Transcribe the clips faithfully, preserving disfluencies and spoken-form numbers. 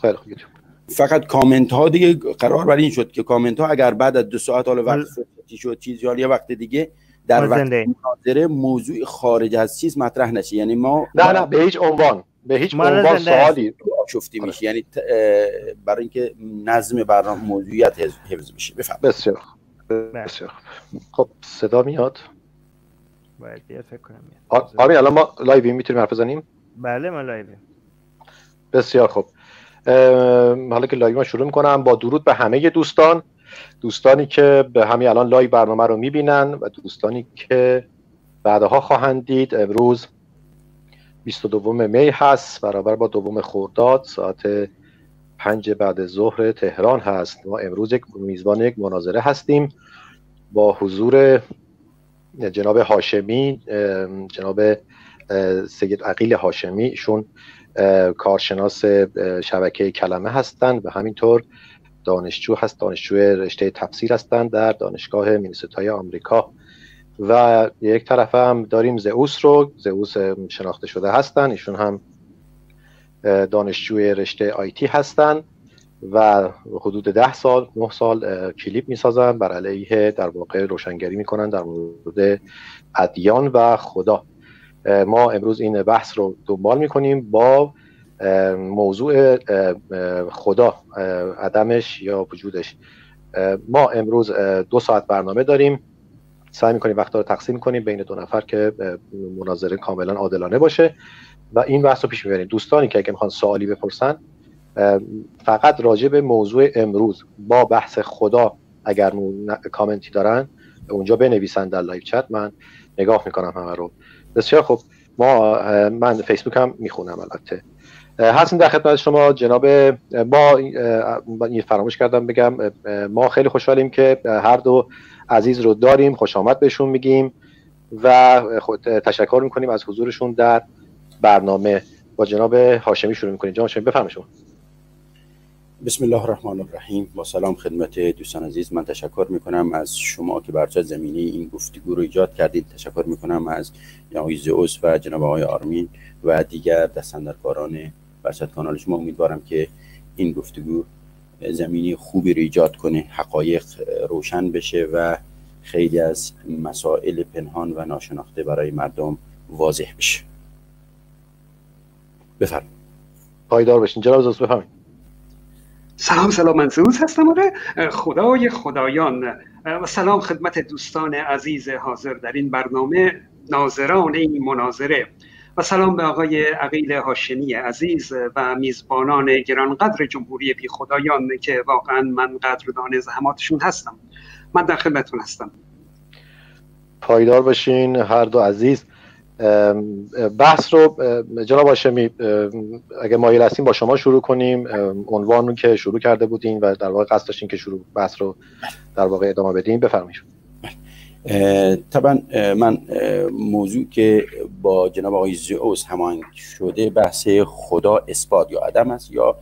خیلی خوب. فقط کامنت ها دیگه قرار بر این شد که کامنت ها اگر بعد از دو ساعت حالا وقت فرصتی شد چیز یا یه وقت دیگه در وقت مناظره موضوع خارج از چیز مطرح نشه. یعنی ما نه نه به هیچ عنوان به هیچ عنوان سوالی آشفته میشه، یعنی برای اینکه نظم برنامه موضوعیت حفظ بشه. بفهم. بسیار بسیار خب صدا میاد؟ باید بیاد فکر کنم میاد. آرمین الان ما لایویم، میتونیم حرف بزنیم؟ بله ما لایویم. بسیار خب. حالا که لایو ما شروع میکنم با درود به همه دوستان دوستانی که به همین الان لایو برنامه رو میبینن و دوستانی که بعدها خواهند دید. امروز بیست و دوم می هست، برابر با دوم خرداد، ساعت پنج بعد ظهر تهران هست. ما امروز یک میزبان یک مناظره هستیم با حضور جناب هاشمی، جناب سید عقیل هاشمی. ایشون کارشناس شبکه کلمه هستند و همینطور دانشجو هست، دانشجوی رشته تفسیر هستند در دانشگاه مینیسوتای آمریکا. و یک طرف هم داریم زئوس رو، زئوس شناخته شده هستن، ایشون هم دانشجوی رشته آیتی هستن و حدود ده سال نه سال کلیپ میسازن بر علیه در واقع روشنگری میکنن در مورد ادیان و خدا. ما امروز این بحث رو دنبال میکنیم با موضوع خدا، عدمش یا وجودش. ما امروز دو ساعت برنامه داریم، سعی میکنیم وقتا رو تقسیم کنیم بین دو نفر که مناظره کاملا عادلانه باشه و این بحث رو پیش میبریم. دوستانی که اگه میخوان سوالی بپرسن فقط راجع به موضوع امروز با بحث خدا اگر کامنتی دارن اونجا بنویسن در لایو چت، من نگاه میکنم همه رو. بسیار خب. ما من فیسبوک هم میخونم البته. هستیم در خدمت شما جناب. ما این فراموش کردم بگم، ما خیلی خوشحالیم که هر دو عزیز رو داریم، خوش آمد بهشون میگیم و تشکر میکنیم از حضورشون در برنامه. با جناب هاشمی شروع میکنیم. جناب هاشمی بفرمایید شما. بسم الله الرحمن الرحیم. با سلام خدمت دوستان عزیز. من تشکر میکنم از شما که بر زمینه این گفتگو رو ایجاد کردید. تشکر میکنم از آقای زئوس و جناب آقای آرمین و دیگر دستاندرکاران برچت کانال شما. امیدوارم که این گفتگو زمینه خوبی رو ایجاد کنه، حقایق روشن بشه و خیلی از مسائل پنهان و ناشناخته برای مردم واضح بشه. بفرمایید. پایدار باشین. جناب زئوس بفرمایید. سلام سلام، من زئوس هستم، آره خدای خدایان. و سلام خدمت دوستان عزیز حاضر در این برنامه، ناظران این مناظره، و سلام به آقای عقیل هاشمی عزیز و میزبانان گرانقدر جمهوری بی خدایان که واقعا من قدردان زحماتشون هستم. من در خدمتتون هستم. پایدار باشین هر دو عزیز. بحث رو جناب هاشمی اگه مایل هستیم با شما شروع کنیم، عنوان رو که شروع کرده بودین و در واقع قصد داشتین که شروع بحث رو در واقع ادامه بدین. بفرمایید. طبعا من موضوع که با جناب آقای زئوس هماهنگ شده بحث خدا اثبات یا عدم است یا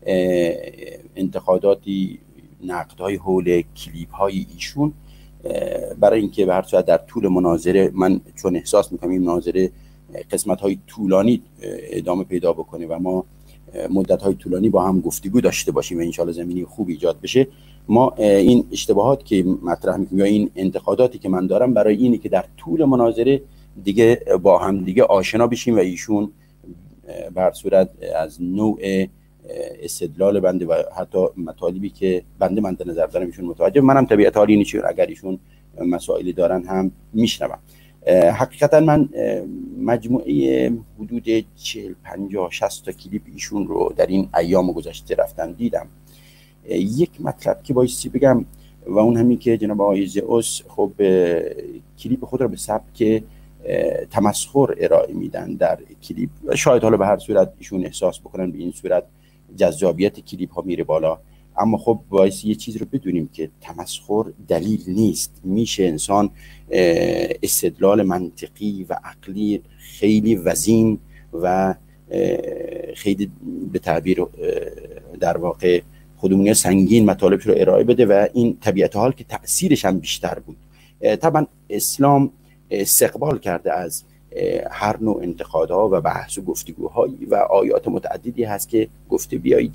انتقاداتی نقدهای حول کلیپ های ایشون، برای اینکه به هر صورت در طول مناظره من چون احساس میکنم این مناظره قسمت های طولانی ادامه پیدا بکنه و ما مدت های طولانی با هم گفتگو داشته باشیم و انشالله زمینی خوب ایجاد بشه، ما این اشتباهات که مطرح میکنیم یا این انتقاداتی که من دارم برای اینه که در طول مناظره دیگه با هم دیگه آشنا بشیم و ایشون به هر صورت از نوع استدلال بنده و حتی مطالبی که بنده من در نظر دارم ایشون متوجه، منم طبیعت حالی نیست اگر ایشون مسائلی دارن هم میشنوم. حقیقتا من مجموعه حدود چهل پنجاه شصت تا کلیپ ایشون رو در این ایام گذشته رفتم دیدم. یک مطلب که بایستی بگم و اون همین که جناب آقای زئوس خب کلیپ خود رو به سبک تمسخر ارائه میدن در کلیپ و شاید حالا به هر صورت ایشون احساس بکنن به این صورت جذابیت کلیپ ها میره بالا، اما خب باعث یه چیز رو بدونیم که تمسخر دلیل نیست. میشه انسان استدلال منطقی و عقلی خیلی وزین و خیلی به تعبیر در واقع خودمونی سنگین مطالب رو ارائه بده و این طبیعت حال که تأثیرش هم بیشتر بود. طبعا اسلام استقبال کرده از هر نوع انتقادها و بحث و گفتگوهایی و آیات متعددی هست که گفته بیایید و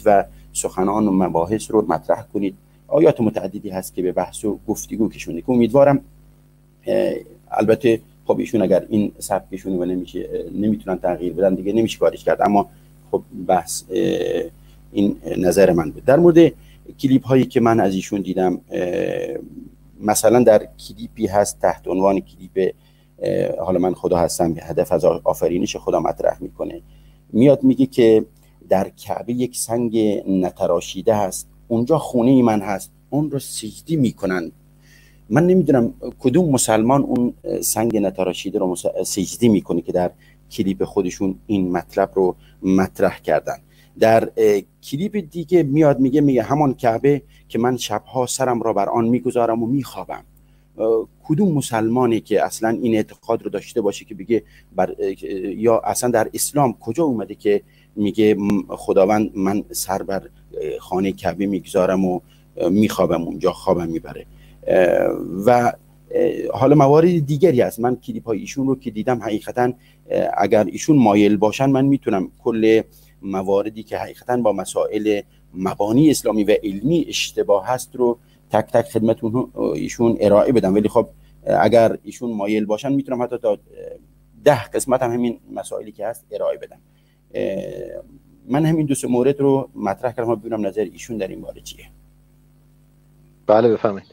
سخنان و مباحث رو مطرح کنید. آیات متعددی هست که به بحث و گفتگو کشونده که امیدوارم البته خب ایشون اگر این سبکشونه و نمیشه نمیتونن تغییر بدن دیگه نمیشه کارش کرد، اما خب بحث این نظر من بود. در مورد کلیپ هایی که من از ایشون دیدم، مثلا در کلیپی هست تحت عنوان کلیپ حالا من خدا هستم هدف از آفرینش خدا مطرح میکنه، میاد میگه که در کعبه یک سنگ نتراشیده هست، اونجا خونه من هست، اون رو سجدی میکنن. من نمیدونم کدوم مسلمان اون سنگ نتراشیده رو سجدی میکنه که در کلیپ خودشون این مطلب رو مطرح کردن. در کلیپ دیگه میاد میگه میگه همان کعبه که من شبها سرم را بر آن میگذارم و میخوابم. کدوم مسلمانی که اصلا این اعتقاد رو داشته باشه که بگه بر یا اصلا در اسلام کجا اومده که میگه خداوند من سر بر خانه کعبه میگذارم و میخوابم اونجا خوابم میبره. و حالا موارد دیگری هست. من کلیپ های ایشون رو که دیدم حقیقتا اگر ایشون مایل باشن من میتونم کل مواردی که حقیقتا با مسائل مبانی اسلامی و علمی اشتباه هست رو تک تک خدمتون ایشون ارائه بدم، ولی خب اگر ایشون مایل باشن میتونم حتی تا ده قسمت هم همین مسائلی که هست ارائه بدم. من همین دو سه مورد رو مطرح کردم و ببینم نظر ایشون در این باره چیه. بله بفرمایید.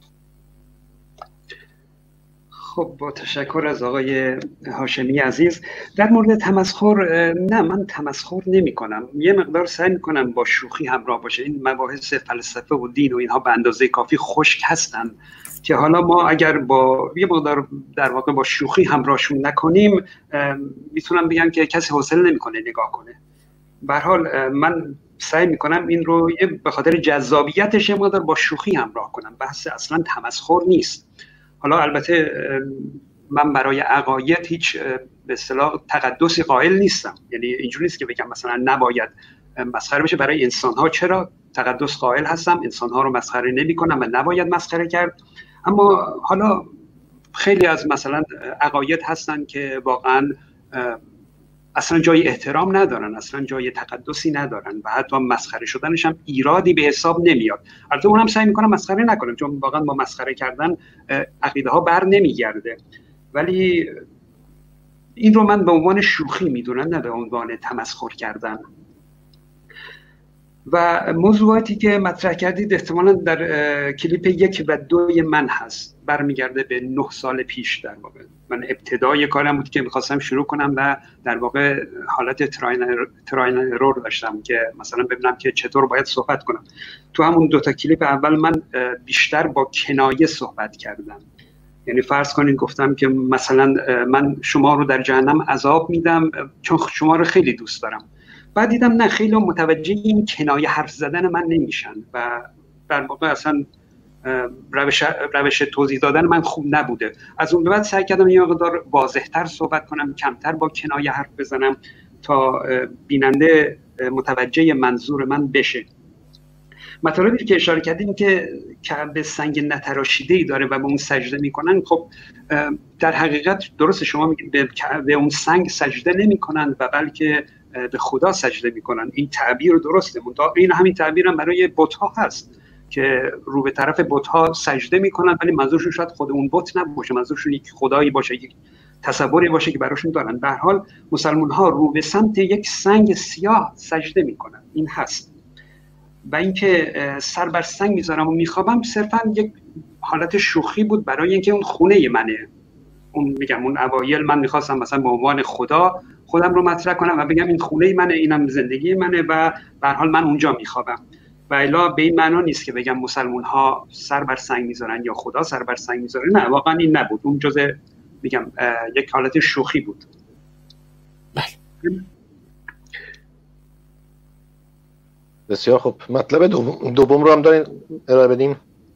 خب با تشکر از آقای هاشمی عزیز. در مورد تمسخر، نه من تمسخر نمی کنم، یه مقدار سعی می کنم با شوخی همراه باشه. این مباحث فلسفه و دین و اینها به اندازه کافی خشک هستن که حالا ما اگر با یه مقدار در واقع با شوخی همراهشون نکنیم میتونم بگم که کسی حوصله نمیکنه نگاه کنه. به هر حال من سعی میکنم این رو به خاطر جذابیتش یه مقدار با شوخی همراه کنم. بحث اصلا تمسخر نیست. حالا البته من برای عقاید هیچ به اصطلاح تقدسی قائل نیستم، یعنی اینجوری نیست که بگم مثلا نباید مسخره بشه. برای انسان‌ها چرا تقدس قائل هستم، انسان‌ها رو مسخره نمی‌کنم و نباید مسخره کرد. اما حالا خیلی از مثلا عقاید هستن که واقعا اصلا جای احترام ندارن، اصلا جای تقدسی ندارن و حتی مسخره شدنش هم ایرادی به حساب نمیاد. البته اونم سعی میکنم مسخره نکنم چون واقعا با مسخره کردن عقیده ها بر نمیگرده، ولی این رو من به عنوان شوخی میدونم نه به عنوان تمسخر کردن. و موضوعاتی که مطرح کردید احتمالاً در کلیپ یک و دوی من هست، برمیگرده به نه سال پیش. در واقع من ابتدای کارم بود که میخواستم شروع کنم و در واقع حالت تراین ارور داشتم که مثلا ببینم که چطور باید صحبت کنم. تو همون دوتا کلیپ اول من بیشتر با کنایه صحبت کردم، یعنی فرض کنین گفتم که مثلا من شما رو در جهنم عذاب میدم چون شما رو خیلی دوست دارم. بعد دیدم نه، خیلی متوجه این کنایه حرف زدن من نمیشن و در واقع اصلا روش, روش توضیح دادن من خوب نبوده. از اون به بعد سعی کردم یه مقدار واضح‌تر صحبت کنم، کمتر با کنایه حرف بزنم تا بیننده متوجه منظور من بشه. مطالبی که اشاره کردیم که کعبه سنگ نتراشیده‌ای داره و به اون سجده میکنن، خب در حقیقت درست شما میگید به اون سنگ سجده نمیکنن و بلکه به خدا سجده میکنن. این تعبیر درسته، منتها این همین تعبیر هم برای بت‌ها هست که رو به طرف بت‌ها سجده میکنن ولی منظورشون شاید خود اون بت نباشه، منظورشون یک خدایی باشه، یک تصوری باشه که براشون دارن. به هر حال مسلمان‌ها رو به سمت یک سنگ سیاه سجده میکنن، این هست. و اینکه سر بر سنگ میذارم و میخوابم صرفا یک حالت شوخی بود برای اینکه اون خونه منه. اون میگم اون اوایل من میخواستم مثلا به عنوان خدا خودم رو مطرح کنم و بگم این خونه منه، اینم زندگی منه و به هر حال من اونجا میخوابم. و الا به این معنا نیست که بگم مسلمان ها سر بر سنگ میذارن یا خدا سر بر سنگ میذاره، نه واقعا این نبود. اون جزء میگم یک حالت شوخی بود. بله. بسیار خب، مطلب دوم, دوم رو هم دارین ارائه بدین؟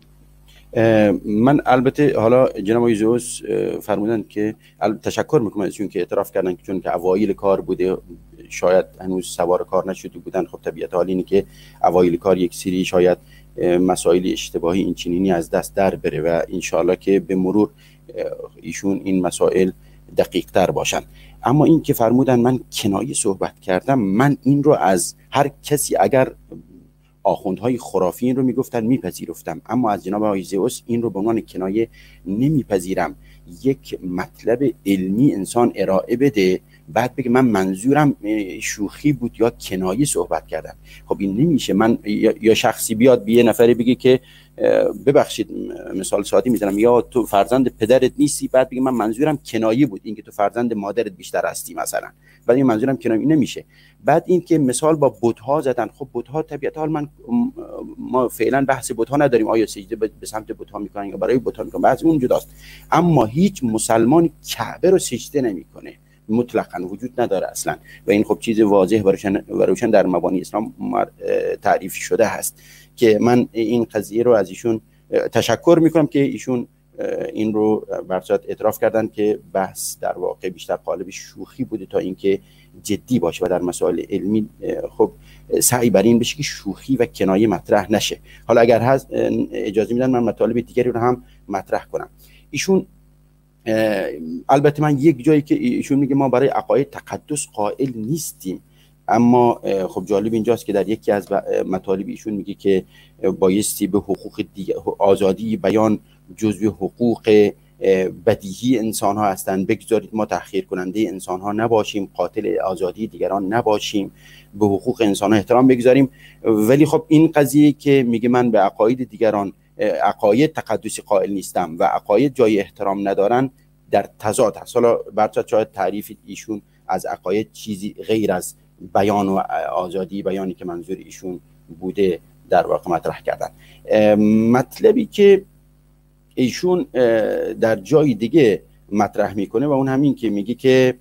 من البته حالا جناب آقای زئوس فرمودن که تشکر میکنم ازشون که اعتراف کردن که چون که اوایل کار بوده شاید هنوز سوار کار نشده بودن. خب طبیعت حال اینه که اوایل کار یک سری شاید مسائل اشتباهی این چنینی از دست در بره و انشالله که به مرور ایشون این مسائل دقیق تر باشن. اما این که فرمودن من کنایه صحبت کردم، من این رو از هر کسی اگر آخوندهای خرافی این رو میگفتن میپذیرفتم، اما از جناب آقای زئوس این رو به عنوان کنایه نمیپذیرم. یک مطلب علمی انسان ارائه بده بعد بگه من منظورم شوخی بود یا کنایه صحبت کردم. خب این نمیشه. من یا شخصی بیاد به یه نفری بگه که ببخشید مثال سادی میزنم، یا تو فرزند پدرت نیستی، بعد بگه من منظورم کنایه بود، این که تو فرزند مادرت بیشتر هستی مثلا، بعد این منظورم کنایه نمیشه. بعد این که مثال با بت‌ها زدن، خب بت‌ها طبیعتا حال من ما فعلا بحث بت‌ها نداریم، آیا سجده به سمت بت‌ها میکنن یا برای بت‌ها میکنن، بعضی اون جداست. اما هیچ مسلمانی کعبه رو سجده نمیکنه، مطلقاً وجود نداره اصلا، و این خب چیز واضح و روشن و روشن در مبانی اسلام تعریف شده هست که من این قضیه رو از ایشون تشکر میکنم که ایشون این رو بر صورت اعتراف کردن که بحث در واقع بیشتر قالب شوخی بوده تا اینکه جدی باشه و در مسائل علمی خب سعی بر این بشه که شوخی و کنایه مطرح نشه. حالا اگر هست اجازه میدن من مطالب دیگری رو هم مطرح کنم. ایشون البته من یک جایی که ایشون میگه ما برای عقاید تقدس قائل نیستیم، اما خب جالب اینجاست که در یکی از مطالب ایشون میگه که بایستی به حقوق دیگر، آزادی بیان جزو حقوق بدیهی انسان ها هستند، بگذارید ما تحقیر کننده انسان ها نباشیم، قاتل آزادی دیگران نباشیم، به حقوق انسان ها احترام بگذاریم. ولی خب این قضیه که میگه من به عقاید دیگران عقاید تقدسی قائل نیستم و عقاید جای احترام ندارن در تضاد هست. حالا برات شاید تعریف ایشون از عقاید چیزی غیر از بیان و آزادی بیانی که منظور ایشون بوده در واقع مطرح کردن. مطلبی که ایشون در جای دیگه مطرح میکنه و اون همین که میگه که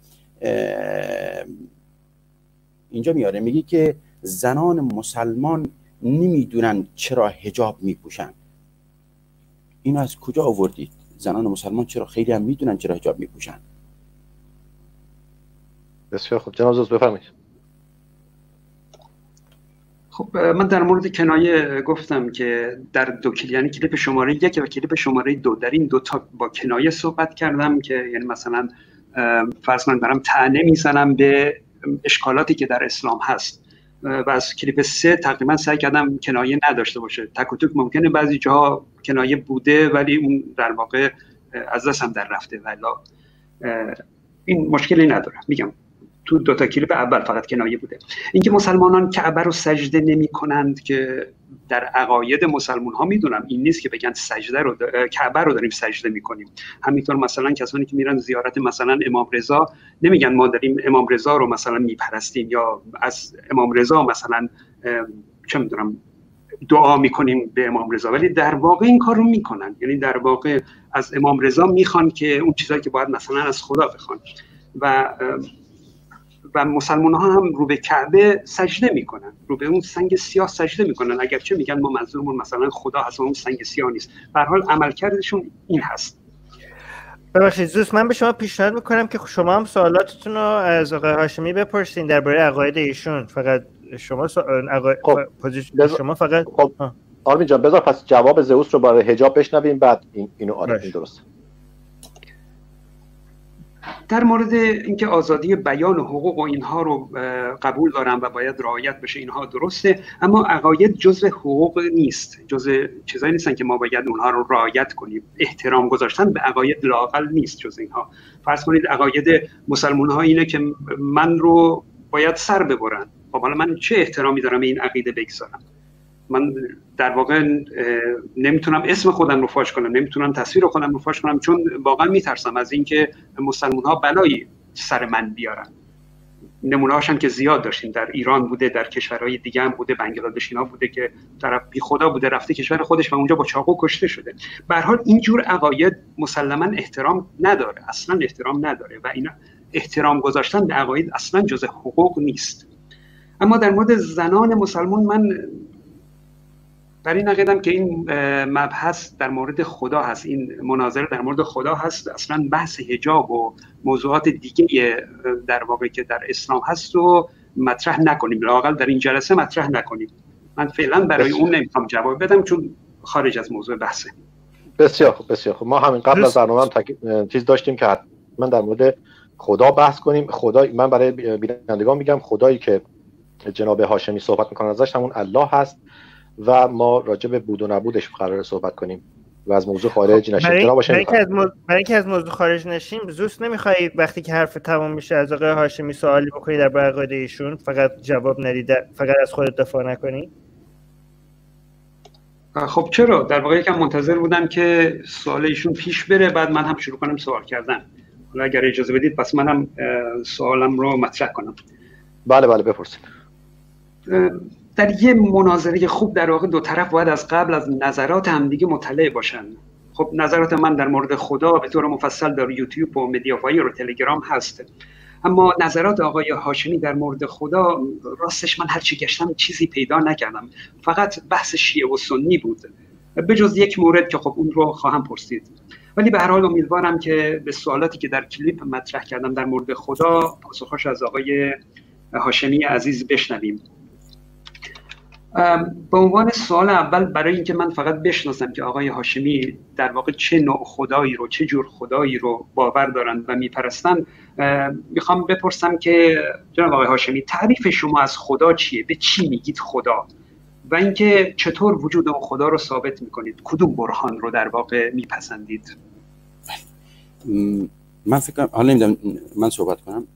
اینجا میاره، میگه که زنان مسلمان نمیدونن چرا حجاب میپوشن. اینو از کجا آوردید؟ زنان مسلمان چرا خیلی هم میدونن چرا حجاب میپوشن؟ بسیار خوب جناب زوز بفرمایید. خب من در مورد کنایه گفتم که در دو کلیپ، یعنی کلیپ شماره یک و کلیپ شماره دو، در این دو تا با کنایه صحبت کردم که یعنی مثلا فرض کنید برام طعنه میزنم به اشکالاتی که در اسلام هست، و از کلیپ سه تقریبا سعی کردم کنایه نداشته باشه. تک و توک ممکنه بعضی جاها کنایه بوده ولی اون در واقع از دستم در رفته، ولی این مشکلی نداره. میگم تو دو تا کلیپ اول فقط کنایه بوده. اینکه مسلمانان کعبه رو سجده نمی کنند که در عقاید مسلمان ها میدونم این نیست که بگن سجده رو کعبه رو داریم سجده میکنیم. همینطور مثلا کسانی که میرن زیارت مثلا امام رضا نمیگن ما داریم امام رضا رو مثلا میپرستیم یا از امام رضا مثلا چه میدونم دعا میکنیم به امام رضا، ولی در واقع این کار رو میکنن. یعنی در واقع از امام رضا میخوان که اون چیزایی که باید مثلا از خدا بخوان، و و مسلمان ها هم رو به کعبه سجده میکنن، رو به اون سنگ سیاه سجده میکنن، اگرچه میگن ما منظورمون مثلا خدا هست و اون سنگ سیاه نیست. به هر حال عملکردشون این هست. ببخشید دوست، من به شما پیشنهاد میکنم که شما هم سوالاتتون رو از آقای هاشمی بپرسین درباره عقاید ایشون. فقط شما سوال عقاید خب. پوزیشن شما فقط خب. آرمین جان بذار پس جواب زئوس رو برای حجاب بشنویم بعد این اینو آره این درسته. در مورد اینکه آزادی بیان و حقوق و اینها رو قبول دارم و باید رعایت بشه، اینها درسته، اما عقاید جزء حقوق نیست، جزء چیزایی نیستن که ما باید اونها رو رعایت کنیم. احترام گذاشتن به عقاید لااقل نیست جزء اینها. فرض کنید عقاید مسلمان ها اینه که من رو باید سر ببرن. خب حالا من چه احترامی دارم این عقیده بگذارم؟ من در واقع نمیتونم اسم خودم رو فاش کنم، نمیتونم تصویر خودم رو فاش کنم، چون واقعا میترسم از اینکه مسلمان ها بلایی سر من بیارن. نمونه هاشم که زیاد داشتیم، در ایران بوده، در کشورهای دیگه هم بوده، بنگلادش اینا بوده که طرف بی خدا بوده رفته کشور خودش و اونجا با چاقو کشته شده. به هر حال اینجور عقاید مسلما احترام نداره، اصلا احترام نداره و اینا احترام گذاشتن به عقاید اصلا جزء حقوق نیست. اما در مورد زنان مسلمان من در این عقیدم که این مبحث در مورد خدا هست، این مناظره در مورد خدا هست، اصلا بحث حجاب و موضوعات دیگه در واقع که در اسلام هست و مطرح نکنیم، لااقل در این جلسه مطرح نکنیم. من فعلا برای اون نمیخوام جواب بدم چون خارج از موضوع بحثه. بسیار خوب بسیار خوب. ما همین قبل از برنامه هم تک... چیز داشتیم که من در مورد خدا بحث کنیم. خدا من برای بینندگان میگم خدایی که جناب هاشمی صحبت میکنن ازش همون الله هست و ما راجع به بود و نبودش قرار صحبت کنیم و از موضوع خارج نشیم. جناب هاشمی، برای اینکه از موضوع برای اینکه از موضوع خارج نشیم، زوست نمیخوای وقتی که حرف تمام میشه از آقای هاشمی سوالی بکنی در باره عقاید ایشون، فقط جواب ندی، فقط از خودت دفاع نکنی؟ خب چرا؟ در واقع یکم منتظر بودم که سوال ایشون پیش بره، بعد من هم شروع کنم سوال کردن. حالا اگر اجازه بدید پس منم سوالم رو مطرح کنم. بله بله بپرسید. در یه مناظره خوب در واقع دو طرف باید از قبل از نظرات همدیگه مطلع باشن. خب نظرات من در مورد خدا به طور مفصل در یوتیوب و مدیافای و تلگرام هست، اما نظرات آقای هاشمی در مورد خدا راستش من هرچی گشتم چیزی پیدا نکردم، فقط بحث شیعه و سنی بود به جز یک مورد که خب اون رو خواهم پرسید. ولی به هر حال امیدوارم که به سوالاتی که در کلیپ مطرح کردم در مورد خدا پاسخش از آقای هاشمی عزیز بشنویم. به عنوان سوال اول، برای اینکه من فقط بشناسم که آقای هاشمی در واقع چه نوع خدایی رو، چه جور خدایی رو باور دارن و میپرستن، میخوام بپرسم که جناب آقای هاشمی تعریف شما از خدا چیه؟ به چی میگید خدا؟ و اینکه چطور وجود اون خدا رو ثابت میکنید؟ کدوم برهان رو در واقع میپسندید؟ من فکر کنم حالا نمیدونم من صحبت کنم.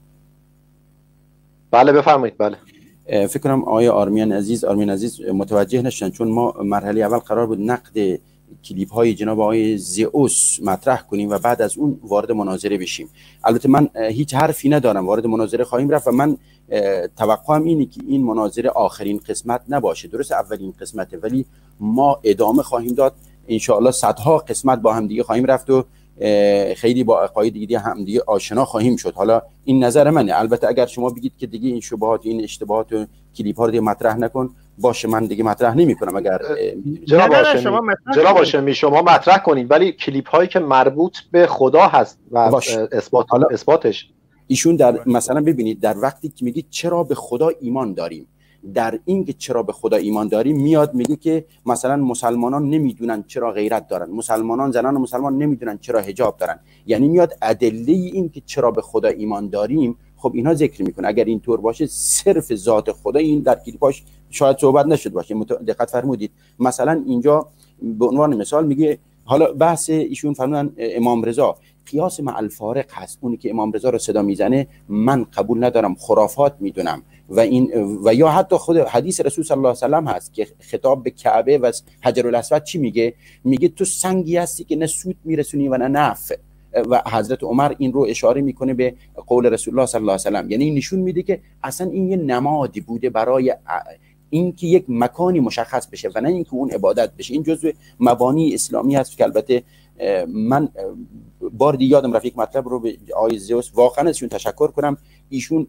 بله بفرمایید. بله فکر کنم آقای آرمین عزیز آرمین عزیز متوجه نشدن، چون ما مرحله اول قرار بود نقد کلیپ های جناب آقای زئوس مطرح کنیم و بعد از اون وارد مناظره بشیم. البته من هیچ حرفی ندارم، وارد مناظره خواهیم رفت و من توقعم اینه که این مناظره آخرین قسمت نباشه. درست اولین قسمته، ولی ما ادامه خواهیم داد ان شاء الله. صدها قسمت با هم دیگه خواهیم رفت و خیلی با عقاید دیگه هم دیگه آشنا خواهیم شد. حالا این نظر منه. البته اگر شما بگید که دیگه این شبهات، این اشتباهات و کلیپ ها رو دیگه مطرح نکن، باشه من دیگه مطرح نمی‌کنم. اگر جناب هاشمی جناب هاشمی شما مطرح کنید، ولی کلیپ هایی که مربوط به خدا هست و اثبات اثباتش ایشون در مثلا ببینید در وقتی که میگید چرا به خدا ایمان داریم، در این که چرا به خدا ایمان داریم میاد میگه که مثلا مسلمانان نمیدونن چرا غیرت دارن، مسلمانان زنان مسلمان نمیدونن چرا حجاب دارن. یعنی میاد ادله این که چرا به خدا ایمان داریم خب اینها ذکر میکنه. اگر اینطور باشه صرف ذات خدا این در کلیپاش شاید صحبت نشد باشه. دقت فرمودید مثلا اینجا به عنوان مثال میگه، حالا بحث ایشون فرمودن امام رضا قیاس مع الفارق هست، اونی که امام رضا رو صدا میزنه من قبول ندارم، خرافات میدونم. و این و یا حتی خود حدیث رسول صلی الله علیه و سلم هست که خطاب به کعبه و حجر الاسود چی میگه؟ میگه تو سنگی هستی که نه سود میرسونی و نه نفع. و حضرت عمر این رو اشاره میکنه به قول رسول الله صلی الله علیه و سلم. یعنی نشون میده که اصلا این یه نمادی بوده برای اینکه یک مکانی مشخص بشه و نه اینکه اون عبادت بشه. این جزء مبانی اسلامی هست که البته من بار دیگه یادم رفت یک مطلب رو به آقای زئوس واقعا ازشون تشکر کنم. ایشون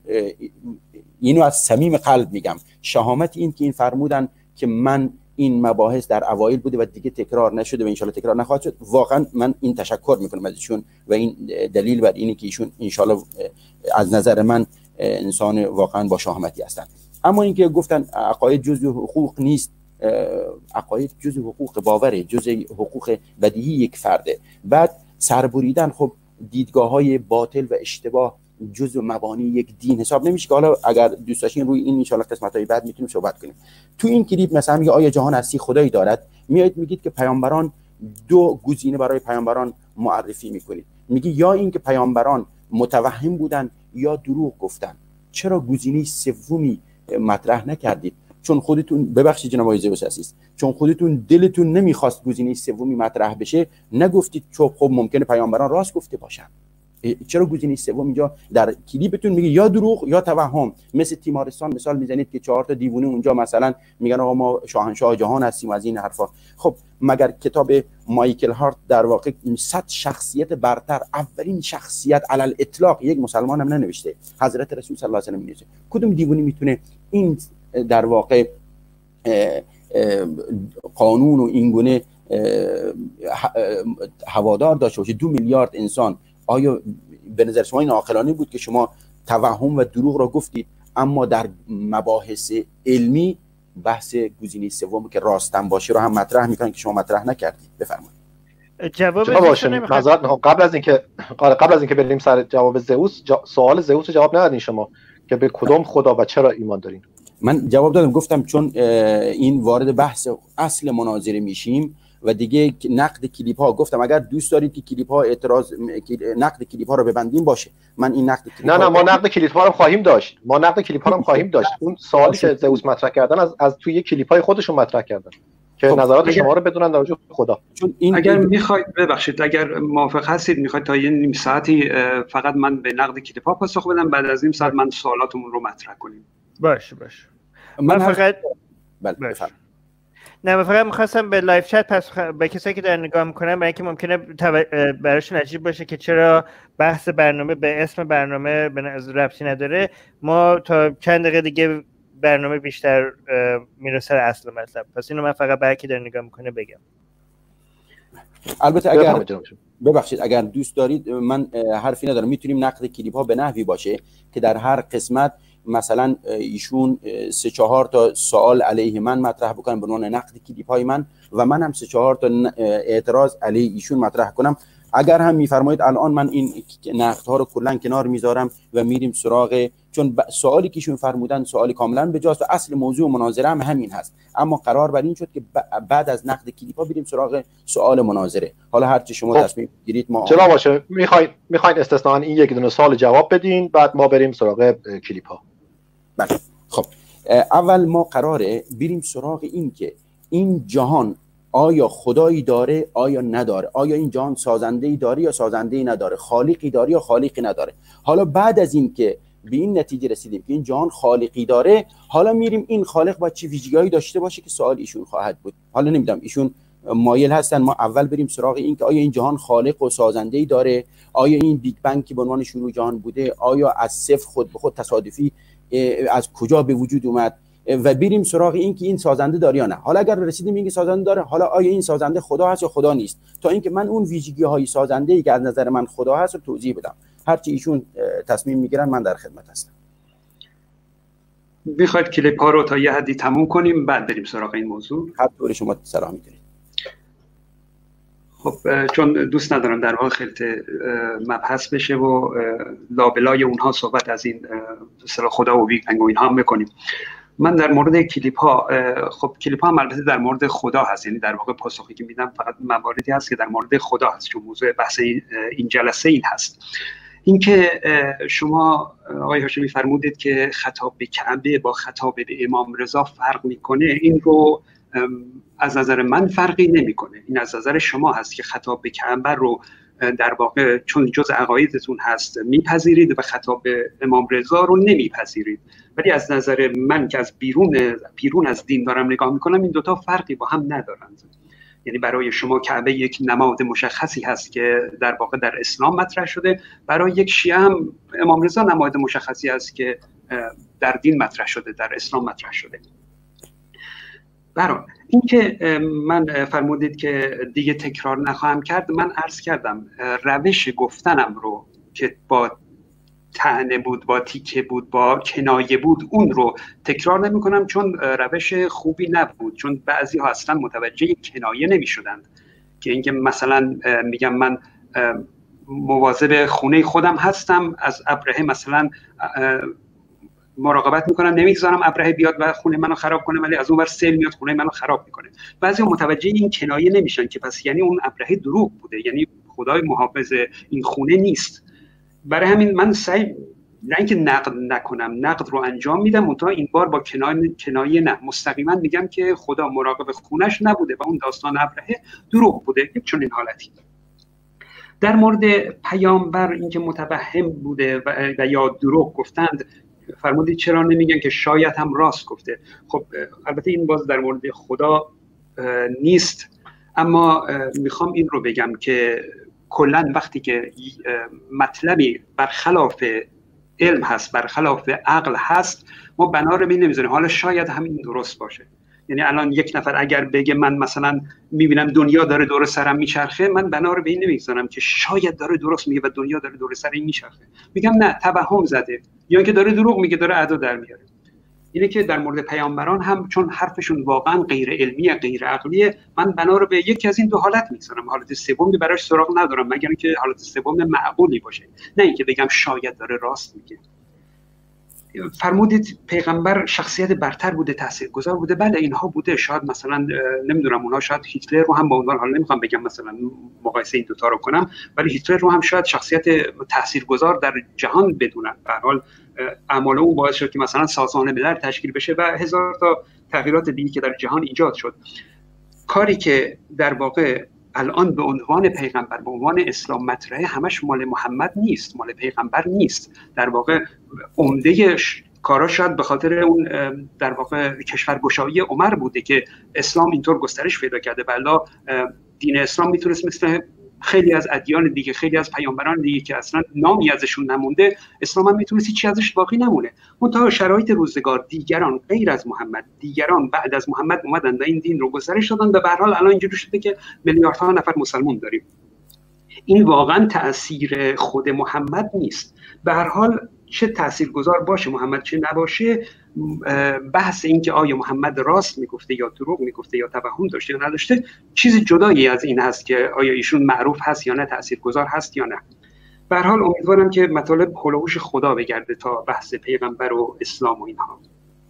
اینو از صمیم قلب میگم، شهامت این که این فرمودن که من این مباحث در اوایل بوده و دیگه تکرار نشده و ان شاءالله تکرار نخواهد شد. واقعا من این تشکر میکنم ازشون و این دلیل بر اینه که ایشون ان شاءالله از نظر من انسان واقعا با شهامتی هستن. اما اینکه گفتن عقاید جزء حقوق نیست، عقاید جزء حقوق باوره، جزء حقوق بدیهی یک فرده. بعد سربریدن خب دیدگاه‌های باطل و اشتباه جزء مبانی یک دین حساب نمیشه که حالا اگر دوست داشتین روی این ان شاء الله قسمت‌های بعد میتونیم صحبت کنیم. تو این کلیپ مثلا میگه آیا جهان هستی خدایی دارد؟ میایید میگید که پیامبران دو گزینه برای پیامبران معرفی میکنید، میگی یا این که پیامبران متوهم بودن یا دروغ گفتن. چرا گزینه سومی مطرح نکردید؟ چون خودتون ببخشید جناب آقای زئوس عزیز، چون خودتون دلتون نمیخواست گزینه سومی مطرح بشه نگفتید، چون خب ممکنه پیامبران راست گفته باشن. چرا گزینه سوم اینجا در کلیپتون میگه یا دروغ یا توهم؟ مثل تیمارستان مثال میزنید که چهار تا دیوونه اونجا مثلا میگن آقا ما شاهنشاه جهان هستیم و از این حرفا. خب مگر کتاب مایکل هارت در واقع صد شخصیت برتر، اولین شخصیت علل اطلاق یک مسلمان هم ننوشته، حضرت رسول صلی الله علیه و سلم مینویسه. کدوم دیوونه میتونه این در واقع قانون و این گونه هوادار داشته باشه؟ دو میلیارد انسان. آیا به نظر شما این عاقلانه بود که شما توهم و دروغ را گفتید اما در مباحث علمی بحث گزینه سوم که راستن باشه رو هم مطرح میکنن که شما مطرح نکردید؟ بفرمایید. جواب نظر قبل از اینکه قبل از اینکه بریم سر جواب زئوس، سوال زئوس جواب ندادین شما که به کدام خدا و چرا ایمان دارین؟ من جواب دادم، گفتم چون این وارد بحث اصل مناظره میشیم و دیگه نقد کلیپ ها، گفتم اگر دوست دارید که کلیپ ها اعتراض نقد کلیپ ها رو ببندیم باشه، من این نقد کلیپ نه نه ما نقد کلیپ ها رو خواهیم داشت، ما نقد کلیپ ها رو خواهیم داشت. اون سوالی که زئوس مطرح کردن از از توی کلیپ های خودشون مطرح کردن که خب نظرات اگر... شما رو بدونن در وجود خدا. چون این اگر میخواید ببخشید اگر موافق هستید میخواید تا یه نیم ساعتی فقط من به نقد کلیپ ها پاسخ بدم، بعد از نیم ساعت من سوالاتمون رو مطرح کنیم. باشه باشه. من, من فقط بله بفرمایید. نه من فقط می‌خواستم به لایو چت پس به کسایی که دارن نگاه میکنن، برای اینکه ممکنه براشون عجیب باشه که چرا بحث برنامه به اسم برنامه به ربطی نداره، ما تا چند دقیقه دیگه برنامه بیشتر میره سر اصل مطلب. پس اینو من فقط برای کی داره نگاه میکنه بگم. البته اگر ببخشید اگر دوست دارید من حرفی ندارم، میتونیم نقد کلیپ ها به نحوی باشه که در هر قسمت مثلا ایشون سه چهار تا سوال علیه من مطرح بکنن به عنوان نقد کلیپ های من و من هم سه چهار تا اعتراض علیه ایشون مطرح کنم. اگر هم میفرمایید الان من این نقد ها رو کلا کنار میذارم و میریم سراغ، چون سوالی که ایشون فرمودن سوالی کاملا بجاست و اصل موضوع مناظره هم همین هست، اما قرار بر این شد که بعد از نقد کلیپ ها بریم سراغ سوال مناظره. حالا هر چی شما تصمیم گیرید ما چرا باشه، میخواید میخواید استثناً این یک دونه سوال جواب بدین بعد ما بریم سراغ کلیپ ها. بله خب اول ما قراره بریم سراغ این که این جهان آیا خدایی داره آیا نداره، آیا این جهان سازنده‌ای داره یا سازنده‌ای نداره، خالقی داره یا خالقی نداره. حالا بعد از این که به این نتیجه رسیدیم که این جهان خالقی داره، حالا میریم این خالق با چه ویژگی‌هایی داشته باشه که سوال ایشون خواهد بود. حالا نمیدونم ایشون مایل هستن ما اول بریم سراغ این که آیا این جهان خالق و سازنده‌ای داره، آیا این بیگ بنگ که به عنوان شروع جهان بوده آیا از صفر خود به خود تصادفی از کجا به وجود اومد، و بریم سراغ این که این سازنده داره یا نه. حالا اگر رسیدیم این که سازنده داره، حالا آیا این سازنده خدا هست یا خدا نیست، تا اینکه من اون ویژگی‌های سازنده‌ای که از نظر من خدا هست رو توضیح بدم. هرچی ایشون تصمیم میگیرن من در خدمت هستم. میخواید کلیپ ها رو تا یه حدی تموم کنیم بعد بریم سراغ این موضوع؟ هر طور شما سلام می‌دارید. خب چون دوست ندارم در واقع خلط مبحث بشه و لابلای اونها صحبت از این مثلا خدا و بیگ بنگ و اینها هم بکنیم. من در مورد کلیپ ها، خب کلیپ ها هم البته در مورد خدا هست، یعنی در واقع پاسخی که میدم فقط مواردی هست که در مورد خدا هست، چون موضوع بحث این جلسه این هست. اینکه شما آقای هاشمی فرمودید که خطاب به کعبه با خطاب به امام رضا فرق میکنه، این رو از نظر من فرقی نمیکنه. این از نظر شما هست که خطاب به کعبه رو در واقع چون جز عقایدتون هست میپذیرید و خطاب به امام رضا رو نمیپذیرید، ولی از نظر من که از بیرون بیرون از دین دارم نگاه میکنم این دوتا فرقی با هم ندارند. یعنی برای شما کعبه یک نماد مشخصی هست که در واقع در اسلام مطرح شده، برای یک شیعه هم امام رضا نماد مشخصی هست که در دین مطرح شده، در اسلام مطرح شده. برای اینکه من فرمودید که دیگه تکرار نخواهم کرد، من عرض کردم روش گفتنم رو که با طعنه بود، با تیکه بود، با کنایه بود، اون رو تکرار نمی کنم چون روش خوبی نبود، چون بعضی ها اصلا متوجه کنایه نمی شدند که اینکه مثلا میگم من مواظب خونه خودم هستم، از ابرهه مثلا مراقبت میکنم، نمیگذارم ابرهه بیاد و خونه منو خراب کنه، ولی از اون ور سیل میاد خونه منو خراب میکنه. بعضی متوجه این کنایه نمیشن که پس یعنی اون ابرهه دروغ بوده، یعنی خدای محافظ این خونه نیست. برای همین من سعی نه اینکه نقد نکنم، نقد رو انجام میدم، منتها این بار با کنایه کنایه نه، مستقیما میگم که خدا مراقب خونش نبوده و اون داستان ابرهه دروغ بوده. یک چنین حالتی. در مورد پیامبر اینکه متوهم بوده و, و یا دروغ گفتند، فرمودید چرا نمیگن که شاید هم راست گفته. خب البته این باز در مورد خدا نیست، اما میخوام این رو بگم که کلا وقتی که مطلبی برخلاف علم هست، برخلاف عقل هست، ما بنا رو نمیذاریم. حالا شاید همین درست باشه، یعنی الان یک نفر اگر بگه من مثلا میبینم دنیا داره دور سرم میچرخه، من بنا رو به این نمیذارم که شاید داره درست میگه و دنیا داره دور سر این میچرخه، میگم نه توهم زده، یا اینکه داره دروغ میگه، داره ادا در میاره. اینه که در مورد پیامبران هم چون حرفشون واقعا غیر علمی، غیر عقلیه، من بنا رو به یکی از این دو حالت میذارم. حالت سومی براش سراغ ندارم مگر اینکه حالت سوم معقولی باشه، نه اینکه بگم شاید داره راست میگه. فرمودید پیغمبر شخصیت برتر بوده، تاثیرگذار بوده. بله اینها بوده. شاید مثلا نمیدونم اونها شاید هیتلر رو هم با عنوان، حالا نمیخوام بگم مثلا مقایسه این دوتا رو کنم، ولی هیتلر رو هم شاید شخصیت تاثیرگذار در جهان بدونن. به هر حال اعمال اون باعث شد که مثلا سازمان ملل تشکیل بشه و هزار تا تغییرات دیگه که در جهان ایجاد شد. کاری که در واقع الان به عنوان پیغمبر، به عنوان اسلام مطرحه، همش مال محمد نیست، مال پیغمبر نیست. در واقع عمده کارا شاید به خاطر اون در واقع کشورگشایی عمر بوده که اسلام اینطور گسترش پیدا کرده. والا دین اسلام میتونست مثل خیلی از ادیان دیگه، خیلی از پیامبران دیگه که اصلا نامی ازشون نمونده، اسلام هم میتونست هیچی ازش باقی نمونه. منتها شرایط روزگار، دیگران غیر از محمد، دیگران بعد از محمد اومدن و این دین رو گسترش دادن و به هر حال الان اینجوری شده که میلیاردها نفر مسلمان داریم. این واقعا تأثیر خود محمد نیست. به هر حال چه تاثیرگذار باشه محمد چه نباشه، بحث این که آیا محمد راست میگفته یا دروغ میگفته یا توهم داشته یا نداشته چیز جدایی از این هست که آیا ایشون معروف هست یا نه، تاثیرگذار هست یا نه. به هر حال امیدوارم که مطالب هولوش خدا بگرده تا بحث پیغمبر و اسلام و اینها.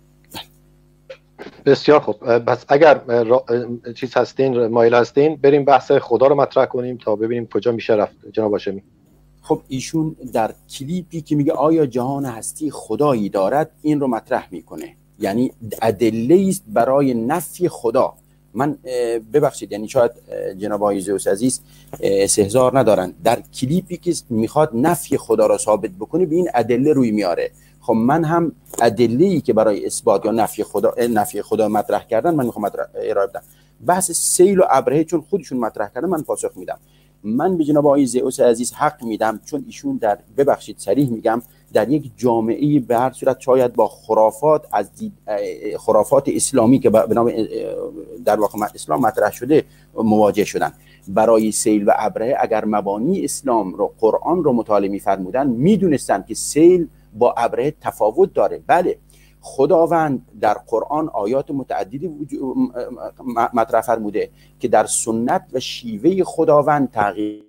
بسیار خوب. پس اگر را... چیز هستین، مایل هستین، بریم بحث خدا رو مطرح کنیم تا ببینیم کجا میشه رفت. جناب هاشمی. خب ایشون در کلیپی که میگه آیا جهان هستی خدایی دارد این رو مطرح میکنه، یعنی ادله است برای نفی خدا. من ببخشید یعنی شاید جناب آقای زئوس عزیز استحضار ندارن، در کلیپی که میخواد نفی خدا را ثابت بکنه به این ادله روی میاره. خب من هم ادله‌ای که برای اثبات یا نفی خدا نفی خدا مطرح کردن من میخوام ارائه بدم. بحث سیل و ابرهه چون خودشون مطرح کردن من پاسخ میدم. من به جناب آقای زئوس عزیز حق میدم چون ایشون در ببخشید صریح میگم در یک جامعه به هر صورت شاید با خرافات از خرافات اسلامی که به نام در واقع اسلام مطرح شده مواجه شدن. برای سیل و ابرهه اگر مبانی اسلام رو قرآن رو مطالعه می‌فرمودن میدونستن که سیل با ابرهه تفاوت داره. بله خداوند در قرآن آیات متعددی مطرح فرموده که در سنت و شیوه خداوند تغییر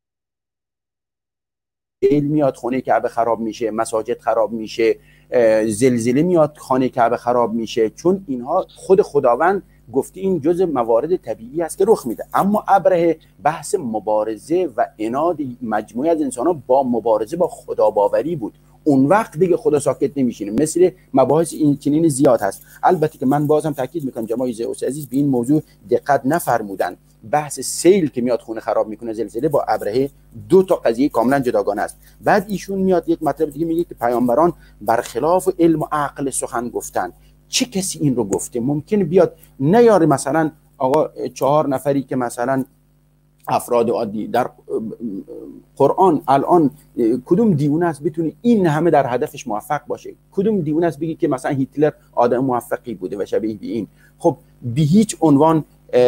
میاد، خانه کعبه خراب میشه، مساجد خراب میشه، زلزله میاد، خانه کعبه خراب میشه، چون اینها خود خداوند گفته این جزء موارد طبیعی است که رخ میده. اما ابرهه بحث مبارزه و عناد مجموعه از انسان‌ها با مبارزه با خداباوری بود. اون وقت دیگه خدا ساکت نمیشینه. مثل مباحث این چنین زیاد هست. البته که من بازم تاکید میکنم جناب زئوس عزیز به این موضوع دقت نفرمودن. بحث سیل که میاد خونه خراب میکنه، زلزله، با ابرهه دو تا قضیه کاملا جداگانه است. بعد ایشون میاد یک مطلب دیگه میگه که پیامبران برخلاف علم و عقل سخن گفتن. چه کسی این رو گفته؟ ممکن بیاد نیاره مثلا آقا چهار نفری که مثلا افراد عادی در قرآن الان کدوم دیونه است بتونه این همه در هدفش موفق باشه؟ کدوم دیونه است بگی که مثلا هیتلر آدم موفقی بوده و شبیه به این؟ خب به هیچ عنوان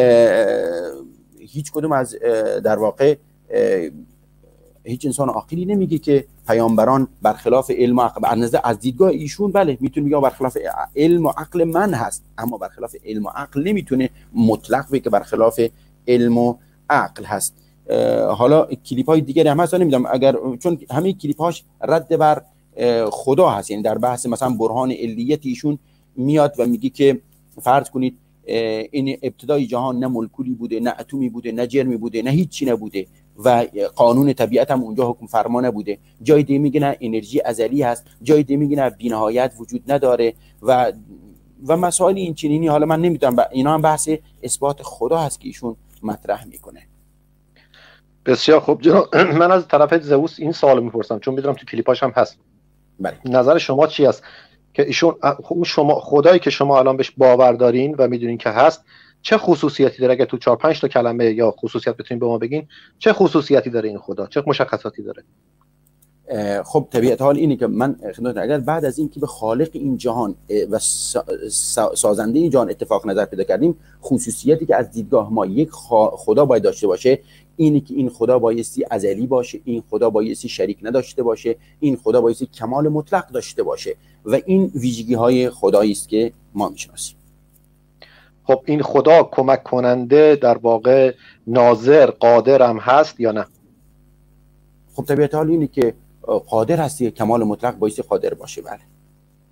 هیچ کدوم از در واقع هیچ انسان عاقلی نمیگه که پیامبران برخلاف علم و عقل. از دیدگاه ایشون بله میتونه میگه برخلاف علم و عقل من هست، اما برخلاف علم و عقل نمیتونه مطلق بگه که برخلاف علم و عقل هست. حالا کلیپ های دیگری هم هست نمیدونم اگر چون همه کلیپ هاش رد بر خدا هست، یعنی در بحث مثلا برهان علیت ایشون میاد و میگه که فرض کنید این ابتدای جهان نه مولکولی بوده، نه اتمی بوده، نه جرمی بوده، نه هیچی نبوده و قانون طبیعت هم اونجا حکم فرما نبوده. جای دیگه میگه نه انرژی ازلی هست، جای دیگه میگه نه بی‌نهایت وجود نداره و و مسائل این چنینی. حالا من نمیدونم اینا هم بحث اثبات خدا هست که ایشون مطرح میکنه. بسیار خوب جناب، من از طرف زئوس این سوال میپرسم چون میدونم تو کلیپاش هم هست. بله. نظر شما چی است که ایشون شما خدایی که شما الان بهش باور دارین و میدونین که هست چه خصوصیاتی داره؟ اگه تو چهار پنج تا کلمه یا خصوصیت بتونین به ما بگین چه خصوصیاتی داره این خدا، چه مشخصاتی داره؟ خب طبیعت حال اینه که من خدمت اگر بعد از این که به خالق این جهان و سازنده این جهان اتفاق نظر پیدا کردیم، خصوصیتی که از دیدگاه ما یک خدا باید داشته باشه اینه که این خدا بایستی ازلی باشه، این خدا بایستی شریک نداشته باشه، این خدا بایستی کمال مطلق داشته باشه و این ویژگی های خدایی است که ما میشناسیم. خب این خدا کمک کننده در واقع ناظر قادر هم هست یا نه؟ خب طبیعت حال اینه که قادر هستی، کمال مطلق بایستی قادر باشه. بله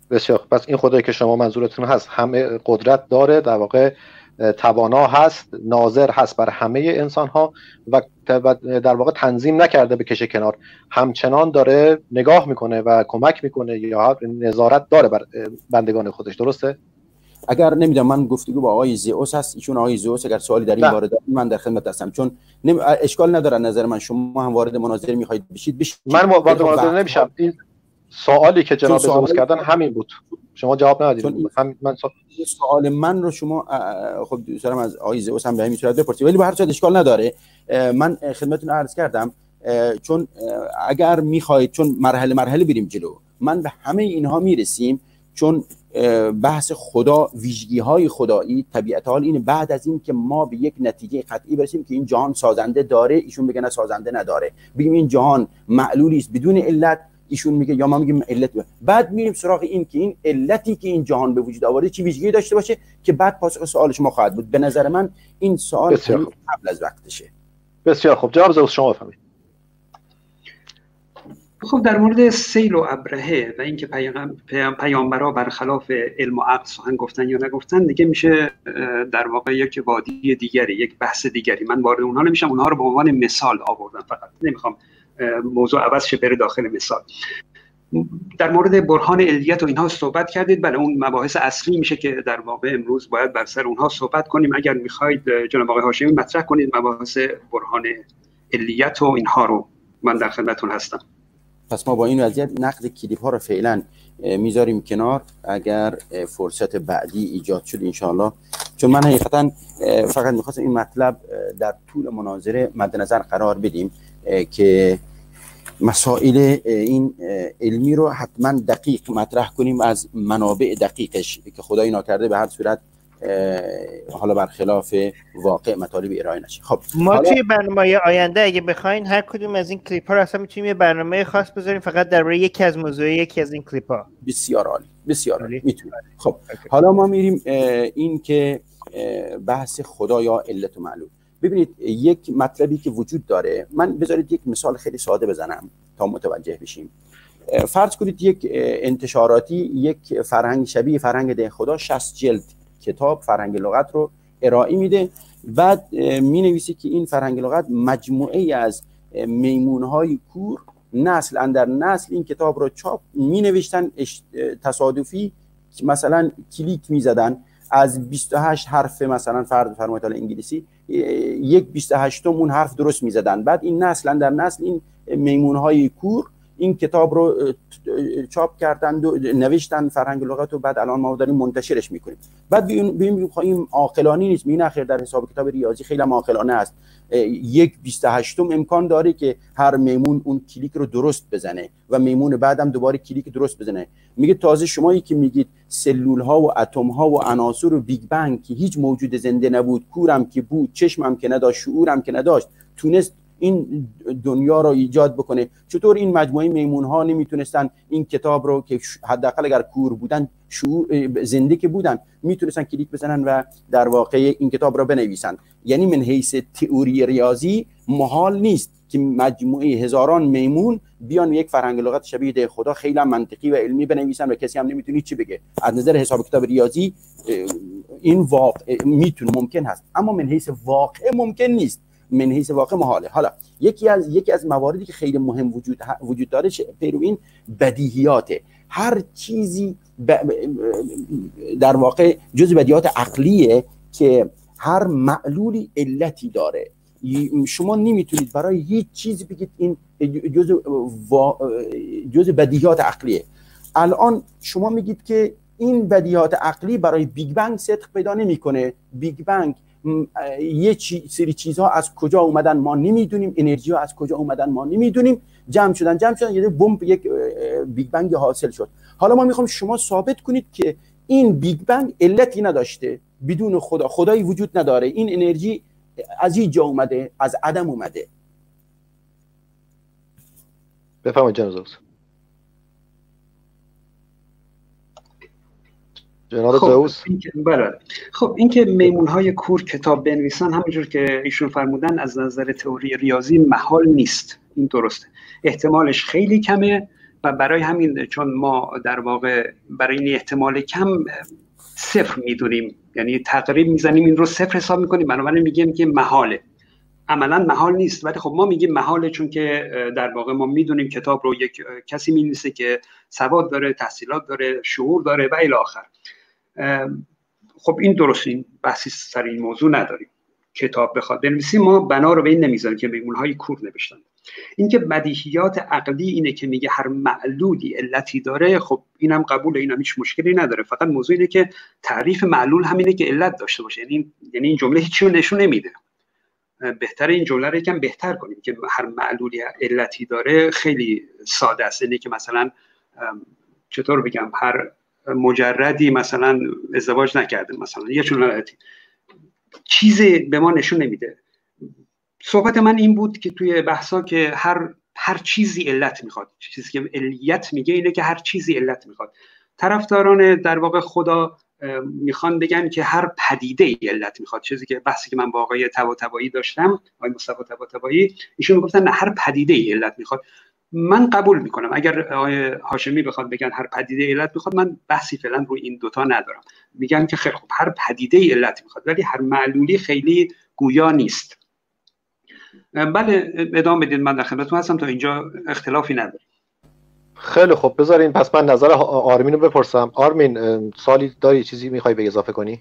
بسیار. پس این خدایی که شما منظورتون هست همه قدرت داره، در واقع توانا هست، ناظر هست بر همه انسان ها و در واقع تنظیم نکرده به کشه کنار، همچنان داره نگاه میکنه و کمک میکنه یا نظارت داره بر بندگان خودش. درسته؟ اگر نمیدونم، من گفتگو با آقای زئوس هست، ایشون آقای زئوس اگر سوالی در این باره دارن من در خدمت هستم، چون اشکال نداره نظر من، شما هم وارد مناظره میخواید بشید بشید. من وارد مناظره نمیشم. این سوالی که جناب زئوس کردن همین بود، شما جواب ندادید. هم من سوال... سوال من رو شما خب دوست دارم از آقای زئوس هم به همین صورت بپرسید، ولی به هر صورت اشکال نداره. من خدمتتون عرض کردم چون اگر میخواید چون مرحله مرحله بریم جلو، من به همه اینها میرسیم، چون بحث خدا، ویژگی های خدایی، طبیعت حال اینه بعد از این که ما به یک نتیجه قطعی برسیم که این جهان سازنده داره، ایشون بگه نه سازنده نداره، بگیم این جهان معلولی است بدون علت، ایشون میگه یا ما میگیم علت، بعد میریم سراغ این که این علتی که این جهان به وجود آورده چی ویژگی داشته باشه که بعد پاسخ سوال شما خواهد بود. به نظر من این سوال قبل از وقتشه. بسیار خوب، جناب زئوس شما بفرمایید. خب در مورد سیل و ابرهه و اینکه پیام پیامبرا برخلاف علم و عقل سخن گفتن یا نگفتن، دیگه میشه در واقع یک وادی دیگری، یک بحث دیگری. من وارد اونها نمیشم، اونها رو به عنوان مثال آوردم، فقط نمیخوام موضوع عوض شه بره داخل مثال. در مورد برهان علیت و اینها صحبت کردید، بله اون مباحث اصلی میشه که در واقع امروز باید بر سر اونها صحبت کنیم. اگر میخواید جناب آقای هاشمی مطرح کنید مباحث برهان علیت و اینها رو، من در خدمتتون هستم. پس ما با این وضعیت نقد کلیپ ها رو فعلا میذاریم کنار، اگر فرصت بعدی ایجاد شد انشاءالله، چون من حقیقتا فقط میخواستم این مطلب در طول مناظره مد نظر قرار بدیم که مسائل این علمی رو حتما دقیق مطرح کنیم از منابع دقیقش که خدای ناکرده به هر صورت حالا برخلاف واقع مطالب ارائه نشه. خب ما حالا... توی برنامه آینده اگه بخواین هر کدوم از این کلیپ ها رو اصلا میتونیم یه برنامه خاص بذاریم فقط درباره یکی از موضوع یکی از این کلیپ ها. بسیار عالی، بسیار عالی، میتونیم. خب okay. حالا ما میریم این که بحث خدا یا علت و معلول. ببینید یک مطلبی که وجود داره، من بذارید یک مثال خیلی ساده بزنم تا متوجه بشیم. فرض کنید یک انتشاراتی یک فرهنگ شبیه فرهنگ ده خدا شصت جلد کتاب فرهنگ لغت رو ارائه میده، بعد می نویسی که این فرهنگ لغت مجموعه از میمونهای کور نسل اندر نسل این کتاب رو چاپ می نوشتن، تصادفی مثلا کلیک می زدن از بیست و هشت حرف مثلا فرض فرمایید انگلیسی یک بیست و هشتم اون حرف درست می زدن، بعد این نسل اندر نسل این میمونهای کور این کتاب رو چاپ کردند و نوشتن فرهنگ لغت و بعد الان ما داریم منتشرش میکنیم. بعد ببینیم این عاقلانه نیست، این اخر در حساب کتاب ریاضی خیلی عاقلانه است، یک بیست و هشتم امکان داره که هر میمون اون کلیک رو درست بزنه و میمون بعدم دوباره کلیک درست بزنه. میگه تازه شمایی که میگید سلول ها و اتم ها و عناصر و بیگ بنگ که هیچ موجود زنده نبود، کورم که بود، چشمم که نداشت، شعورم که نداشت، تونست این دنیا رو ایجاد بکنه. چطور این مجموعه میمون ها نمیتونستن این کتاب رو که حداقل اگر کور بودن شعور زنده که بودن میتونستن کلیک بزنن و در واقع این کتاب رو بنویسن؟ یعنی من حیث تئوری ریاضی محال نیست که مجموعه هزاران میمون بیان یک فرهنگ لغت شبیه ده خدا خیلی منطقی و علمی بنویسن و کسی هم نمیتونه چی بگه. از نظر حساب کتاب ریاضی این واقع میتونه ممکن هست، اما من حیث واقع ممکن نیست، من حیث واقع محاله. حالا یکی از یکی از مواردی که خیلی مهم وجود وجود داره پیرو این بدیهیاته. هر چیزی ب... در واقع جزء بدیهیات عقلیه که هر معلولی علتی داره. شما نمیتونید برای هیچ چیزی بگید این جزء وا... جزء بدیهیات عقلیه. الان شما میگید که این بدیهیات عقلی برای بیگ بنگ صدق پیدا نمیکنه. بیگ بنگ یه چی سری چیزها از کجا اومدن ما نمیدونیم، انرژی ها از کجا اومدن ما نمیدونیم، جمع شدن جمع شدن یه بمب یک بیگ بنگ حاصل شد. حالا ما میخوام شما ثابت کنید که این بیگ بنگ علتی نداشته، بدون خدا خدایی وجود نداره، این انرژی از این جا اومده، از عدم اومده. بفرمایید جناب زئوس. جناب زئوس. بله. خب این که میمون‌های کور کتاب بنویسن همونجور که ایشون فرمودن از نظر تئوری ریاضی محال نیست. این درسته. احتمالش خیلی کمه و برای همین چون ما در واقع برای این احتمال کم صفر میدونیم، یعنی تقریب میزنیم این رو صفر حساب میکنیم، بنابراین میگیم که محاله. عملا محال نیست، ولی خب ما میگیم محاله چون که در واقع ما میدونیم کتاب رو یک کسی مینویسه که سواد داره، تحصیلات داره، شعور داره و الی آخر. خب این درست، این بحثی سر این موضوع نداریم. کتاب بخواد بنویسیم ما بنا رو به این نمیذاریم که میمونهای کور نوشتن. اینکه بدیهیات عقلی اینه که میگه هر معلولی علتی داره، خب اینم قبول، اینم هیچ مشکلی نداره. فقط موضوع اینه که تعریف معلول همینه که علت داشته باشه. یعنی یعنی این جمله هیچی رو نشون نمیده. بهتره این جمله رو یکم بهتر کنیم که هر معلولی علتی داره. خیلی ساده است. اینه که مثلا چطور بگم، هر مجردی مثلا ازدواج نکرده، مثلا یه چون علتی چیزی به ما نشون نمیده. صحبت من این بود که توی بحثا که هر هر چیزی علت میخواد. چیزی که علیت میگه اینه که هر چیزی علت میخواد. طرفداران در واقع خدا میخوان بگن که هر پدیده ای علت میخواد. چیزی که بحثی که من با آقای طباطبایی داشتم، آقای مصطفی طباطبایی، ایشون میگفتن نه، هر پدیده ای علت میخواد. من قبول میکنم اگر آقای هاشمی بخواد بگن هر پدیده ای علت میخواد، من بحثی فعلا روی این دوتا ندارم. میگن که خیلی خوب هر پدیده ای علت میخواد، ولی هر معلولی خیلی گویا نیست. بله ادامه بدید، من در خدمتتون هستم. تا اینجا اختلافی نداریم. خیلی خوب، بذارین پس من نظر آرمین رو بپرسم. آرمین سوالی داری، چیزی میخوای به اضافه کنی؟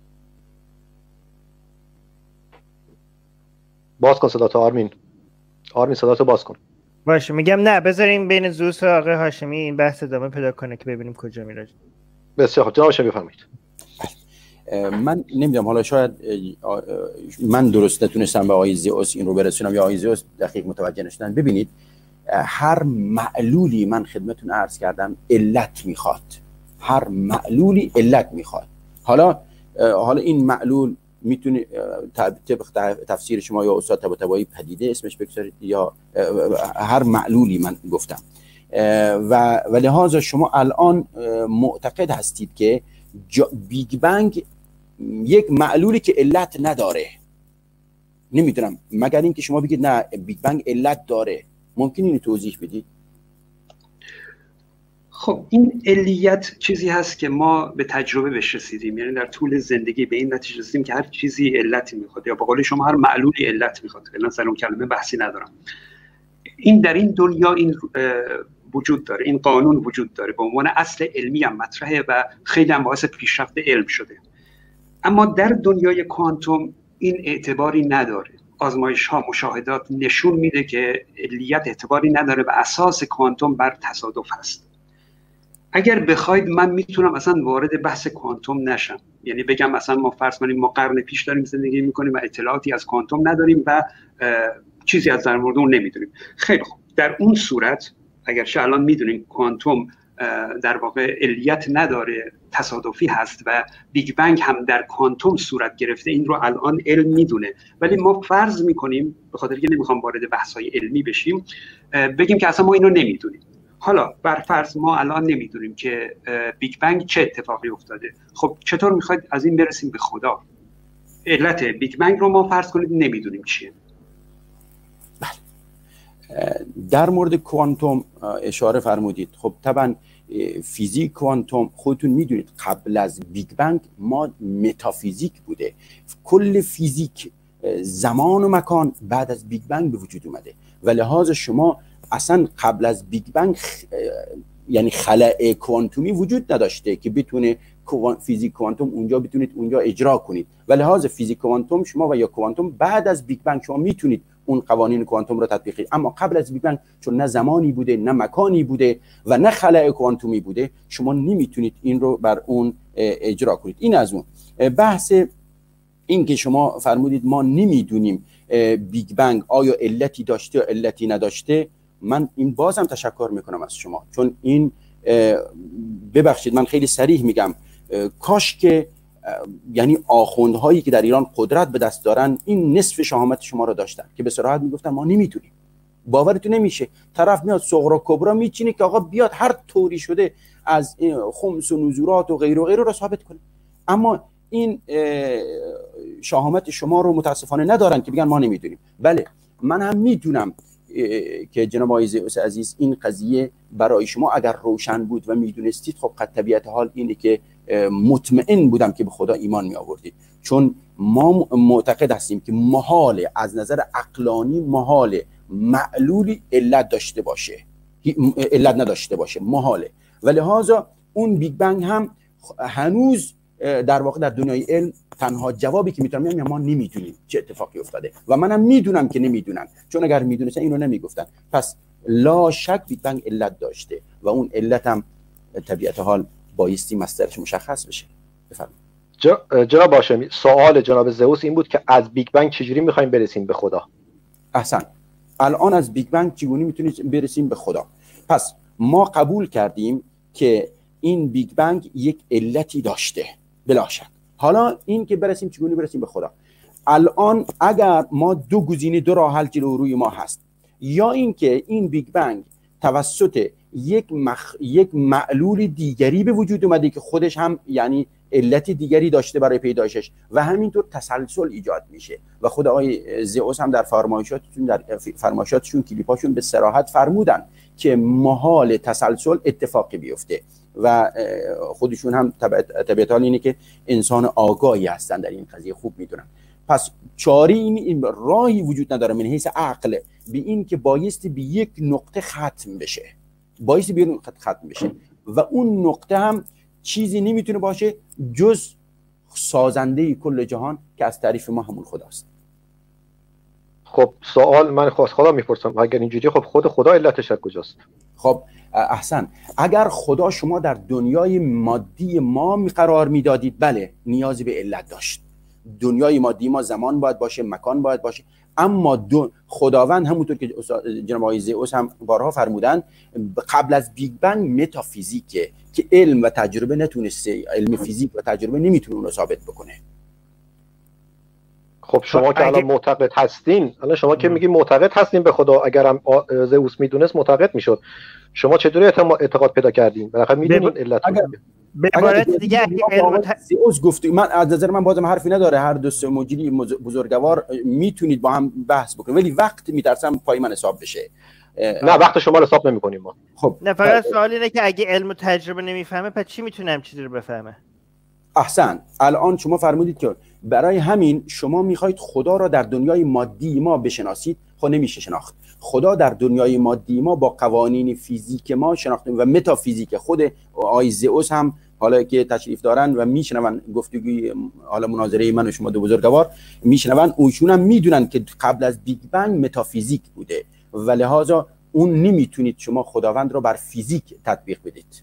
باز کن صداتو آرمین. آرمین صداتو باز کن. باشه، میگم نه، بذاریم بین زوس و آقای هاشمی این بحث ادامه پیدا کنه که ببینیم کجا میره. بسیار خوب، جناب هاشمی بفرمایید. من نمیدونم، حالا شاید من درست نتونستم به آقای زئوس این رو برسونم یا آقای زئوس دقیق متوجه نشدن. ببینید هر معلولی، من خدمتتون عرض کردم، علت میخواد. هر معلولی علت میخواد. حالا حالا این معلول میتونه طبق تفسیر شما یا استاد طباطبایی پدیده اسمش بگذارید یا هر معلولی من گفتم. و و لحاظا شما الان معتقد هستید که بیگ بنگ یک معلولی که علت نداره. نمیدونم، مگر اینکه شما بگید نه بیگ بنگ علت داره. ممکن اینو توضیح بدید؟ خب این علیت چیزی هست که ما به تجربه بهش رسیدیم، یعنی در طول زندگی به این نتیجه رسیدیم که هر چیزی علتی میخواد، یا به قول شما هر معلولی علت میخواد. فعلا سر اون کلمه بحثی ندارم. این در این دنیا این وجود داره، این قانون وجود داره، به عنوان اصل علمی هم مطرحه و خیلی هم باعث پیشرفت علم شده. اما در دنیای کوانتوم این اعتباری نداره. آزمایش ها، مشاهدات نشون میده که علیت اعتباری نداره و اساس کوانتوم بر تصادف هست. اگر بخواید من میتونم اصلا وارد بحث کوانتوم نشم، یعنی بگم مثلا ما فرض کنیم ما قرن پیش داریم زندگی میکنیم و اطلاعاتی از کوانتوم نداریم و چیزی از در مورد اون نمیدونیم. خیلی خوب، در اون صورت اگرچه الان میدونیم کوانتوم در واقع علیت نداره، تصادفی هست و بیگ بنگ هم در کوانتوم صورت گرفته، این رو الان علم میدونه، ولی ما فرض میکنیم، به خاطر که نمیخوام وارد بحث‌های علمی بشیم، بگیم که اصلا ما اینو نمیدونیم. حالا بر فرض ما الان نمیدونیم که بیگ بنگ چه اتفاقی افتاده. خب چطور میخواید از این برسیم به خدا؟ علت بیگ بنگ رو ما فرض کنید نمیدونیم چیه. در مورد کوانتوم اشاره فرمودید. خب طبعا فیزیک کوانتوم خودتون میدونید قبل از بیگ بنگ ما متافیزیک بوده. کل فیزیک، زمان و مکان بعد از بیگ بنگ به وجود اومده و لحاظ شما اصلا قبل از بیگ بنگ خ... یعنی خلأ کوانتومی وجود نداشته که بتونه کوان... فیزیک کوانتوم اونجا بتونید اونجا اجرا کنید و لحاظ فیزیک کوانتوم شما و یا کوانتوم بعد از بیگ بنگ شما میتونید اون قوانین کوانتوم رو تطبیق کنید. اما قبل از بیگ بنگ چون نه زمانی بوده، نه مکانی بوده و نه خلأ کوانتومی بوده، شما نمیتونید این رو بر اون اجرا کنید. این از اون بحث. این که شما فرمودید ما نمیدونیم بیگ بنگ آیا علتی داشته یا علتی نداشته، من این بازم تشکر میکنم از شما، چون این ببخشید من خیلی صریح میگم، کاش که یعنی آخوندهایی که در ایران قدرت به دست دارن این نصف شهامت شما رو داشتن که به صراحت میگفتن ما نمیتونیم. باورتون نمیشه طرف میاد صغرا کبرا میچینه که آقا بیاد هر طوری شده از خمس و نزورات و غیر و غیره رو ثابت کنه، اما این شهامت شما رو متاسفانه ندارن که بگن ما نمیدونیم. بله من هم میدونم که جناب آقای زئوس عزیز این قضیه برای شما اگر روشن بود و میدونستید، خب قد طبیعت حال اینه که مطمئن بودم که به خدا ایمان می آوردید، چون ما معتقد هستیم که محاله از نظر عقلانی محاله معلولی علت داشته باشه، علت نداشته باشه، محاله. و لحاظا اون بیگ بنگ هم هنوز در واقع در دنیای علم تنها جوابی که میتونم میگم ما نمیدونیم چه اتفاقی افتاده و منم میدونم که نمیدونن، چون اگر میدونستن اینو نمیگفتن. پس لا شک بیگ بنگ علت داشته و اون علت هم طبیعت حال بایستی مصدرش مشخص بشه. بفرمایید. جناب هاشمی، سوال جناب زئوس این بود که از بیگ بنگ چجوری میخوایم برسیم به خدا؟ احسن. الان از بیگ بنگ چگونه میتونیم برسیم به خدا؟ پس ما قبول کردیم که این بیگ بنگ یک علتی داشته بلا شک. حالا این که برسیم چگونه برسیم به خدا. الان اگر ما دو گزینه، دو راه حل جلو روی ما هست، یا اینکه این بیگ بنگ توسط یک مخ... یک معلول دیگری به وجود اومده که خودش هم یعنی علت دیگری داشته برای پیدایشش و همینطور تسلسل ایجاد میشه و خود آقای زئوس هم در فرمایشاتشون در فرمایشاتشون کلیپاشون به صراحت فرمودن که محال تسلسل اتفاقی بیفته و خودشون هم طبیعت حال اینه که انسان آگاهی هستن در این قضیه، خوب میدونن. پس چاری این راهی وجود نداره من حیث عقل به این که بایستی به یک نقطه ختم بشه، بایستی به یک نقطه ختم بشه و اون نقطه هم چیزی نمیتونه باشه جز سازنده کل جهان که از تعریف ما همون خداست. خب سوال من خواست خدا میپرسم، اگر اینجوری خب خود خدا علتش از کجاست؟ خب احسن. اگر خدا شما در دنیای مادی ما می قرار میدادید، بله نیازی به علت داشت. دنیای مادی ما زمان باید باشه، مکان باید باشه، اما دو خداوند همونطور که جناب آقای زئوس هم بارها فرمودن قبل از بیگ بنگ متافیزیکه که علم و تجربه نتونسته، علم فیزیک و تجربه نمیتونه اون رو ثابت بکنه. خب شما که الان معتقد هستین، الان شما که میگی معتقد هستین به خدا، اگرم زئوس میدونست معتقد میشد، شما چطوری اعتقاد پیدا کردین؟ بالاخره میدونین علت. به عبارت دیگه اگه علم زئوس گفت، من از نظر من بازم حرفی نداره، هر دو سه مجری بزرگوار میتونید با هم بحث بکنید، ولی وقت میترسم پای من حساب بشه. نه وقت شما رو حساب نمی‌کنیم ما. خب نه فقط سوال اینه که اگه علم و تجربه نمیفهمه پس چی میتونه هم چیزی رو بفهمه؟ احسن. الان شما فرمودید که برای همین شما میخواید خدا را در دنیای مادی ما بشناسید، خب نمیشه شناخت. خدا در دنیای مادی ما با قوانین فیزیک ما شناخته و متافیزیک خود آقای زئوس هم حالا که تشریف دارن و میشنون گفتگوی حالا مناظره من و شما دو بزرگوار میشنون، اونشون هم میدونن که قبل از بیگ بنگ متافیزیک بوده و لحاظا اون نمیتونید شما خداوند را بر فیزیک تطبیق بدید.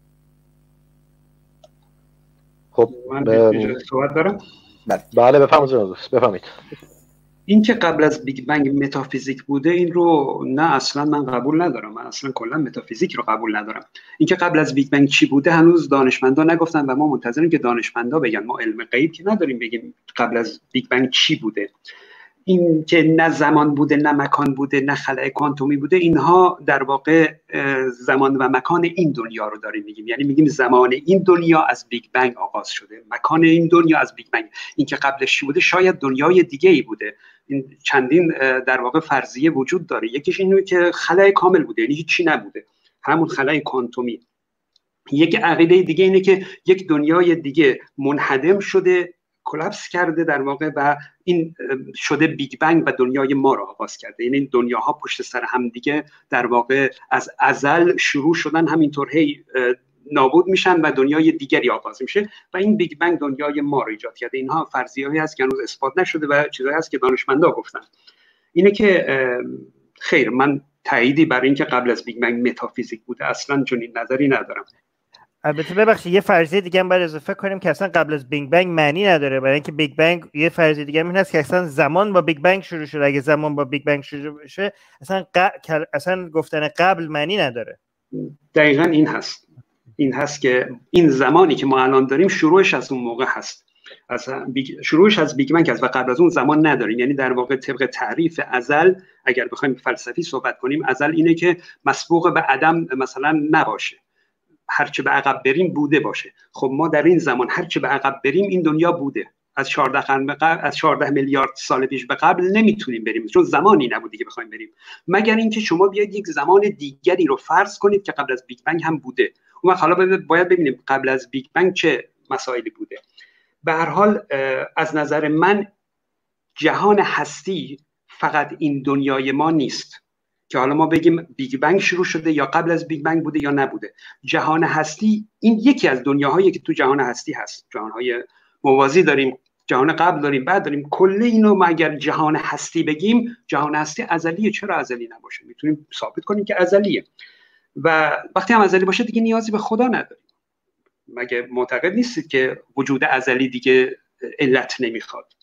خب من ب... صحبت دارم؟ بله بفرمایید بفرمایید. این که قبل از بیگ بنگ متافیزیک بوده این رو نه اصلا من قبول ندارم، من اصلا کلا متافیزیک رو قبول ندارم. این که قبل از بیگ بنگ چی بوده هنوز دانشمندا نگفتن و ما منتظریم که دانشمندا بگن، ما علم غیب که نداریم بگیم قبل از بیگ بنگ چی بوده. این که نه زمان بوده نه مکان بوده نه خلأ کوانتومی بوده، اینها در واقع زمان و مکان این دنیا رو داریم میگیم، یعنی میگیم زمان این دنیا از بیگ بنگ آغاز شده، مکان این دنیا از بیگ بنگ. این که قبلش چی بوده شاید دنیای دیگه ای بوده. این چندین در واقع فرضیه وجود داره، یکیش اینه که خلأ کامل بوده یعنی هیچی نبوده، همون خلأ کوانتومی. یک عقیده دیگه اینه که یک دنیای دیگه منهدم شده، کلاپس کرده در واقع و این شده بیگ بنگ و دنیای ما رو آغاز کرده، یعنی این دنیاها پشت سر هم دیگه در واقع از ازل شروع شدن، همینطور هی نابود میشن و دنیای دیگری آغاز میشه و این بیگ بنگ دنیای ما رو ایجاد کرده. اینها فرضیه‌ای هست که هنوز اثبات نشده و چیزایی هست که دانشمندا گفتن. اینه که خیر من تاییدی برای اینکه قبل از بیگ بنگ متافیزیک بوده اصلا چنین نظری ندارم. البته ببخشید یه فرضیه دیگه هم باید اضافه کنیم که اصلا قبل از بیگ بنگ معنی نداره، برای اینکه بیگ بنگ یه فرضیه دیگه هم هست که اصلا زمان با بیگ بنگ شروع شده. اگه زمان با بیگ بنگ شروع بشه اصلا ق... اصلا گفتن قبل معنی نداره. دقیقاً این هست. این هست که این زمانی که ما الان داریم شروعش از اون موقع هست، از بیگ... شروعش از بیگ بنگ است و قبل از اون زمان نداریم. یعنی در واقع طبق تعریف ازل اگر بخوایم فلسفی صحبت کنیم، ازل اینه که مسبوق به عدم مثلا نباشه، هرچه به عقب بریم بوده باشه. خب ما در این زمان هرچه به عقب بریم این دنیا بوده، از چهارده قرن به قبل، از چهارده میلیارد سال پیش به قبل نمیتونیم بریم، چون زمانی نبوده که بخوایم بریم، مگر اینکه شما بیاید یک زمان دیگری رو فرض کنید که قبل از بیگ بنگ هم بوده. اون حالا باید ببینیم قبل از بیگ بنگ چه مسائلی بوده. به هر حال از نظر من جهان هستی فقط این دنیای ما نیست که حالا ما بگیم بیگ بنگ شروع شده یا قبل از بیگ بنگ بوده یا نبوده. جهان هستی این یکی از دنیاهایی که تو جهان هستی هست. جهانهای موازی داریم، جهان قبل داریم، بعد داریم. کل اینو ما اگر جهان هستی بگیم، جهان هستی ازلیه. چرا ازلی نباشه؟ میتونیم ثابت کنیم که ازلیه و وقتی هم ازلی باشه دیگه نیازی به خدا نداریم. مگه معتقد نیستید که وجود ازلی دیگه علت نمیخواد؟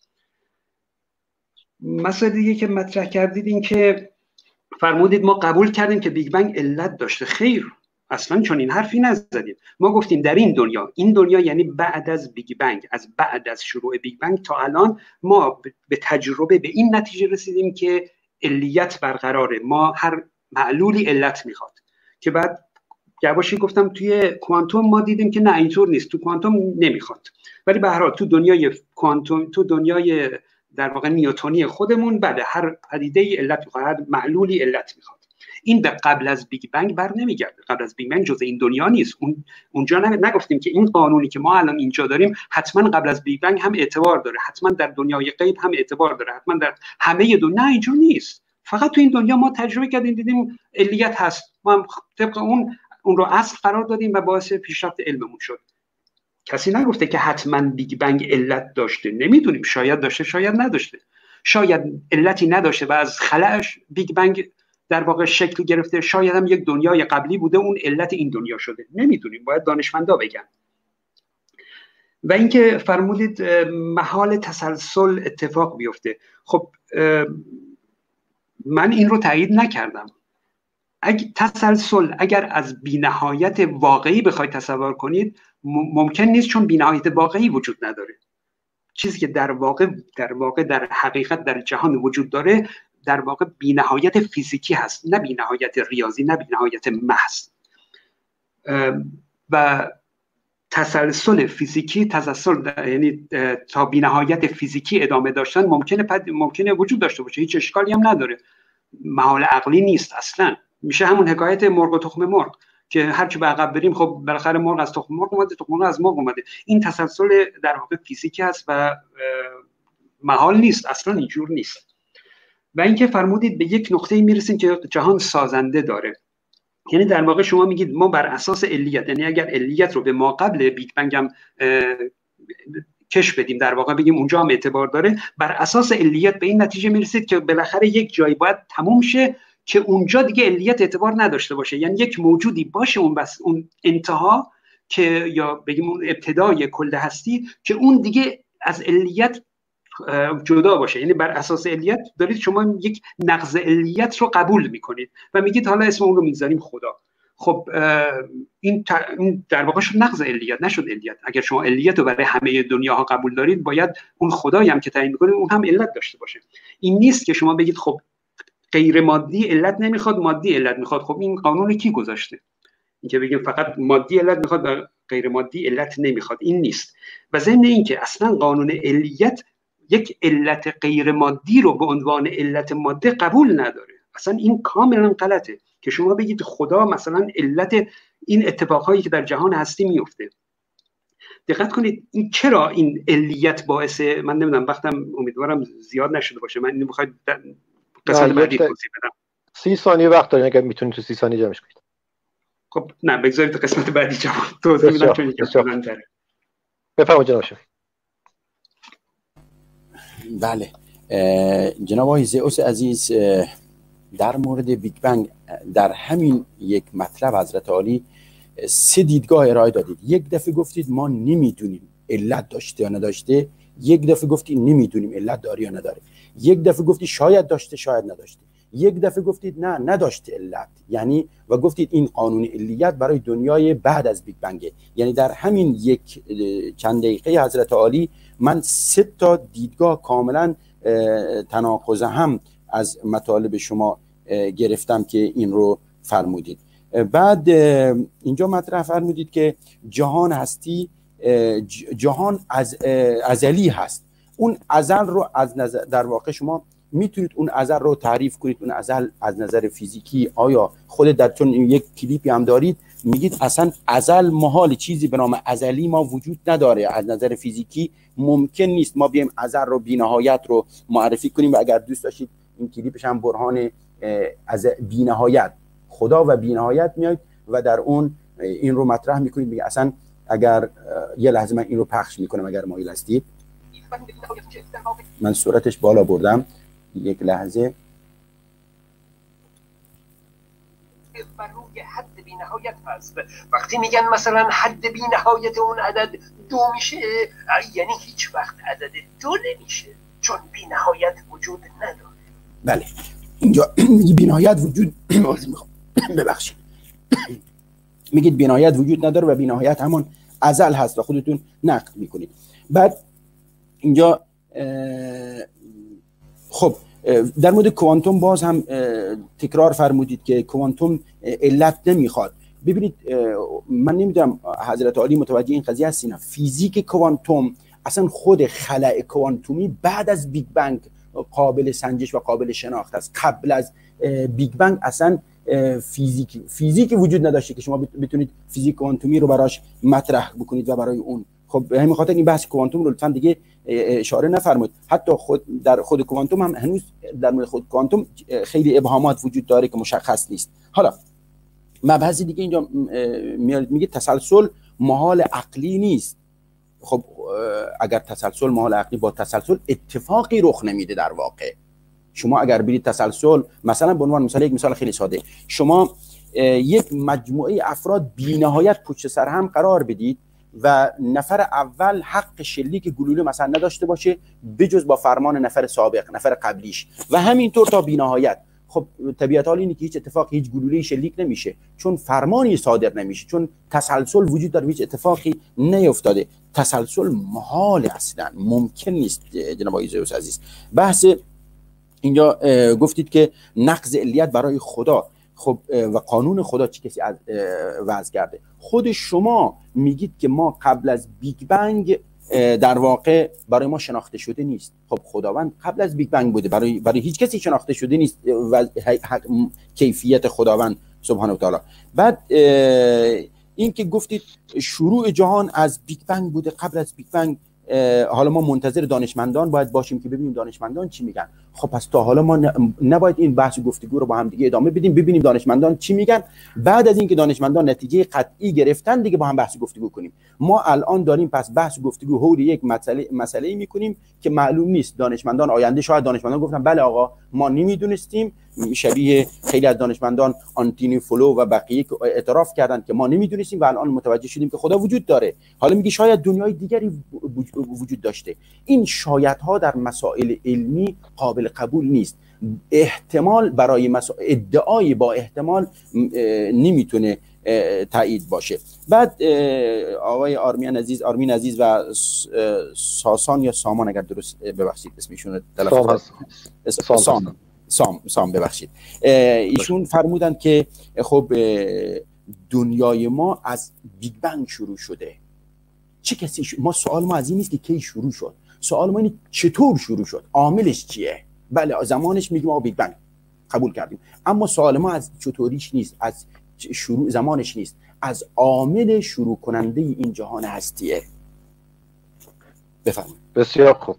مسئله دیگه که مطرح کردید این که فرمودید ما قبول کردیم که بیگ بنگ علت داشته. خیر، اصلا چون این حرفی نزدیم. ما گفتیم در این دنیا، این دنیا یعنی بعد از بیگ بنگ، از بعد از شروع بیگ بنگ تا الان ما به تجربه به این نتیجه رسیدیم که علیت برقراره. ما هر معلولی علت میخواد که بعد یواشی گفتم توی کوانتوم ما دیدیم که نه اینطور نیست، تو کوانتوم نمیخواد. ولی به هر حال تو دنیای کوانتوم، تو دنیای در واقع نیوتنی خودمون بعد هر پدیده علت میخواد، هر معلولی علت میخواد. این به قبل از بیگ بنگ بر نمیگرده. قبل از بیگ بنگ جزء این دنیا نیست. اون اونجا نگفتیم که این قانونی که ما الان اینجا داریم حتما قبل از بیگ بنگ هم اعتبار داره، حتما در دنیای غیب هم اعتبار داره، حتما در همه دنیا. نه اینجور نیست. فقط تو این دنیا ما تجربه کردیم، دیدیم علیت هست، ما هم طبق اون اون رو اصل قرار دادیم و باعث پیشرفت علممون شد. کسی نگفته که حتما بیگ بنگ علت داشته. نمیدونیم، شاید داشته، شاید نداشته. شاید علتی نداشته و از خلأش بیگ بنگ در واقع شکل گرفته. شاید هم یک دنیای قبلی بوده اون علت این دنیا شده. نمیدونیم، باید دانشمندا بگن. و اینکه فرمودید محال تسلسل اتفاق بیفته. خب من این رو تایید نکردم. اگه تسلسل اگر از بی‌نهایت واقعی بخواید تصور کنید ممکن نیست، چون بی‌نهایت واقعی وجود نداره. چیزی که در واقع در واقع در حقیقت در جهان وجود داره در واقع بی‌نهایت فیزیکی هست، نه بی‌نهایت ریاضی، نه بی‌نهایت محض. و تسلسل فیزیکی، تسلسل یعنی تا بی‌نهایت فیزیکی ادامه داشتن ممکنه ممکنه وجود داشته باشه، هیچ اشکالی هم نداره، محال عقلی نیست اصلا. میشه همون حکایت مرغ و تخم مرغ که هر چی به عقب بریم خب بالاخره مرغ از تخم مرغ اومده، تخم مرغ از مرغ اومده. این تسلسل در واقع فیزیکی است و محال نیست، اصلا اینجور نیست. و اینکه فرمودید به یک نقطه‌ای میرسیم که جهان سازنده داره. یعنی در واقع شما میگید ما بر اساس علیت، یعنی اگر علیت رو به ما قبل بیگ بنگ هم کش بدیم، در واقع بگیم اونجا هم اعتبار داره، بر اساس علیت به این نتیجه میرسید که بالاخره یک جایی باید تموم شه که اونجا دیگه علیت اعتبار نداشته باشه. یعنی یک موجودی باشه اون بس اون انتها که یا بگیم اون ابتدای کل هستی که اون دیگه از علیت جدا باشه. یعنی بر اساس علیت دارید شما یک نقض علیت رو قبول میکنید و میگید حالا اسم اون رو میذاریم خدا. خب این در واقع شد نقض علیت، نشد علیت. اگر شما علیت رو برای همه دنیاها قبول دارید باید اون خدایی هم که تعیین میکنید اون هم علت داشته باشه. این نیست که شما بگید خب غیر مادی علت نمیخواد، مادی علت میخواد. خب این قانون کی گذاشته؟ اینکه بگیم فقط مادی علت میخواد و غیر مادی علت نمیخواد، این نیست. و ضمن اینکه اصلا قانون علیت یک علت غیر مادی رو به عنوان علت ماده قبول نداره. اصلا این کاملا غلطه که شما بگید خدا مثلا علت این اتفاقهایی که در جهان هستی میفته. دقت کنید این چرا این علیت باعث، من نمیدونم وقتم امیدوارم زیاد نشده باشه، من اینو بخواید قسمت بعدی توضیح بدم. سی ثانیه وقت دارین، اگر میتونید تو سی ثانیه جمعش کنید. خب نه بگذارید قسمت بعدی جواب توضیح بدم چون یکم طولانی تره. بفرمایید جناب شفیع. بله جناب آقای زئوس عزیز، در مورد بیگ بنگ در همین یک مطلب حضرت عالی سه دیدگاه ارائه دادید. یک دفعه گفتید ما نمیدونیم علت داشته یا نداشته، یک دفعه گفتید نمیدونیم علت داره یا نداره، یک دفعه گفتید شاید داشته شاید نداشته، یک دفعه گفتید نه نداشته علت، یعنی و گفتید این قانون علیت برای دنیای بعد از بیگ بنگه. یعنی در همین یک چند دقیقه حضرت عالی من سه تا دیدگاه کاملا تناقض هم از مطالب شما گرفتم که این رو فرمودید. بعد اینجا مطرح فرمودید که جهان هستی جهان از ازلی هست. اون ازل رو از نظر در واقع شما میتونید اون ازل رو تعریف کنید. اون ازل از نظر فیزیکی آیا خود در چون یک کلیپی هم دارید میگید اصلا ازل محال، چیزی به نام ازلی ما وجود نداره، از نظر فیزیکی ممکن نیست ما بیایم ازل رو بی‌نهایت رو معرفی کنیم. و اگر دوست داشتید این کلیپش هم برهان از بی‌نهایت خدا و بی‌نهایت میاد و در اون این رو مطرح میکنید. میگه اصلا اگر یه لحظه من این رو پخش میکنم اگر مایل هستید، من سرعتش بالا بردم یک لحظه. بر روی حد بی نهایت هست. وقتی میگن مثلا حد بی نهایت اون عدد دو میشه، یعنی هیچ وقت عدد دو نمیشه، چون بی نهایت وجود نداره. بله اینجا میگی بی نهایت وجود ببخشید میگید بی نهایت وجود نداره و بی نهایت همون ازل هست و خودتون نقد میکنید. بعد اینجا خب در مورد کوانتوم باز هم تکرار فرمودید که کوانتوم علت نمیخواد. ببینید من نمیدونم حضرت عالی متوجه این قضیه هستین، فیزیک کوانتوم اصلا خود خلأ کوانتومی بعد از بیگ بنگ قابل سنجش و قابل شناخت است. قبل از بیگ بنگ اصلا فیزیک فیزیک وجود نداشته که شما بتونید فیزیک کوانتومی رو براش مطرح بکنید و برای اون خب به همین خاطر این بحث کوانتوم رو لطفا دیگه اشاره نفرمایید. حتی خود در خود کوانتوم هم هنوز در مورد خود کوانتوم خیلی ابهامات وجود داره که مشخص نیست. حالا مبحث دیگه اینجا میاد میگه تسلسل محال عقلی نیست. خب اگر تسلسل محال عقلی، با تسلسل اتفاقی رخ نمیده. در واقع شما اگر برید تسلسل مثلا به عنوان مثال یک مثال خیلی ساده، شما یک مجموعه افراد بی‌نهایت پشت سر هم قرار بدید و نفر اول حق شلیک گلوله مثلا نداشته باشه بجز با فرمان نفر سابق، نفر قبلیش، و همینطور تا بی‌نهایت. خب طبیعت حال اینه که هیچ اتفاقی، هیچ گلوله‌ای شلیک نمیشه چون فرمانی صادر نمیشه، چون تسلسل وجود داره، هیچ اتفاقی نیفتاده. تسلسل محال، اصلا ممکن نیست. جناب آقای زئوس عزیز بحث اینجا گفتید که نقض علیت برای خدا، خب و قانون خدا چه کسی وضع کرده؟ خود شما میگید که ما قبل از بیگ بنگ در واقع برای ما شناخته شده نیست. خب خداوند قبل از بیگ بنگ بوده، برای برای هیچ کسی شناخته شده نیست و کیفیت خداوند سبحانه و تعالی. بعد این که گفتید شروع جهان از بیگ بنگ بوده، قبل از بیگ بنگ حالا ما منتظر دانشمندان باید باشیم که ببینیم دانشمندان چی میگن. خب پس تا حالا ما نباید این بحث و گفتگو رو با هم دیگه ادامه بدیم، ببینیم دانشمندان چی میگن. بعد از اینکه دانشمندان نتیجه قطعی گرفتن دیگه با هم بحث و گفتگو کنیم. ما الان داریم پس بحث و گفتگو حول یک مسئله مسئله‌ای میکنیم که معلوم نیست. دانشمندان آینده شاید دانشمندان گفتن بله آقا ما نمیدونستیم، شبیه خیلی از دانشمندان آنتونی فلو و بقیه که اعتراف کردن که ما نمیدونستیم و الان متوجه شدیم که خدا وجود داره. حالا میگه شاید دنیای دیگری وجود داشته. این شایدها در مسائل علمی قابل قبول نیست. احتمال برای مسائل ادعای با احتمال نمیتونه تایید باشه. بعد آقای آرمین عزیز آرمین عزیز و ساسان یا سامان اگر درست ببخشید اسمشون رو تلفظ سام سام سام ببخشید ایشون فرمودن که خب دنیای ما از بیگ بنگ شروع شده. چه کسی ش... ما سوال ما از این نیست که کی شروع شد، سوال ما اینه چطور شروع شد، عاملش چیه. بله زمانش میگیم ما بیگ بنگ قبول کردیم، اما سوال ما از چطوریش نیست، از شروع زمانش نیست، از عامل شروع کننده این جهان هستیه. بفرمایید. بسیار خوب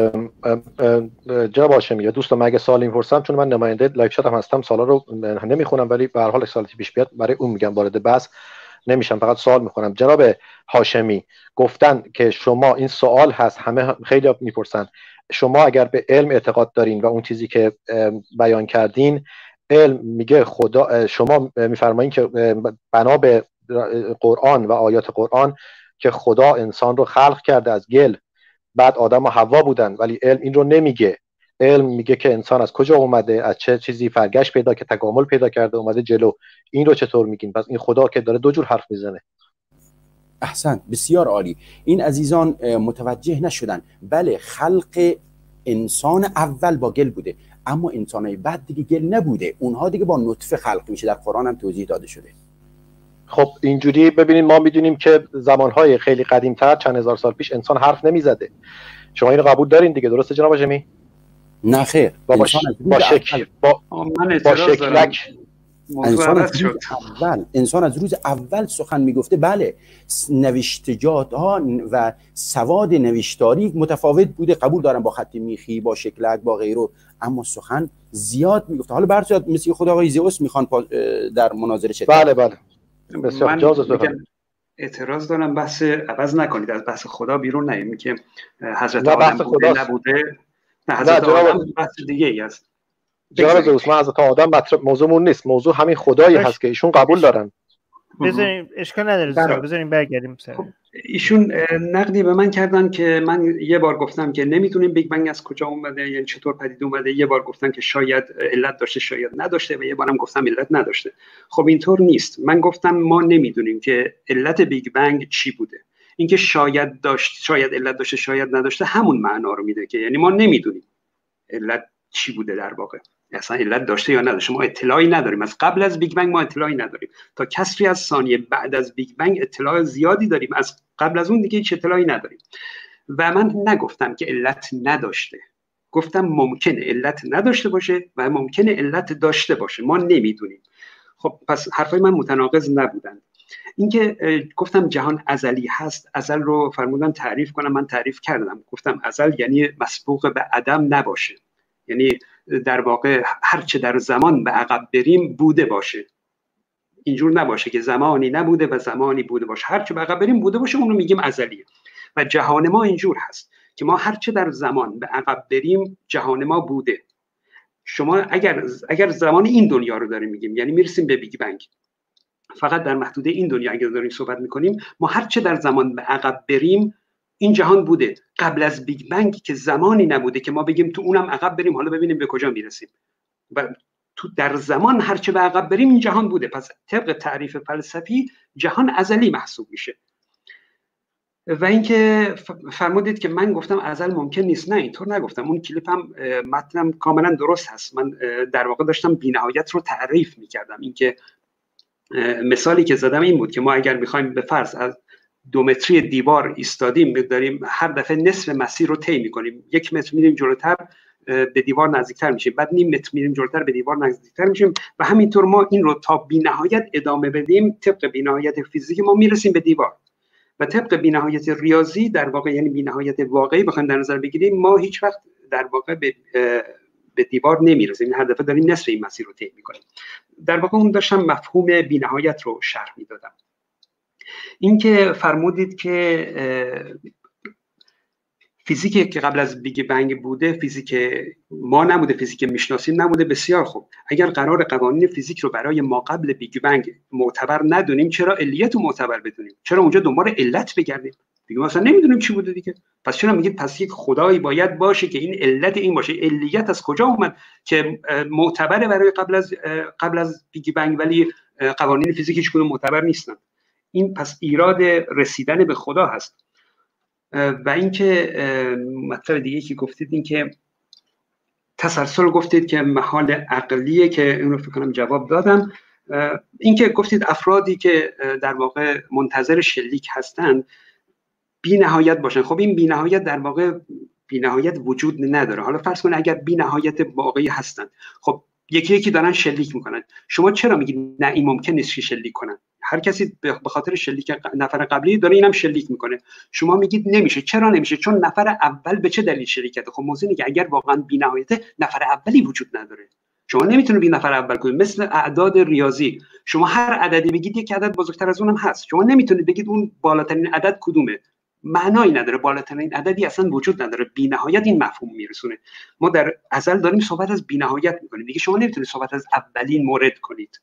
جناب هاشمی یا دوستان، اگه سوالی می‌پرسم چون من نماینده لایو چت هم هستم سوالا رو نمیخونم، ولی به هر حال سوالی پیش بیاد برای اون میگم، وارد بحث نمیشم، فقط سوال میکنم. جناب هاشمی گفتن که شما این سوال هست، همه خیلی میپرسن، شما اگر به علم اعتقاد دارین و اون چیزی که بیان کردین علم میگه خدا، شما میفرمایین که بنا به قرآن و آیات قرآن که خدا انسان رو خلق کرده از گل، بعد آدم و حوا بودن، ولی علم این رو نمیگه. علم میگه که انسان از کجا اومده، از چه چیزی فرگشت پیدا که تکامل پیدا کرده اومده جلو. این رو چطور میگین؟ پس این خدا که داره دو جور حرف میزنه. احسن، بسیار عالی. این عزیزان متوجه نشدن. بله خلق انسان اول با گل بوده، اما انسانای بعد دیگه گل نبوده، اونها دیگه با نطفه خلق میشه. در قرآن هم توضیح داده شده. خب اینجوری ببینید ما میدونیم که زمانهای خیلی قدیمتر چند هزار سال پیش انسان حرف نمیزده. شما اینو قبول دارین دیگه، درسته جناب هاشمی؟ نه خیر. با با, با شکل با, با شکلک انسان از روز اول انسان از روز اول سخن میگفته. بله نوشتجات ها و سواد نوشتاری متفاوت بوده، قبول دارم، با خط میخی، با شکلک، با غیره، اما سخن زیاد میگفته. حالا برصورت مثل خود آقای زئوس میخوان در مناظره شرکت. بله بله بسیار جاز است. اعتراض دارم بحث عوض نکنید، از بحث خدا بیرون نیاییم که حضرت آدم بوده نبوده. نه حضرت آدم بحث دیگه ای است. جناب زئوس، ما حضرت آدم مطلب موضوعمون نیست، موضوع همین خدایی هست که ایشون قبول دارن. بذاریم اشکال نداره، بذاریم برگردیم سر. خب ایشون نقدی به من کردن که من یه بار گفتم که نمیتونیم بیگ بنگ از کجا اومده، یعنی چطور پدید اومده، یه بار گفتم که شاید علت داشته شاید نداشته و یه بارم گفتم علت نداشته. خب اینطور نیست. من گفتم ما نمیدونیم که علت بیگ بنگ چی بوده. اینکه شاید داشت شاید علت داشته شاید نداشته همون معنا رو میده که یعنی ما نمیدونیم علت چی بوده در واقع، اصلا علت داشته یا نداشته. ما اطلاعی نداریم، از قبل از بیگ بنگ ما اطلاعی نداریم، تا کسری از ثانیه بعد از بیگ بنگ اطلاع زیادی داریم، از قبل از اون دیگه هیچ اطلاعی نداریم. و من نگفتم که علت نداشته، گفتم ممکنه علت نداشته باشه و ممکنه علت داشته باشه، ما نمیدونیم. خب پس حرفای من متناقض نبودن. اینکه گفتم جهان ازلی هست، ازل رو فرمودن تعریف کنم، من تعریف کردم، گفتم ازل یعنی مسبوق به عدم نباشه، یعنی در واقع هرچه در زمان به عقب بریم بوده باشه، اینجور نباشه که زمانی نبوده و زمانی بوده باشه، هرچه به عقب بریم بوده باشه، اون رو میگیم ازلیه. و جهان ما اینجور هست که ما هرچه در زمان به عقب بریم جهان ما بوده. شما اگر اگر زمان این دنیا رو داریم میگیم، یعنی میرسیم به بیگ بنگ، فقط در محدوده این دنیا اگر داریم صحبت میکنیم، ما هرچه در زمان به عقب بریم این جهان بوده. قبل از بیگ بنگ که زمانی نبوده که ما بگیم تو اونم عقب بریم حالا ببینیم به کجا میرسیم، و تو در زمان هرچه به عقب بریم این جهان بوده. پس طبق تعریف فلسفی جهان ازلی محسوب میشه. و اینکه فرمودید که من گفتم ازل ممکن نیست، نه اینطور نگفتم. اون کلیپم متنم کاملا درست هست. من در واقع داشتم بی‌نهایت رو تعریف میکردم. اینکه مثالی که زدم این بود که ما اگر میخوایم به فرض از دو متری دیوار ایستادیم، داریم هر دفعه نصف مسیر رو طی میکنیم، یک متر میریم جلوتر به دیوار نزدیکتر میشیم، بعد نیم متر میریم جلوتر به دیوار نزدیکتر میشیم و همینطور ما این رو تا بی‌نهایت ادامه بدیم، طبق بی‌نهایت فیزیک ما میرسیم به دیوار. و طبق بی‌نهایت ریاضی در واقع یعنی بی‌نهایت واقعی بخوایم در نظر بگیریم، ما هیچ وقت در واقع به به دیوار نمیرسیم، هر دفعه داریم نصف این مسیر رو طی میکنیم. در واقع اون داشتم مفهوم بی‌نهایت رو شرح میدادم. اینکه فرمودید که فیزیکی که قبل از بیگ بنگ بوده فیزیک ما نبوده، فیزیک میشناسیم نبوده، بسیار خوب. اگر قرار قوانین فیزیک رو برای ما قبل بیگ بنگ معتبر ندونیم، چرا علیت رو معتبر بدونیم؟ چرا اونجا دنبال علت بگردیم؟ دیگه مثلا نمیدونیم چی بوده دیگه. پس چرا میگید پس یک خدایی باید باشه که این علت این باشه؟ علیت از کجا اومد که معتبره برای قبل از قبل از بیگ بنگ ولی قوانین فیزیک هیچ کدوم معتبر نیستن؟ این پس ایراد رسیدن به خدا هست. و اینکه مطلب دیگه که گفتید این که تسلسل گفتید که محال عقلیه، که اون رو فکر کنم جواب دادم. اینکه گفتید افرادی که در واقع منتظر شلیک هستند بی نهایت باشن. خب این بی نهایت در واقع بی نهایت وجود نداره. حالا فرض کن اگر بی نهایت واقعی هستن، خب یکی یکی دارن شلیک میکنن، شما چرا میگید نه این ممکن نیست که شلیک کنن؟ هر کسی به خاطر شلیک نفر قبلی داره اینم شلیک میکنه، شما میگید نمیشه. چرا نمیشه؟ چون نفر اول به چه دلیل شلیک کرده؟ خب موضوع اینه که اگر واقعا بی‌نهایت نفر اولی وجود نداره، شما نمیتونید بی نفر اول کنید. مثل اعداد ریاضی، شما هر عددی بگید یک عدد بزرگتر از اونم هست، شما نمیتونید بگید اون بالاترین عدد کدومه، معنایی نداره، بالاترین عددی اصلا وجود نداره. بی‌نهایت این مفهوم میرسونه. ما در ازل داریم صحبت از بی‌نهایت میکنیم دیگه، شما نمیتونید صحبت از اولین مورد کنید.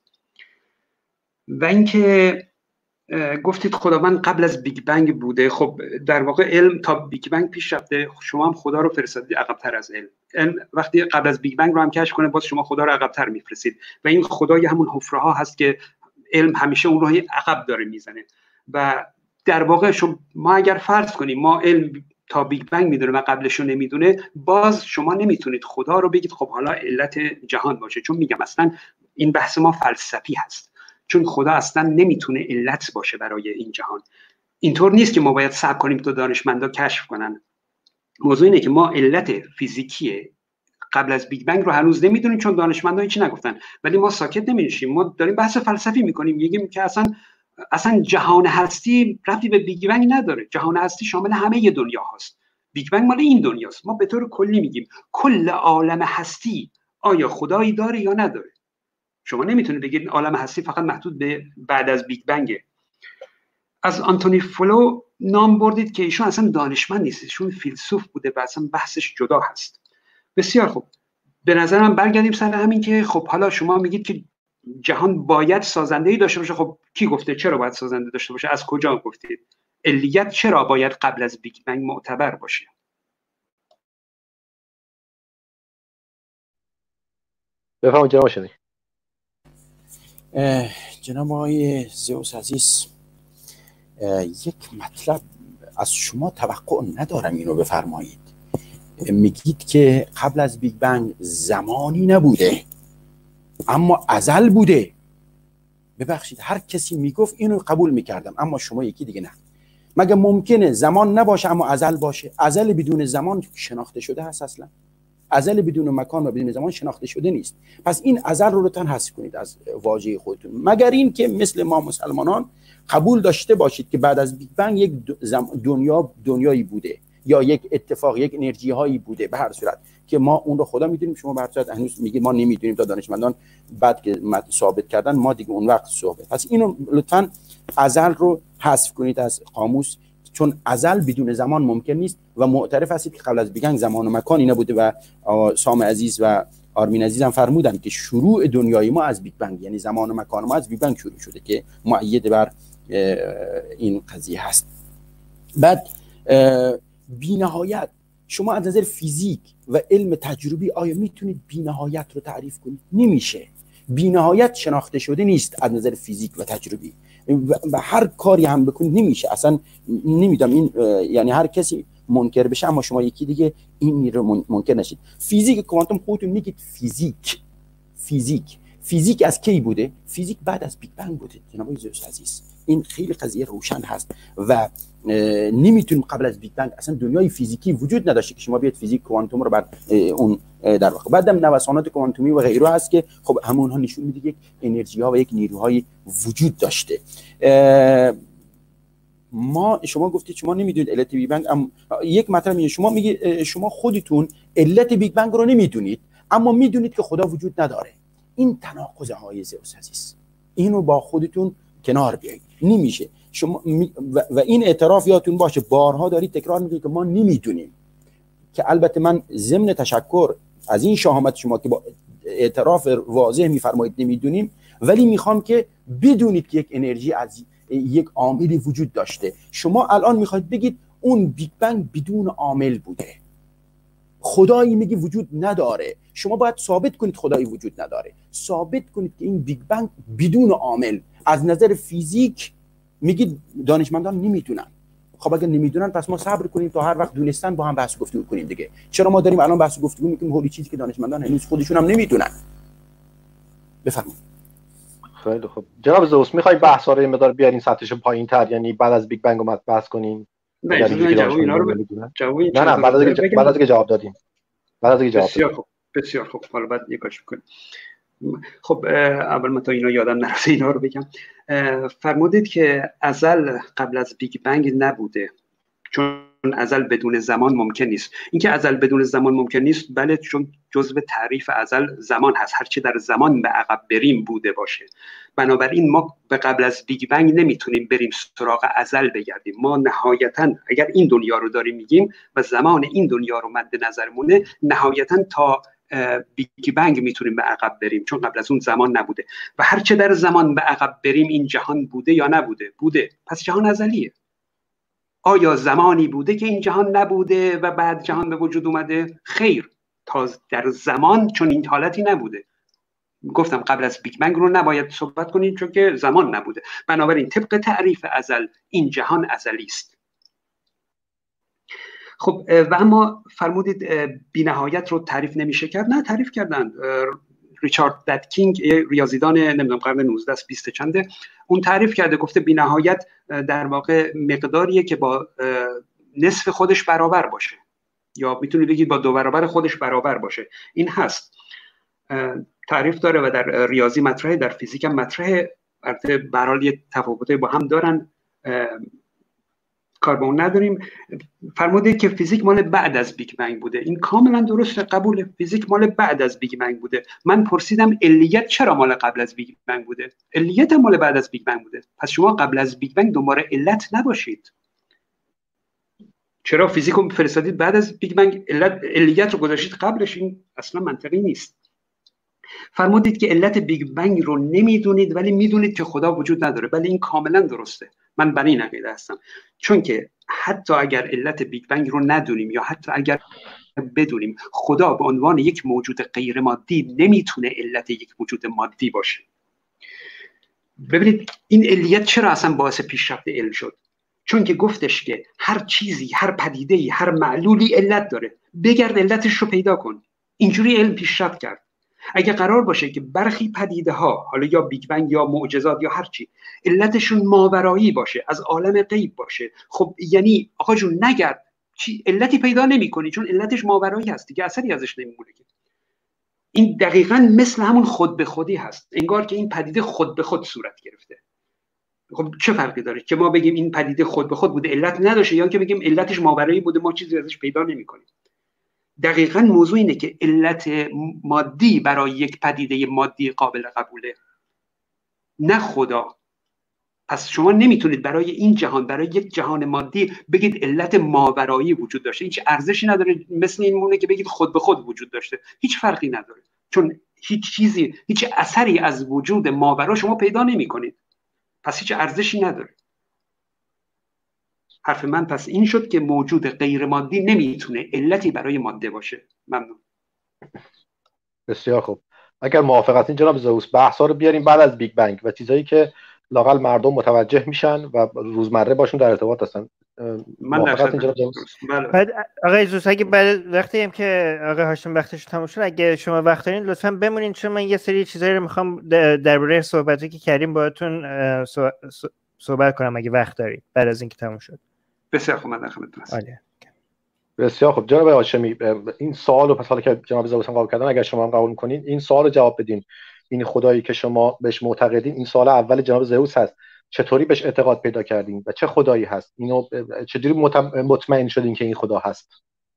و اینکه گفتید خداوند قبل از بیگ بنگ بوده. خب در واقع علم تا بیگ بنگ پیش رفته، شما هم خدا رو فرستادید عقب‌تر از علم. علم وقتی قبل از بیگ بنگ رو هم کشف کنه، باز شما خدا رو عقب‌تر میفرستید و این خدای همون حفره ها هست که علم همیشه اون رو عقب داره میزنه. و در واقع شما ما اگر فرض کنیم ما علم تا بیگ بنگ میدونه و قبلش رو نمیدونه، باز شما نمیتونید خدا رو بگید خب حالا علت جهان باشه، چون میگم اصلا این بحث ما فلسفی هست. چون خدا اصلا نمیتونه علت باشه برای این جهان. اینطور نیست که ما باید صبر کنیم تا دانشمندا کشف کنن. موضوع اینه که ما علت فیزیکی قبل از بیگ بنگ رو هنوز نمیدونیم، چون دانشمندا هیچی نگفتن. ولی ما ساکت نمیشیم، ما داریم بحث فلسفی میکنیم، میگیم که اصلا اصلا جهان هستی ربطی به بیگ بنگ نداره. جهان هستی شامل همه دنیا هست. بیگ بنگ مال این دنیاست. ما به طور کلی میگیم کل عالم هستی آیا خدایی داره یا نداره. شما نمیتونید بگید عالم هستی فقط محدود به بعد از بیگ بنگه. از آنتونی فلو نام بردید که ایشون اصلا دانشمند نیست، ایشون فیلسوف بوده و اصلا بحثش جدا هست. بسیار خوب، به نظر من برگردیم سر همین که خب حالا شما میگید که جهان باید سازنده‌ای داشته باشه. خب کی گفته چرا باید سازنده داشته باشه؟ از کجا گفتید؟ علیت چرا باید قبل از بیگ بنگ معتبر باشه؟ بفرمایید جناب شنی. جناب آقای زئوس عزیز، یک مطلب از شما توقع ندارم اینو بفرمایید. میگید که قبل از بیگ بنگ زمانی نبوده اما ازل بوده. ببخشید، هر کسی میگفت اینو قبول میکردم، اما شما یکی دیگه نه. مگه ممکنه زمان نباشه اما ازل باشه؟ ازل بدون زمان شناخته شده هست؟ اصلا ازل بدون مکان و بدون زمان شناخته شده نیست. پس این ازل رو لطفاً حذف کنید از واژه خودتون، مگر این که مثل ما مسلمانان قبول داشته باشید که بعد از بیگ بنگ یک دنیا دنیایی بوده یا یک اتفاق، یک انرژی هایی بوده. به هر صورت که ما اون رو خدا میدونیم، شما به هر صورت هنوز میگید ما نمیدونیم تا دانشمندان بعد که ثابت کردن ما دیگه اون وقت صحبت. پس اینو لطفاً ازل رو حذف کنید از قاموس، چون ازل بدون زمان ممکن نیست و معترف هستید که قبل از بیگ بنگ زمان و مکانی نبوده و سام عزیز و آرمین عزیز هم فرمودن که شروع دنیای ما از بیگ بنگ، یعنی زمان و مکان ما از بیگ بنگ شروع شده که مؤید بر این قضیه هست. بعد بی نهایت، شما از نظر فیزیک و علم تجربی آیا میتونید بی نهایت رو تعریف کنید؟ نمیشه. بی نهایت شناخته شده نیست از نظر فیزیک و تجربی و هر کاری هم بکنید نمیشه. اصلا نمیدونم این یعنی هر کسی منکر بشه، اما شما یکی دیگه این رو منکر نشید. فیزیک کوانتوم خودتون میگید فیزیک فیزیک فیزیک از کی بوده؟ فیزیک بعد از بیگ بنگ بوده جناب زئوس عزیز. این خیلی قضیه روشن هست و نمیتونیم قبل از بیگ بنگ اصلا دنیای فیزیکی وجود نداشته که شما بیاد فیزیک کوانتوم رو بر اون در واقع. بعدم نوسانات کوانتومی و غیره هست که خب همونها نشون میده یک انرژی ها و یک نیروهای وجود داشته. ما شما گفتید شما نمیدونید علت بیگ بنگ، اما یک مطلب میگه شما میگی شما خودتون علت بیگ بنگ رو نمیدونید اما میدونید که خدا وجود نداره. این تناقض های زئوس عزیز، اینو با خودتون کنار بیایید. نمیشه شما و, و این اعتراف یادتون باشه بارها دارید تکرار میکنید که ما نمیدونیم، که البته من ضمن تشکر از این شهامت شما که با اعتراف واضح میفرمایید نمیدونیم، ولی میخوام که بدونید که یک انرژی از یک عاملی وجود داشته. شما الان میخواید بگید اون بیگ بنگ بدون عامل بوده، خدایی میگه وجود نداره. شما باید ثابت کنید خدایی وجود نداره، ثابت کنید که این بیگ بنگ بدون عامل. از نظر فیزیک میگید دانشمندان نمیدونن. خب اگه نمیدونن پس ما صبر کنیم تا هر وقت دونستن با هم بحث گفتگو کنیم دیگه. چرا ما داریم الان بحث گفتگو میکنیم هولی چیزی که دانشمندان هنوز خودشون هم نمیدونن؟ بفرمایید. خیلی خب جناب زئوس، میخوایم بحثا رو یه مقدار بیارین سطحش پایین‌تر، یعنی بعد از بیگ بنگ اومد بحث کنیم؟ نه جواب اینا رو نه نه بعد از اینکه بعد از اینکه جواب دادیم بعد از اینکه جواب بسیار خوب بسیار خوب حالا بعد یکاش میکنیم. خب اول من تا اینا یادم نرفته اینا رو بگم. فرمودید که ازل قبل از بیگ بنگ نبوده چون ازل بدون زمان ممکن نیست. اینکه ازل بدون زمان ممکن نیست بله، چون جزء تعریف ازل زمان هست، هرچی در زمان به عقب بریم بوده باشه. بنابراین ما به قبل از بیگ بنگ نمیتونیم بریم سراغ ازل بگردیم. ما نهایتا اگر این دنیا رو داریم میگیم و زمان این دنیا رو مد نظرمونه، نهایتا تا بیگ بنگ میتونیم به عقب بریم چون قبل از اون زمان نبوده. و هرچه در زمان به عقب بریم این جهان بوده یا نبوده؟ بوده. پس جهان ازلیه. آیا زمانی بوده که این جهان نبوده و بعد جهان به وجود اومده؟ خیر، تا در زمان چون این حالتی نبوده. گفتم قبل از بیگ بنگ رو نباید صحبت کنید چون که زمان نبوده. بنابراین طبق تعریف ازل این جهان ازلی است. خب و اما فرمودید بی نهایت رو تعریف نمیشه کرد. نه تعریف کردن. ریچارد دتکینگ ریاضیدان نمیدونم قرن نوزده است بیست چنده، اون تعریف کرده، گفته بی‌نهایت در واقع مقداریه که با نصف خودش برابر باشه، یا میتونید بگید با دو برابر خودش برابر باشه. این هست، تعریف داره و در ریاضی مطرحه، در فیزیک هم مطرحه. البته به هر حال یه تفاوتایی با هم دارن، کار با اون نداریم. فرموده که فیزیک مال بعد از بیگ بنگ بوده. این کاملا درسته، قبوله، فیزیک مال بعد از بیگ بنگ بوده. من پرسیدم علیت چرا مال قبل از بیگ بنگ بوده؟ علیت هم مال بعد از بیگ بنگ بوده. پس شما قبل از بیگ بنگ دنبال علت نباشید. چرا فیزیک رو فرستادید بعد از بیگ بنگ، علت علیت رو گذاشتید قبلش؟ این اصلا منطقی نیست. فرمودید که علت بیگ بنگ رو نمیدونید ولی میدونید که خدا وجود نداره. ولی این کاملا درسته. من برای این عقیده هستم، چون که حتی اگر علت بیگ بنگ رو ندونیم یا حتی اگر بدونیم، خدا به عنوان یک موجود غیر مادی نمیتونه علت یک وجود مادی باشه. ببینید این علیت چرا اصلا باعث پیشرفت علم شد؟ چون که گفتش که هر چیزی، هر پدیده‌ای، هر معلولی علت داره، بگرد علتش رو پیدا کن. اینجوری علم پیشرفت کرد. اگه قرار باشه که برخی پدیده ها، حالا یا بیگ بنگ یا معجزات یا هر چی، علتشون ماورایی باشه، از عالم غیب باشه، خب یعنی آقا جون نگرد، چی علتی پیدا نمی‌کنی چون علتش ماورایی هست دیگه، اثری ازش نمیمونه. این دقیقاً مثل همون خود به خودی هست، انگار که این پدیده خود به خود صورت گرفته. خب چه فرقی داره که ما بگیم این پدیده خود به خود بوده، علت نداشته، یا که بگیم علتش ماورایی بوده، ما چیزی ازش پیدا نمی‌کنیم. دقیقاً موضوع اینه که علت مادی برای یک پدیده مادی قابل قبوله، نه خدا. پس شما نمیتونید برای این جهان، برای یک جهان مادی بگید علت ماورایی وجود داشته. هیچ ارزشی نداره، مثل این مونه که بگید خود به خود وجود داشته. هیچ فرقی نداره، چون هیچ چیزی، هیچ اثری از وجود ماورا شما پیدا نمیکنید، پس هیچ ارزشی نداره. حرف من پس این شد که موجود غیر مادی نمیتونه علتی برای ماده باشه. ممنون. بسیار خوب. اگر موافق هستین جناب زئوس، بحثا رو بیاریم بعد از بیگ بنگ و چیزایی که لاقل مردم متوجه میشن و روزمره باشون در ارتباط هستن. من در خدمت. بعد آقای زئوس اگه بعد وقتی هم که آقای هاشم وقتش تموم شد، اگه شما وقت دارین لطفاً بمونین، چون من یه سری چیزایی رو میخوام درباره صحبتی که کردیم باهاتون صحبت کنم اگه وقت دارید بعد از اینکه تموم شد. بسیار خوب، من در خدمتتون هستم. بسیار خوب جناب هاشمی، این سوال رو پس حالا که جناب زئوس قبول کردن، اگر شما هم قبول می‌کنین این سوال رو جواب بدین. این خدایی که شما بهش معتقدین، این سوال اول جناب زئوس هست، چطوری بهش اعتقاد پیدا کردین و چه خدایی هست؟ اینو چجوری مطمئن شدین که این خدا هست؟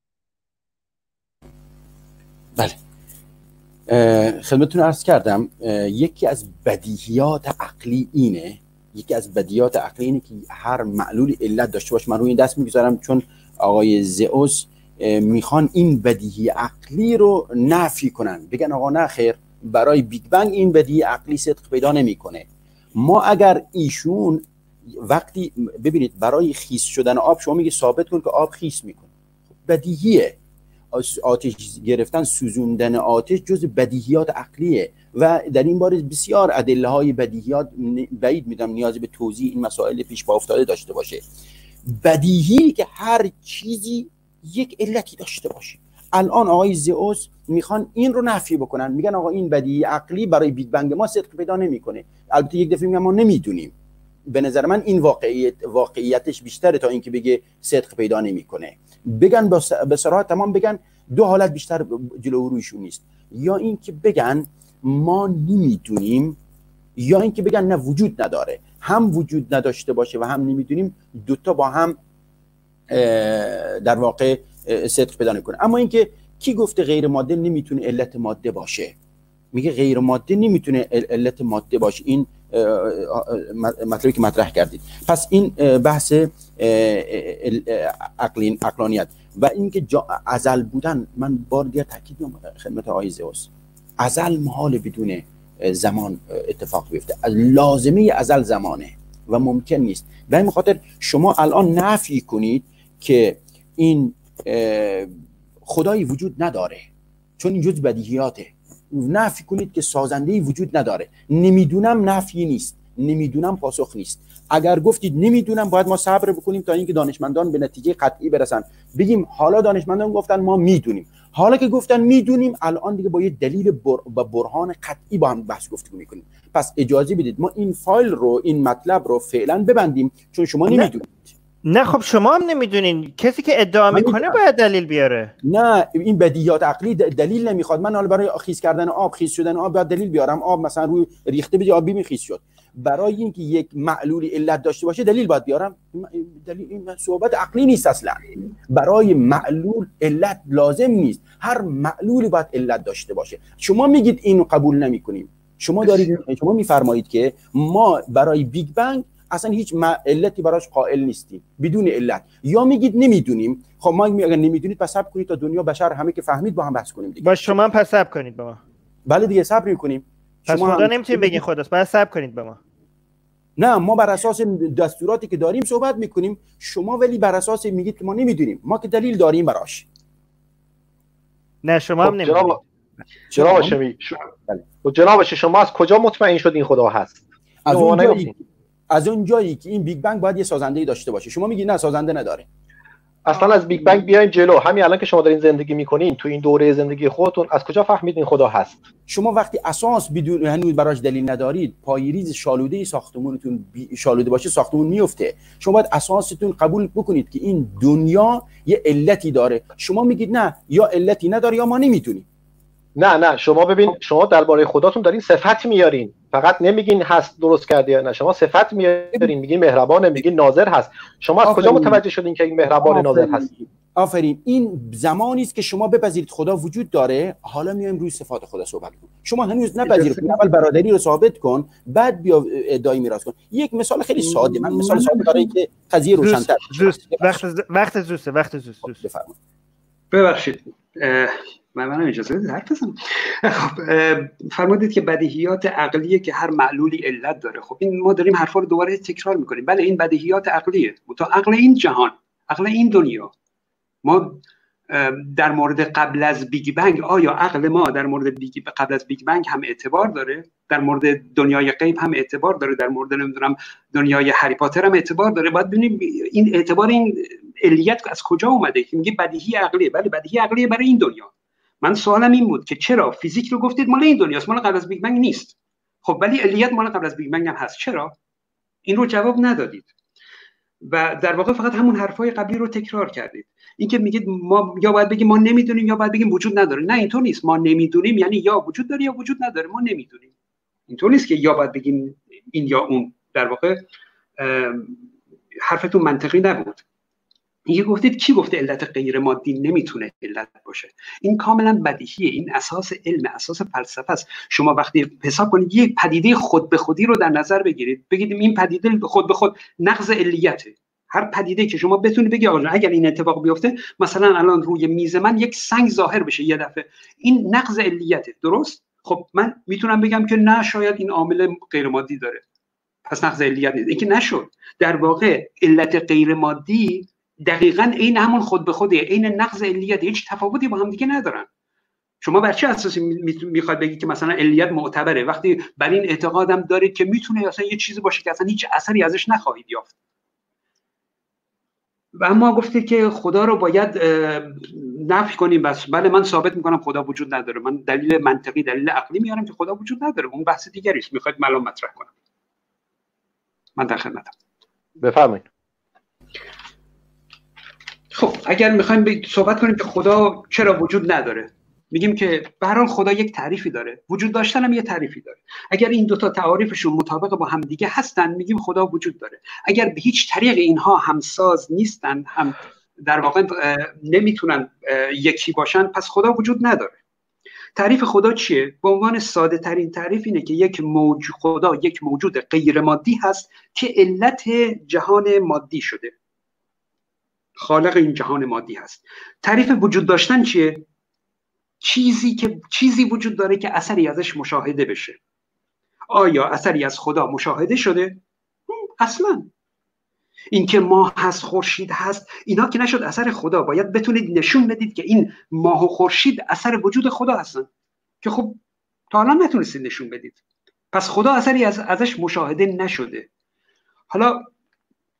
بله، خدمتتون عرض کردم یکی از بدیهیات عقلی اینه یکی از بدیهیات عقلی اینه که هر معلول علت داشته باشه. من روی این دست میگذارم چون آقای زئوس میخوان این بدیهی عقلی رو نفی کنن، بگن آقا نه خیر، برای بیگ بنگ این بدیهی عقلی صدق پیدا نمیکنه. ما اگر ایشون وقتی ببینید برای خیس شدن آب شما میگه ثابت کن که آب خیس میکنه، بدیهیه. آتش گرفتن، سوزوندن آتش جز بدیهیات عقلیه و در این باره بسیار ادله های بدیهیات بعید میدونم نیازی به توضیح این مسائل پیش پا افتاده داشته باشه. بدیهی که هر چیزی یک علتی داشته باشه. الان آقای زئوس میخوان این رو نفی بکنن، میگن آقا این بدیهی عقلی برای بیگ بنگ ما صدق پیدا نمیکنه. البته یک دفعه میگن ما نمیدونیم. به نظر من این واقعیت واقعیتش بیشتره تا اینکه بگه صدق پیدا نمیکنه. بگن به صراحت تمام بگن دو حالت بیشتر جلو رویشون نیست، یا اینکه بگن ما نمیدونیم، یا اینکه بگن نه وجود نداره. هم وجود نداشته باشه و هم نمیدونیم، دوتا با هم در واقع صدق پیدا نکنه. اما اینکه کی گفته غیر ماده نمیتونه علت ماده باشه؟ میگه غیر ماده نمیتونه علت ماده باشه. این مطلبی که مطرح کردید. پس این بحث عقلین عقلانیت و اینکه ازل بودن، من بار دیگه تاکید میکنم خدمت آقای زئوس، ازل محال بدون زمان اتفاق بیفته. لازمه ازل زمانه و ممکن نیست. به این خاطر شما الان نفی کنید که این خدایی وجود نداره چون این جز بدیهیاته. نفی کنید که سازنده‌ای وجود نداره. نمیدونم نفی نیست، نمیدونم پاسخ نیست. اگر گفتید نمیدونم، باید ما صبر بکنیم تا اینکه دانشمندان به نتیجه قطعی برسن. بگیم حالا دانشمندان گفتن ما میدونیم، حالا که گفتن میدونیم، الان دیگه با یه دلیل بر... با برهان قطعی با هم بحث گفتگو میکنیم. پس اجازه بدید ما این فایل رو، این مطلب رو فعلا ببندیم، چون شما نمیدونید. نه خب شما هم نمیدونین، کسی که ادعا میکنه باید دلیل بیاره. نه این بدیهیات عقلی دلیل نمیخواد. من حالا برای خیس کردن آب، خیس شدن آب باید دلیل بیارم. آب مثلا روی ریخته بدی آب خیس شد. برای اینکه یک معلولی علت داشته باشه دلیل باید بیارم. دلیل این صحبت عقلی نیست اصلا. برای معلول علت لازم نیست. هر معلولی باید علت داشته باشه. شما میگید اینو قبول نمیکنیم. شما دارید شما میفرمایید که ما برای بیگ بنگ اصلا هیچ علتی براش قائل نیستیم، بدون علت. یا میگید نمیدونیم. خب ما اگر نمیدونید پس صبر کنید تا دنیا بشر همه که فهمید با هم بحث کنیم دیگه. با شما هم پس صبر کنید با ما. بله دیگه صبر میکنیم. پس خدا نمیتونید بگین خداست، باید صبر کنید با ما. نه ما بر اساس دستوراتی که داریم صحبت میکنیم، شما ولی بر اساس میگید که ما نمیدونیم. ما که دلیل داریم براش. نه شما هم نمیدونید. جناب جناب شمی بله. جناب شما از کجا مطمئن شد این خدا هست؟ از اون جایی از اون جایی که این بیگ بنگ باید یه سازنده‌ای داشته باشه. شما میگید نه سازنده نداره. اصلا از بیگ بنگ بیاین جلو. همین الان که شما دارین زندگی میکنین تو این دوره زندگی خودتون، از کجا فهمیدین خدا هست؟ شما وقتی اساس بدون هنوز براش دلیل ندارید، پایه‌ریز شالوده ساختمونتون بی... شالوده باشه ساختمون میفته. شما باید اساستون قبول بکنید که این دنیا یه علتی داره. شما میگید نه، یا علتی نداره یا ما نمیتونیم. نه نه شما ببین، شما درباره خداتون دارین صفت میارین، فقط نمیگین هست درست کرده یا نه. شما صفت میارین، میگین مهربانه، میگین ناظر هست. شما از کجا متوجه شدین که این مهربان ناظر هست؟ آفرین. این زمانی است که شما بپذیرید خدا وجود داره. حالا میایم روی صفات خدا صحبت کنیم. شما هنوز نپذیرید. اول برادری رو ثابت کن، بعد بیا ادعای میراث کن. یک مثال خیلی ساده، من مثال ساده برای اینکه قضیه روشن‌تر بشه. وقت وقت زوسه وقت زوسه بفرمایید. ببخشید من من اجازه بدید حرف بزنم. خب فرمودید که بدیهیات عقلیه که هر معلولی علت داره. خب این ما داریم حرفا رو دوباره تکرار میکنیم. بله این بدیهیات عقلیه. تو عقل این جهان، عقل این دنیا. ما در مورد قبل از بیگ بنگ، آیا عقل ما در مورد بیگ قبل از بیگ بنگ هم اعتبار داره؟ در مورد دنیای غیب هم اعتبار داره؟ در مورد نمیدونم دنیای هری پاتر هم اعتبار داره؟ باید ببینیم این اعتبار، این علیت از کجا اومده که میگه بدیهی عقلیه. بله بدیهی عقلیه برای این دنیا. من سوالم این بود که چرا فیزیک رو گفتید مال این دنیاست، مال قبل از بیگ بنگ نیست. خب ولی علیت مال قبل از بیگ بنگ هم هست. چرا؟ این رو جواب ندادید و در واقع فقط همون حرفای قبلی رو تکرار کردید. این که میگید ما یا باید بگیم ما نمیدونیم یا باید بگیم وجود نداره. نه اینطور نیست. ما نمیدونیم یعنی یا وجود داره یا وجود نداره. ما نمیدونیم. اینطور نیست که یا باید بگیم این یا اون. در واقع حرفتون منطقی نبود. یه گفتید کی گفته علت غیر مادی نمیتونه علت باشه؟ این کاملا بدیهیه. این اساس علم، اساس فلسفه است. شما وقتی حساب کنید یک پدیده خود به خودی رو در نظر بگیرید، بگید این پدیده خود به خود نقض علیته. هر پدیده که شما بتونید بگید آقا اگر این اتفاق بیفته، مثلا الان روی میز من یک سنگ ظاهر بشه یه دفعه، این نقض علیته. درست؟ خب من میتونم بگم که نه شاید این عامل غیر مادی داره، پس نقض علیت نیست. این که نشد. در واقع علت غیر مادی دقیقاً این همون خود به خوده، این نقض علیت، هیچ تفاوتی با هم دیگه ندارن. شما بر چه اساسی میخواد بگید که مثلا علیت معتبره وقتی بر این اعتقادم دارید که میتونه اصلا یه چیزی باشه که اصلا هیچ اثری ازش نخواهید یافت؟ و اما گفتید که خدا رو باید نفی کنیم. بس بله من ثابت میکنم خدا وجود نداره. من دلیل منطقی، دلیل عقلی میارم که خدا وجود نداره. اون بحث دیگری است. میخواید الان مطرح کنم؟ من در خدمتم. بفرمایید. خب اگر میخوایم صحبت کنیم که خدا چرا وجود نداره، میگیم که به هر حال خدا یک تعریفی داره، وجود داشتن هم یه تعریفی داره. اگر این دوتا تعاریفشون مطابق با هم دیگه هستن، میگیم خدا وجود داره. اگر به هیچ طریق اینها همساز نیستن، هم در واقع نمیتونن یکی باشن، پس خدا وجود نداره. تعریف خدا چیه؟ به عنوان ساده ترین تعریف اینه که یک موجود، خدا یک موجود غیر مادی هست که علت جهان مادی شده، خالق این جهان مادی هست. تعریف وجود داشتن چیه؟ چیزی که چیزی وجود داره که اثری ازش مشاهده بشه. آیا اثری از خدا مشاهده شده؟ اصلا. اینکه ماه هست، خورشید هست، اینا که نشد اثر خدا. باید بتونید نشون بدید که این ماه و خورشید اثر وجود خدا هستن، که خب تا الان نتونستید نشون بدید. پس خدا اثری از ازش مشاهده نشده. حالا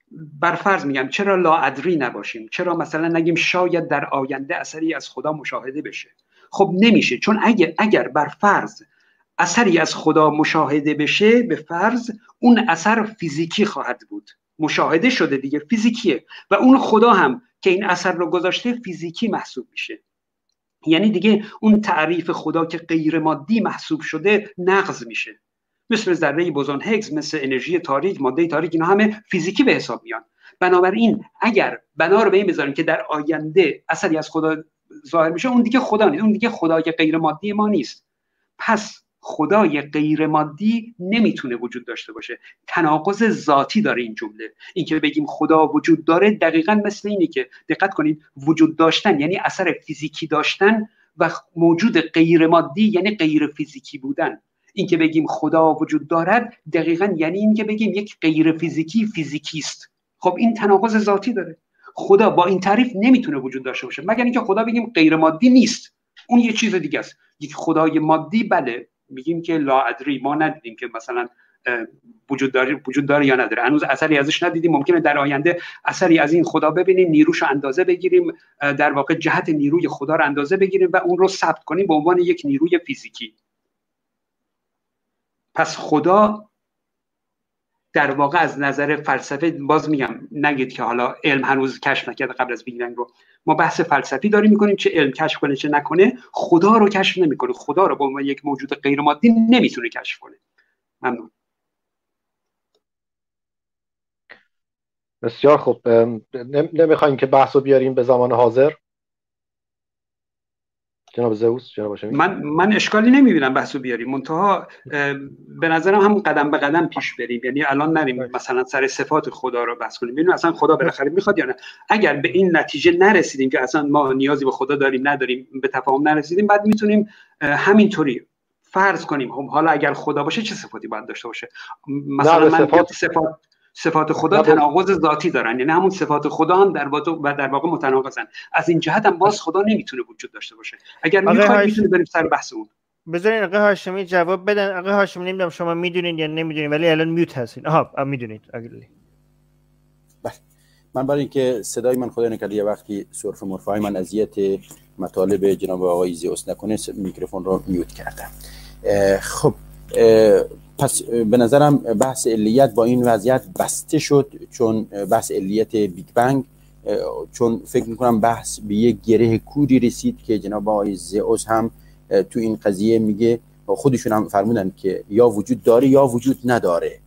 بر فرض میگم چرا لاادری نباشیم؟ چرا مثلا نگیم شاید در آینده اثری از خدا مشاهده بشه؟ خب نمیشه، چون اگه اگر بر فرض اثری از خدا مشاهده بشه، به فرض اون اثر فیزیکی خواهد بود، مشاهده شده دیگه، فیزیکیه، و اون خدا هم که این اثر رو گذاشته فیزیکی محسوب میشه. یعنی دیگه اون تعریف خدا که غیر مادی محسوب شده نقض میشه. مثل ذره بوزون هیگز، مثل انرژی تاریک، ماده تاریک، اینا همه فیزیکی به حساب میان. بنابراین اگر بنا رو به این بذاریم که در آینده اثری از خدا ظاهر میشه، اون دیگه خدا نیست، اون دیگه خدای غیر مادی ما نیست. پس خدای غیر مادی نمیتونه وجود داشته باشه. تناقض ذاتی داره این جمله. این که بگیم خدا وجود داره دقیقاً مثل اینی که دقت کنید، وجود داشتن یعنی اثر فیزیکی داشتن و موجود غیر مادی یعنی غیر فیزیکی بودن. این که بگیم خدا وجود دارد دقیقاً یعنی این که بگیم یک غیر فیزیکی فیزیکی است. خب این تناقض ذاتی داره. خدا با این تعریف نمیتونه وجود داشته باشه، مگر اینکه خدا بگیم غیر مادی نیست، اون یه چیز دیگه است. یک خدای مادی بله، میگیم که لاادری، ما ندیدیم که مثلا وجود داره وجود داره یا نداره، هنوز اثری ازش ندیدیم. ممکنه در آینده اثری از این خدا ببینیم، نیروش اندازه بگیریم، در واقع جهت نیروی خدا رو اندازه بگیریم و اون رو ثبت کنیم به عنوان یک نیروی فیزیکی. پس خدا در واقع از نظر فلسفه، باز میگم نگید که حالا علم هنوز کشف نکرده قبل از بیگ بنگ رو، ما بحث فلسفی داریم میکنیم، چه علم کشف کنه چه نکنه، خدا رو کشف نمیکنه. خدا رو به عنوان یک موجود غیر مادی نمیتونه کشف کنه. ممنون. بسیار خوب. نمیخوایم که بحثو بیاریم به زمان حاضر جناب زئوس؟ جناب هاشمی، من من اشکالی نمیبینم بحثو بیاریم، منتها به نظرم همون قدم به قدم پیش بریم. یعنی الان نریم مثلا سر صفات خدا رو بحث کنیم، ببینیم اصلا خدا بالاخره میخواد یا نه. اگر به این نتیجه نرسیدیم که اصلا ما نیازی به خدا داریم نداریم، به تفاهم نرسیدیم، بعد میتونیم همینطوری فرض کنیم خب حالا اگر خدا باشه چه صفاتی باید داشته باشه. مثلا من صفات صفات صفات خدا تناقض ذاتی دارن، یعنی همون صفات خدا هم در واقع و در واقع متناقضن. از این جهت هم باز خدا نمیتونه وجود داشته باشه. اگر میخواید میتونه بریم سر بحث اون. بذارین آقای هاشمی جواب بدن. آقای هاشمی نمیدونم شما میدونین یا نمیدونین، ولی الان میوت هستین. آها میدونید. بله، من برای اینکه صدای من خدا نکرده یه وقتی سرف مرفای من اذیت مطالب جناب آقای زئوس نکنه، میکروفون رو میوت کردم. خب پس به نظرم بحث علیت با این وضعیت بسته شد، چون بحث علیت بیگ بنگ، چون فکر میکنم بحث به یک گره کودی رسید که جناب آقای زئوس هم تو این قضیه میگه، خودشون هم فرمودن که یا وجود داره یا وجود نداره،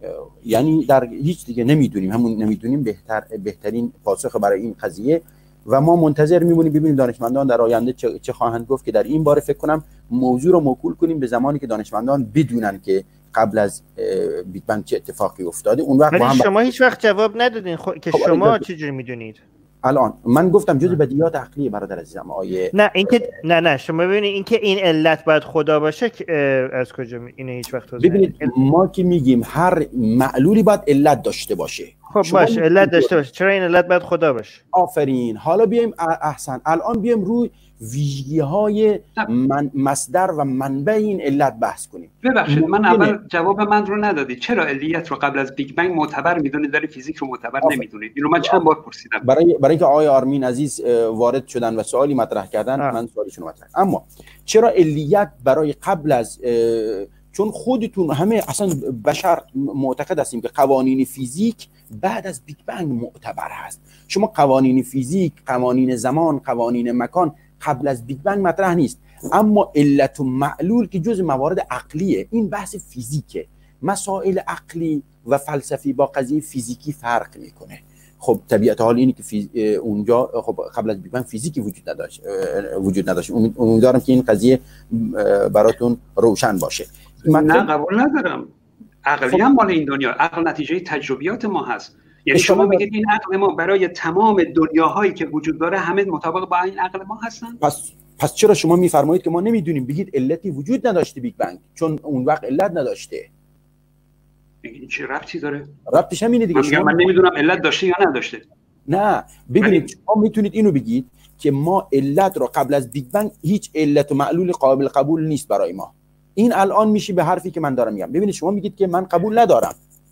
یعنی در هیچ دیگه نمیدونیم. همون نمیدونیم بهتر بهترین پاسخ برای این قضیه و ما منتظر میمونیم ببینیم دانشمندان در آینده چه, چه خواهند گفت، که در این باره فکر کنم موضوع رو موکول کنیم به زمانی که دانشمندان بدونن که قبل از بیگ بنگ چه اتفاقی افتاده. اون وقت ولی شما هیچ وقت جواب ندادین خو... که خب شما چجوری میدونید؟ الان من گفتم جزء بدیهیات عقلی برادر عزیزم آیه نه اینکه نه نه شما ببینید اینکه این علت باید خدا باشه از کجا می... اینو هیچ وقت توضیح ببینید ال... ما که میگیم هر معلولی باید علت داشته باشه. خب باشه علت داشته باشه، چرا این علت باید خدا باشه؟ آفرین. حالا بیایم احسن الان بیایم روی ویژگی‌های من مصدر و منبع این علت بحث کنیم. ببخشید من اول جواب من رو ندادید. چرا علیت رو قبل از بیگ بنگ معتبر میدونید ولی فیزیک رو معتبر نمیدونید؟ اینو من چند بار پرسیدم. برای برای اینکه آقای آرمین عزیز وارد شدن و سوالی مطرح کردن آه. من سوالشون رو مطرح. اما چرا علیت برای قبل از، چون خودتون همه اصلا بشر معتقد هستیم که قوانین فیزیک بعد از بیگ بنگ معتبر هست. شما قوانین فیزیک، قوانین زمان، قوانین مکان قبل از بیگ بنگ مطرح نیست، اما علت و معلول که جز موارد عقلیه، این بحث فیزیکه. مسائل عقلی و فلسفی با قضیه فیزیکی فرق میکنه. خب طبیعت حال اینه که فیز... اونجا خب قبل از بیگ بنگ فیزیکی وجود نداشت وجود نداشت امیدوارم که این قضیه براتون روشن باشه. من نه قبول ندارم. عقلی هم مال این دنیا، عقل نتیجه تجربیات ما هست. یعنی شما میگید این عقل ما برای تمام دنیاهایی که وجود داره همه مطابق با این عقل ما هستن؟ پس پس چرا شما میفرمایید که ما نمیدونیم؟ بگید علتی وجود نداشته بیگ بنگ، چون اون وقت علت نداشته. این چه ربطی داره؟ ربطش همینه دیگه. من, شما من نمیدونم علت داشته یا نداشته. نه ببینید شما میتونید اینو بگید که ما علت رو قبل از بیگ بنگ هیچ علت و معلول قابل قبول نیست برای ما. این الان میشه به حرفی که من دارم میگم. ببینید شما میگید که من قبول ندارم،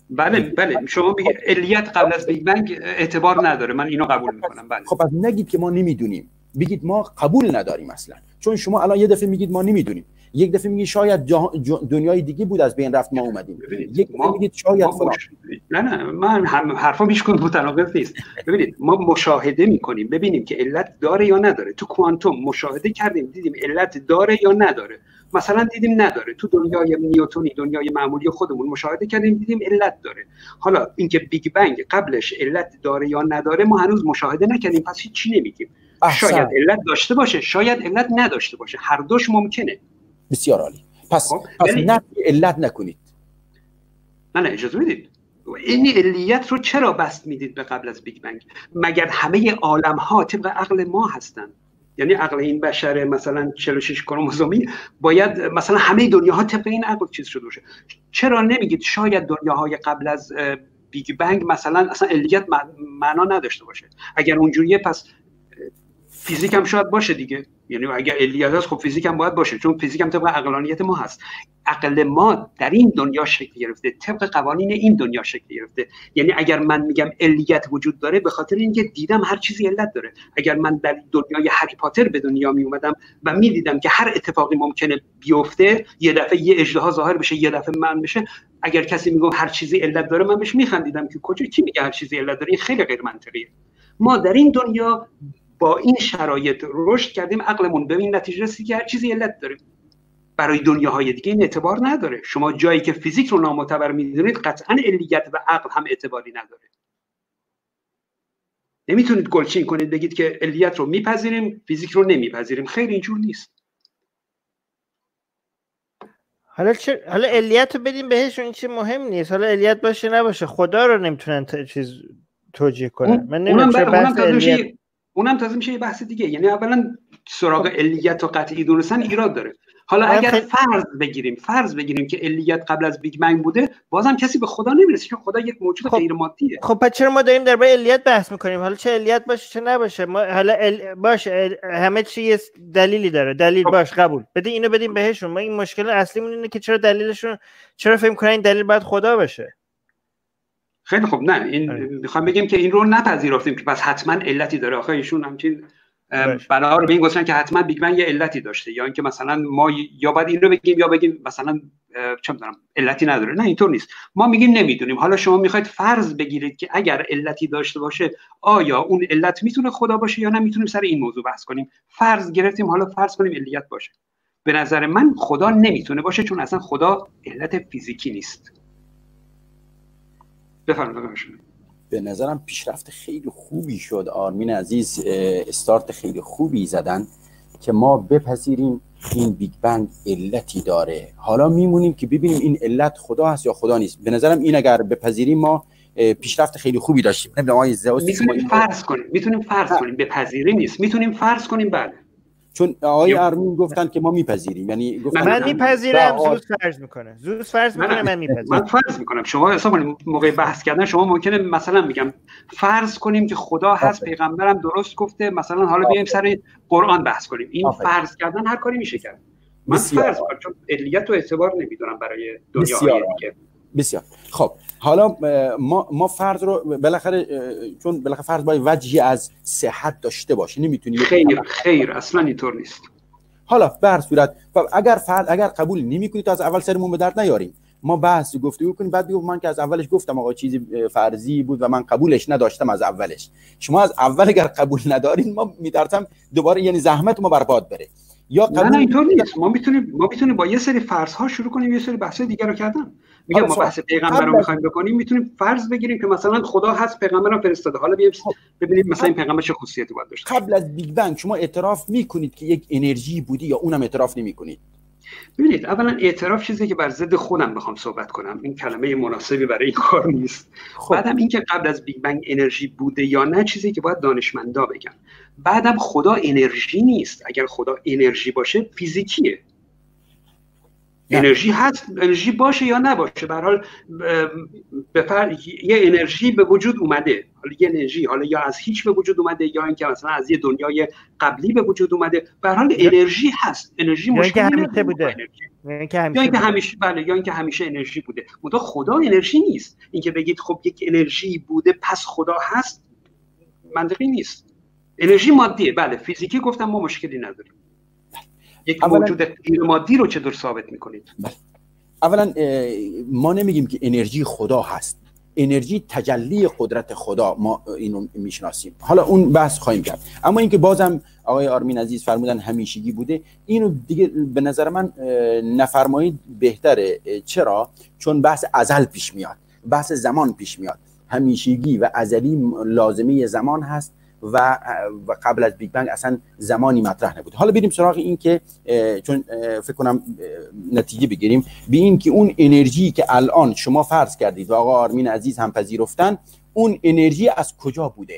بله بله شما بگید علیت قبل از بیگ بنگ اعتبار نداره، من اینو قبول میکنم. بله خب پس نگید که ما نمیدونیم، بگید ما قبول نداریم اصلا. چون شما الان یه دفعه میگید ما نمیدونیم، یک دفعه میگید شاید دنیای دیگه بود از بین رفت ما اومدیم، یک دفعه میگید شاید فلان. نه نه من حرفا هیچ کدوم متناقض نیست. ببینید ما مشاهده میکنیم ببینیم که علت داره یا نداره. تو کوانتوم مشاهده کردیم دیدیم علت داره یا نداره. مثلا دیدیم نداره. تو دنیای نیوتنی، دنیای معمولی خودمون مشاهده کردیم دیدیم علت داره. حالا اینکه بیگ بنگ قبلش علت داره یا نداره ما هنوز مشاهده نکردیم، پس هیچ چی نمیگیم. شاید علت داشته باشه، شاید علت نداشته باشه، هر دوش ممکنه. بسیار عالی. پس پس نه علت نکنید. نه نه اجازه بدید. این علیت رو چرا بست میدید به قبل از بیگ بنگ؟ مگر همه عالم ها طبق عقل ما هستن؟ یعنی عقل این بشر مثلا چهل و شش کرموزومی باید مثلا همه دنیاها طبق این عقل چیز شده باشه. چرا نمیگید شاید دنیاهای قبل از بیگ بنگ مثلا اصلا علیت معنا نداشته باشه؟ اگر اونجوریه پس فیزیک هم شاید باشه دیگه. یعنی اگر علیت هست خب فیزیک هم باید باشه، چون فیزیک هم طبق عقلانیت ما هست. عقل ما در این دنیا شکل گرفته، طبق قوانین این دنیا شکل گرفته. یعنی اگر من میگم علیت وجود داره به خاطر اینکه دیدم هر چیزی علت داره. اگر من در دنیای هری پاتر به دنیا می اومدم و میدیدم که هر اتفاقی ممکنه بیفته، یه دفعه یه اژدها ظاهر بشه، یه دفعه من بشه، اگر کسی میگه هر چیزی علت داره من بهش میخندیدم که کجا کی میگه هر چیزی علت داره؟ این خیلی غیر منطقیه. ما در این دنیا با این شرایط رشد کردیم، عقلمون به این نتیجه رسید که هر چیزی علت داره. برای دنیاهای دیگه این اعتبار نداره. شما جایی که فیزیک رو نامعتبر میدونید قطعا علیت و عقل هم اعتباری نداره. نمیتونید گلچین کنید بگید که علیت رو میپذیریم فیزیک رو نمیپذیریم. خیر اینجور نیست. حالا چه حالا علیت رو بدیم بهش، این چیز مهم نیست. حالا علیت باشه نباشه خدا رو نمیتونن ت... چیز توجیه کنن. من نمیدونم چرا بحث علیت اونم تازه میشه یه بحث دیگه. یعنی اولا سراغ علیت و قطعی دونستن ایراد داره. حالا اگر خیلی... فرض بگیریم فرض بگیریم که علیت قبل از بیگ بنگ بوده، بازم کسی به خدا نمیرسه چون خدا یک موجود خب... غیر مادیه. خب پس چرا ما داریم درباره علیت بحث میکنیم؟ حالا چه علیت باشه چه نباشه، ما حالا ال... باشه همه چی یه دلیلی داره، دلیل خب... باش قبول بده، اینو بدیم بهشون. ما این مشکل اصلیمون اینه که چرا دلیلشون چرا فکر کنن این دلیل باید خدا باشه. خیلی خب نه این میخوام بگیم که این رو نپذیرفتیم که پس حتما علتی داره. آخه ایشون همچین بنا رو به این گفتن که حتما بیگ بنگ یه علتی داشته، یا اینکه مثلا ما یا باید این رو بگیم یا بگیم مثلا چه می‌دونم علتی نداره. نه اینطور نیست. ما میگیم نمیدونیم. حالا شما میخواید فرض بگیرید که اگر علتی داشته باشه آیا اون علت میتونه خدا باشه یا نه، میتونیم سر این موضوع بحث کنیم. فرض گرفتیم، حالا فرض کنیم علیت باشه. به نظر من خدا نمیتونه باشه چون اصلا خدا علت فیزیکی نیست. بفرمایید. به نظرم پیشرفت خیلی خوبی شد آرمین عزیز، استارت خیلی خوبی زدن که ما بپذیریم این بیگ بنگ علتی داره. حالا میمونیم که ببینیم این علت خدا هست یا خدا نیست. به نظرم این اگر بپذیریم ما پیشرفت خیلی خوبی داشتیم. میتونیم فرض کنیم میتونیم فرض کنیم بپذیریم نیست، میتونیم فرض کنیم بله. چون آقای ارمین گفتن که ما میپذیریم، یعنی گفتن من میپذیرم، زوز فرض میکنه زوز فرض میکنه من میپذیرم. من فرض میکنم. شما حساب کنید موقع بحث کردن شما ممکنه مثلا میگم فرض کنیم که خدا هست، پیغمبرم درست گفته، مثلا حالا بیایم سر قرآن بحث کنیم. این آفه. فرض کردن هر کاری میشه کرد. من بسیار. فرض میکنم چون علیت رو اعتبار نمیدونم برای دنیاهای دیگه. بسیار خب. حالا ما ما فرض رو بالاخره چون بالاخره فرض باید وجهی از صحت داشته باشه، نمیتونی خیر خیر اصلا اینطور نیست. حالا به هر صورت اگر فرض اگر قبول نمیکنی تا از اول سرمون به درد نیاریم، ما بحث گفتگو کنیم بعد بگو من که از اولش گفتم آقا چیزی فرضی بود و من قبولش نداشتم از اولش. شما از اول اگر قبول ندارین ما میترسم دوباره یعنی زحمت ما برباد بره. یا قبول نه اینطور نیست. ما میتونیم ما میتونیم با یه سری فرض ها شروع کنیم، یه سری بحث دیگه رو کردن. میگم ما بحث پیغمبر رو میخوایم بکنیم، میتونیم فرض بگیریم که مثلا خدا هست، پیغمبرم فرستاده. حالا بیایم ببینیم مثلا این پیغمبر چه خصوصیتی باید داشته. قبل از بیگ بنگ شما اعتراف میکنید که یک انرژی بودی یا اونم اعتراف نمیکنید؟ ببینید اولا اعتراف چیزی که بر ضد خودم بخوام صحبت کنم، این کلمه مناسبی برای این کار نیست. خب. بعدم اینکه قبل از بیگ بنگ انرژی بوده یا نه چیزی که باید دانشمندا بگن. بعدم خدا انرژی نیست. اگر خدا انرژی باشه فیزیکیه. انرژی هست، انرژی باشه یا نباشه، به هر حال یه انرژی به وجود اومده، حالا یه انرژی حالا یا از هیچ به وجود اومده یا اینکه مثلا از یه دنیای قبلی به وجود اومده، به هر حال انرژی هست، انرژی مشکلی همیشه بوده، یا اینکه همیشه همیشه بله یا اینکه همیشه انرژی بوده. منتها خدا انرژی نیست. اینکه بگید خب یک انرژی بوده پس خدا هست، منطقی نیست. انرژی مادیه، بله فیزیکی گفتم ما مشکلی نداریم. یک موجود غیر مادی رو چطور ثابت میکنید؟ بله. اولا ما نمیگیم که انرژی خدا هست، انرژی تجلی قدرت خدا، ما اینو میشناسیم، حالا اون بحث خواهیم کرد. اما اینکه بازم آقای آرمین عزیز فرمودن همیشگی بوده، اینو دیگه به نظر من نفرمایید بهتره. چرا؟ چون بحث ازل پیش میاد، بحث زمان پیش میاد. همیشگی و ازلی لازمه زمان هست و قبل از بیگ بنگ اصلا زمانی مطرح نبود. حالا بریم سراغ این که چون فکر کنم نتیجه بگیریم به این که اون انرژی که الان شما فرض کردید و آقا آرمین عزیز هم پذیرفتن، اون انرژی از کجا بوده؟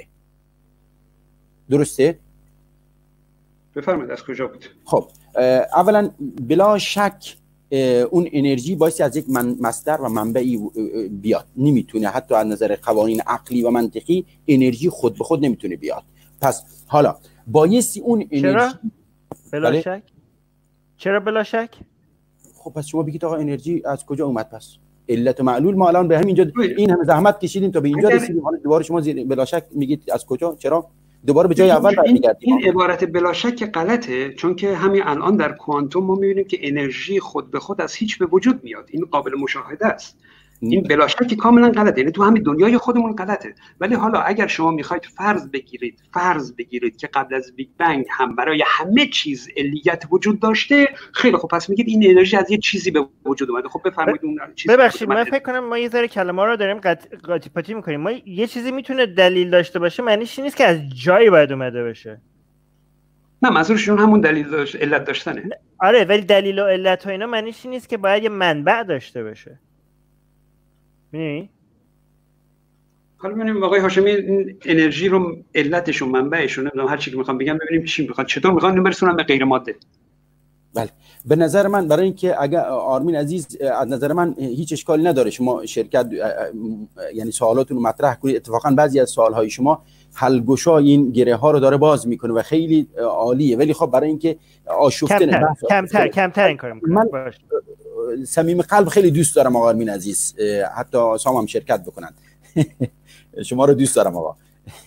درسته؟ بفرمایید از کجا بود؟ خب اولا بلا شک اون انرژی بایستی از یک مصدر و منبعی بیاد. نمیتونه حتی از نظر قوانین عقلی و منطقی انرژی خود به خود نمیتونه بیاد. پس حالا بایستی اون انرژی چرا؟ بلا بله؟ شک؟ چرا بلا شک؟ خب پس شما بگید آقا انرژی از کجا اومد؟ پس علت و معلول ما الان به همینجا این همه زحمت کشیدیم تا به اینجا رسیدیم، حالا دوباره شما بلا شک میگید از کجا؟ چرا؟ دوباره به جای اول برمیگردیم. این عبارت بلا شک غلطه، چون که همین الان در کوانتوم ما می‌بینیم که انرژی خود به خود از هیچ به وجود میاد. این قابل مشاهده است. این بلا شک کاملا غلطه، یعنی تو همین دنیای خودمون غلطه. ولی حالا اگر شما می‌خواید فرض بگیرید فرض بگیرید که قبل از بیگ بنگ هم برای همه چیز علیت وجود داشته، خیلی خب پس میگید این انرژی از یه چیزی به وجود اومده. خب بفرمایید اون چیز. ببخشید من فکر کنم ما یه ذره کلمه رو داریم قاطی پاتی می‌کنیم. ما یه چیزی میتونه دلیل داشته باشه معنیش نیست که از جایی باید اومده باشه. نه منظورشون همون دلیل داشت علت داشتنه. آره ولی دلیل و علت و اینا معنیش نیست که باید یه منبع داشته باشه. می‌بینی؟ حالا ببینیم آقای هاشمی این انرژی رو علتش و منبعش رو نمیدونم هر چی که میخوام بگم، ببینیم چی میخواد، چطور میخوان اینو برسونن به غیر ماده. بله به نظر من برای اینکه اگر آرمین عزیز از نظر من هیچ اشکالی نداره شما شرکت یعنی سوالاتون رو مطرح کنید. اتفاقا بعضی از سوالهای شما حلگشای این گره ها رو داره باز میکنه و خیلی عالیه، ولی خب برای اینکه آشفته کمتر کمتر کمتر این کارو میکنم. من صمیم قلب خیلی دوست دارم آقا آرمین عزیز، حتی سام هم شرکت بکنن. شما رو دوست دارم آقا.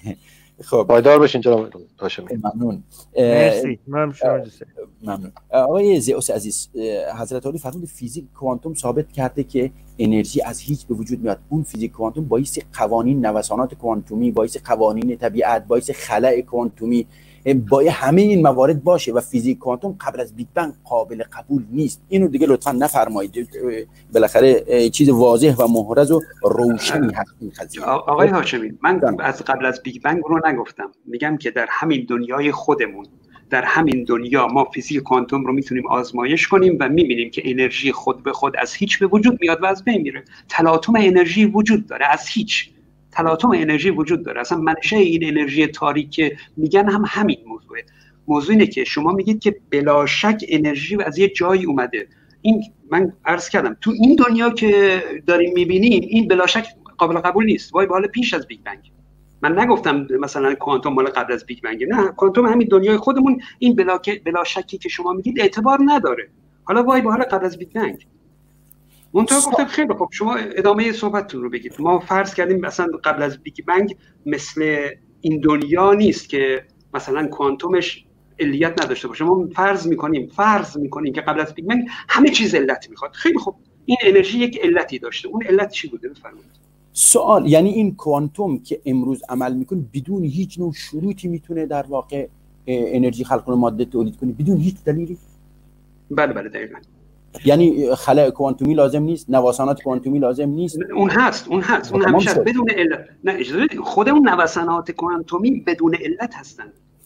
خب پایدار باشین جناب هاشمی. ممنون. مرسی. من شما دوست دارم. ممنون. آقای زئوس عزیز، حضرت علی فرمود فیزیک کوانتوم ثابت کرده که انرژی از هیچ به وجود میاد. اون فیزیک کوانتوم باعث قوانین نوسانات کوانتومی، باعث قوانین طبیعت، باعث خلأ کوانتومی، با همه این موارد باشه و فیزیک کوانتوم قبل از بیگ بنگ قابل قبول نیست. اینو دیگه لطفا نفرمایید، بالاخره چیز واضح و محرز و روشنی هست این قضیه. آقای هاشمی من از قبل از بیگ بنگ رو نگفتم، میگم که در همین دنیای خودمون، در همین دنیا ما فیزیک کوانتوم رو میتونیم آزمایش کنیم و میبینیم که انرژی خود به خود از هیچ به وجود میاد و از بین میره. تلاطم انرژی وجود داره، از هیچ تلاطم انرژی وجود داره. اصلا منشه این انرژی تاریک میگن هم همین موضوعه. موضوع اینه که شما میگید که بلا شک انرژی از یه جایی اومده. این من عرض کردم تو این دنیا که داریم میبینیم این بلا شک قابل قبول نیست. وای به حال پیش از بیگ بنگ. من نگفتم مثلا کوانتوم مال قبل از بیگ بنگ، نه کوانتوم همین دنیای خودمون. این بلا بلا شکی که شما میگید اعتبار نداره. حالا وای به حال قبل از بیگ بنگ. منتها گفتم خیلی خب شما ادامه صحبتتون رو بگید. ما فرض کردیم مثلا قبل از بیگ بنگ مثل این دنیا نیست که مثلا کوانتومش علیت نداشته باشه. ما فرض میکنیم فرض میکنیم که قبل از بیگ بنگ همه چیز علت میخواد. خیلی خب این انرژی یک علتی داشته. اون علت چی بوده بفرمایید؟ سوال یعنی این کوانتوم که امروز عمل میکنه بدون هیچ نوع شروطی میتونه در واقع انرژی خلق کنه، ماده تولید کنه بدون هیچ دلیلی؟ بله بله دقیقاً. یعنی خلأ کوانتومی لازم نیست، نوسانات کوانتومی لازم نیست. اون هست اون هست اون همیشه بدون علت. نه اجازه بدید، خود اون نوسانات کوانتومی بدون علت هستن.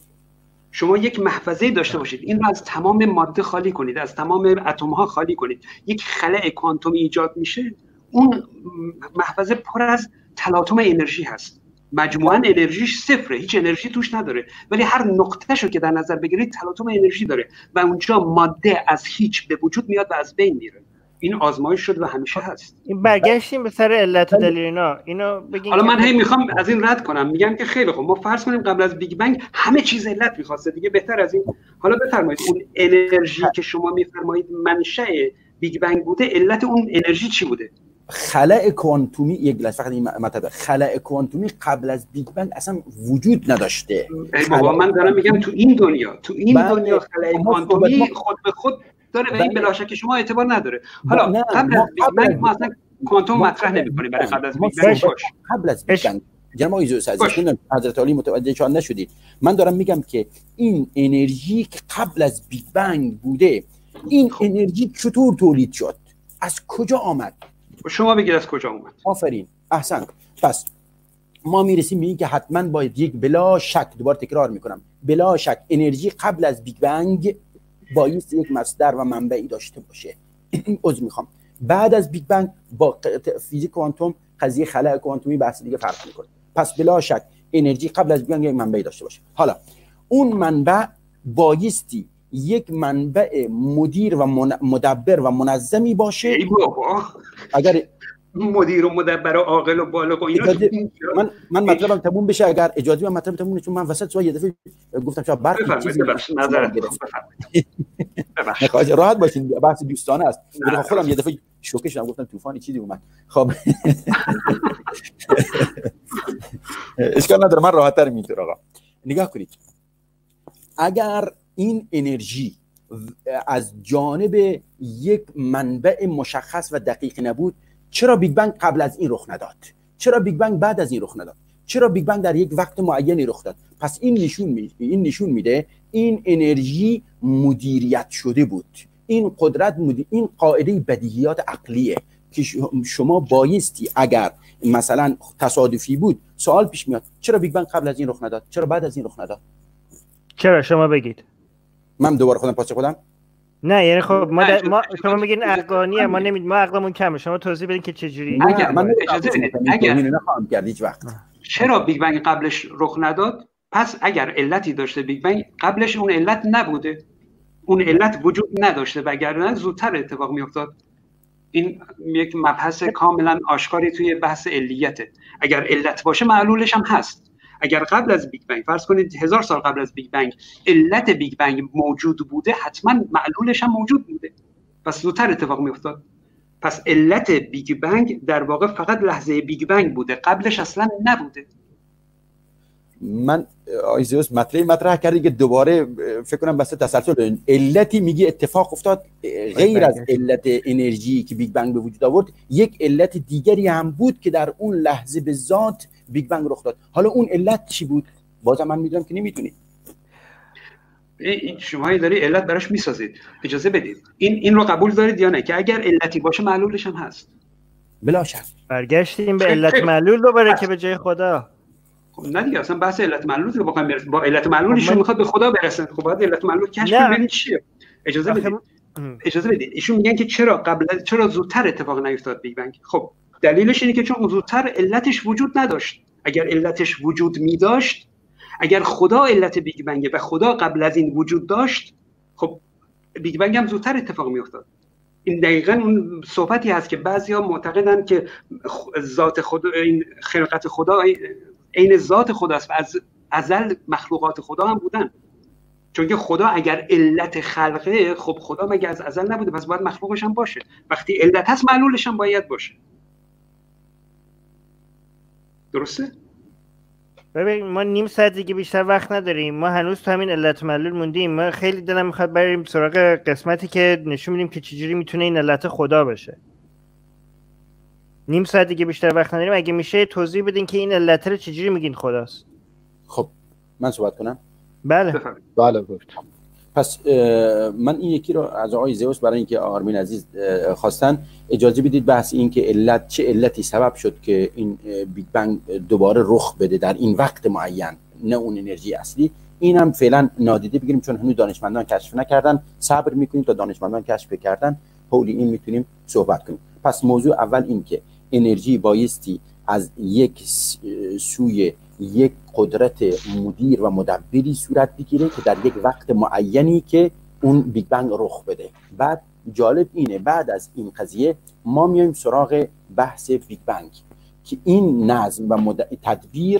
شما یک محفظه داشته باشید، این رو از تمام ماده خالی کنید، از تمام اتم ها خالی کنید، یک خلأ کوانتومی ایجاد میشه. اون محفظه پر از تلاطم انرژی هست. مجموعاً انرژیش صفره، هیچ انرژی توش نداره، ولی هر نقطه‌شو که در نظر بگیرید تلاطم انرژی داره و اونجا ماده از هیچ به وجود میاد و از بین میره. این آزمایش شد و همیشه هست. این برگشتیم به سر علت و دلیل اینا اینو بگین. حالا من هی میخوام از این رد کنم، میگم که خیلی خوب ما فرض کنیم قبل از بیگ بنگ همه چیز علت میخواسته دیگه، بهتر از این. حالا بفرمایید اون انرژی که شما میفرمایید منشأ بیگ بنگ بوده، علت اون انرژی چی بوده؟ خلأ کوانتومی. یک لحظه فقط این مطلب، خلأ کوانتومی قبل از بیگ بنگ اصلا وجود نداشته. ای بابا من دارم میگم تو این دنیا، تو این دنیا خلأ کوانتومی خود به خود داره و این بلا شک شما اعتبار نداره. حالا قبل از بیگ بنگ ما اصلا کوانتوم مطرح نمی‌کنیم برای قبل از بیگ بنگ. قبل از بیگ بنگ جناب آقای زئوس عزیز، حضرت علی متوجه شان نشدید. من دارم میگم که این انرژی که قبل از بیگ بنگ بوده، این انرژی چطور تولید شد؟ از کجا آمد؟ شما بگید از کجا اومد. آفرین، احسنت. پس ما میرسیم به این که حتما باید یک بلا شک، دوباره تکرار میکنم، بلا شک انرژی قبل از بیگ بنگ باید یک مصدر و منبعی داشته باشه. عذر میخوام. بعد از بیگ بنگ با فیزیک کوانتوم قضیه خلأ کوانتومی بحث دیگه فرق میکنه. پس بلا شک انرژی قبل از بیگ بنگ یک منبعی داشته باشه. حالا اون منبع بایستی یک منبع مدیر و مدبر و منظمی باشه. ای بابا اگر مدیر و مدبر و عاقل و بالغ و اینا من من مطلبم تموم بشه، اگر اجازه من مطلبم تموم، چون من وسط سوال یه دفعه گفتم شاید برخی چیزی نظر ببخشید راحت باشین، بحث دوستانه است. خودم یه دفعه شوکه شدم، گفتم طوفانی چیزی اومد. خب اشکال نداره، من راحت‌تر می‌تونم. آقا نگاه کنید، اگر این انرژی از جانب یک منبع مشخص و دقیق نبود، چرا بیگ بنگ قبل از این رخ نداد؟ چرا بیگ بنگ بعد از این رخ نداد؟ چرا بیگ بنگ در یک وقت معینی رخ داد؟ پس این نشون میده این نشون میده این انرژی مدیریت شده بود. این قدرت مدیر... این قاعده بدیهیات عقلیه که شما بایستی اگر مثلا تصادفی بود سوال پیش میاد چرا بیگ بنگ قبل از این رخ نداد؟ چرا بعد از این رخ نداد؟ چرا شما بگید. من دوباره خودم پاسخ بدم؟ نه یعنی خب ما, د... ما شما میگین عقلانیه، ما نمید ما عقلمون کمه، شما توضیح بدین که چه جوری. اگر من اجازه بدید، اگر نخواهم کرد هیچ وقت. چرا بیگ بنگ قبلش رخ نداد؟ پس اگر علتی داشته بیگ بنگ قبلش اون علت نبوده، اون علت وجود نداشته، وگرنه زودتر اتفاق میافتاد. این یک مبحث کاملا آشکاری توی بحث علیته. اگر علت باشه معلولش هم هست. اگر قبل از بیگ بنگ فرض کنید هزار سال قبل از بیگ بنگ علت بیگ بنگ موجود بوده، حتما معلولش هم موجود بوده، پس زودتر اتفاق میافتاد. پس علت بیگ بنگ در واقع فقط لحظه بیگ بنگ بوده، قبلش اصلا نبوده. من آیزوس مطلبی مطرح کردی که دوباره فکر کنم بس تسلسل علتی میگی اتفاق افتاد، غیر از علت انرژی که بیگ بنگ به وجود آورد یک علت دیگری هم بود که در اون لحظه به ذات بیگ بنگ رخ داد. حالا اون علت چی بود؟ بازم من میدونم که نمیتونید. این شما داری علت براش میسازید. اجازه بدید این این رو قبول دارید یا نه که اگر علتی باشه معلولش هم هست؟ بلا شک. برگشتیم به علت معلول دوباره که به جای خدا. خب نه دیگه، اصلا بحث علت معلول رو بخوام برسیم با علت معلولش من... میخواد به خدا برسن. خب باید علت معلول کشف کنید چیه. اجازه بدید اجازه بدید ایشون میگن که چرا قبل چرا زودتر اتفاق نیفتاد بیگ بنگ. خب دلیلش اینه که چون زودتر علتش وجود نداشت. اگر علتش وجود می داشت، اگر خدا علت بیگ بنگ و خدا قبل از این وجود داشت، خب بیگ بنگ هم زودتر اتفاق می افتاد. این دقیقاً اون صحبتی هست که بعضیا معتقدن که ذات خدا، این خلقت خدا عین ذات خداست و از ازل مخلوقات خدا هم بودن. چون که خدا اگر علت خلقه، خب خدا مگه از ازل نبوده، پس باید مخلوقش هم باشه. وقتی علت هست معلولش هم باید باشه. درسته؟ ببین ما نیم ساعت دیگه بیشتر وقت نداریم، ما هنوز تو همین علت معلول موندیم. ما خیلی دلم میخواد بریم سراغ قسمتی که نشون میدیم که چجوری میتونه این علت خدا باشه. نیم ساعت دیگه بیشتر وقت نداریم، اگه میشه توضیح بدین که این علت رو چجوری میگین خداست. خب من صحبت کنم؟ بله بله. پس من این یکی رو از آقای زئوس برای اینکه آرمین عزیز خواستن اجازه بدید بحث این که علت چه علتی سبب شد که این بیگ بنگ دوباره رخ بده در این وقت معین، نه اون انرژی اصلی، اینم فعلا نادیده بگیریم چون هنوز دانشمندان کشف نکردن. صبر میکنیم تا دانشمندان کشف کردن حول این میتونیم صحبت کنیم. پس موضوع اول این که انرژی بایستی از یک سوی یک قدرت مدیر و مدبری صورت بگیره که در یک وقت معینی که اون بیگ بنگ رخ بده. بعد جالب اینه بعد از این قضیه ما میایم سراغ بحث بیگ بنگ که این نظم و مد... تدبیر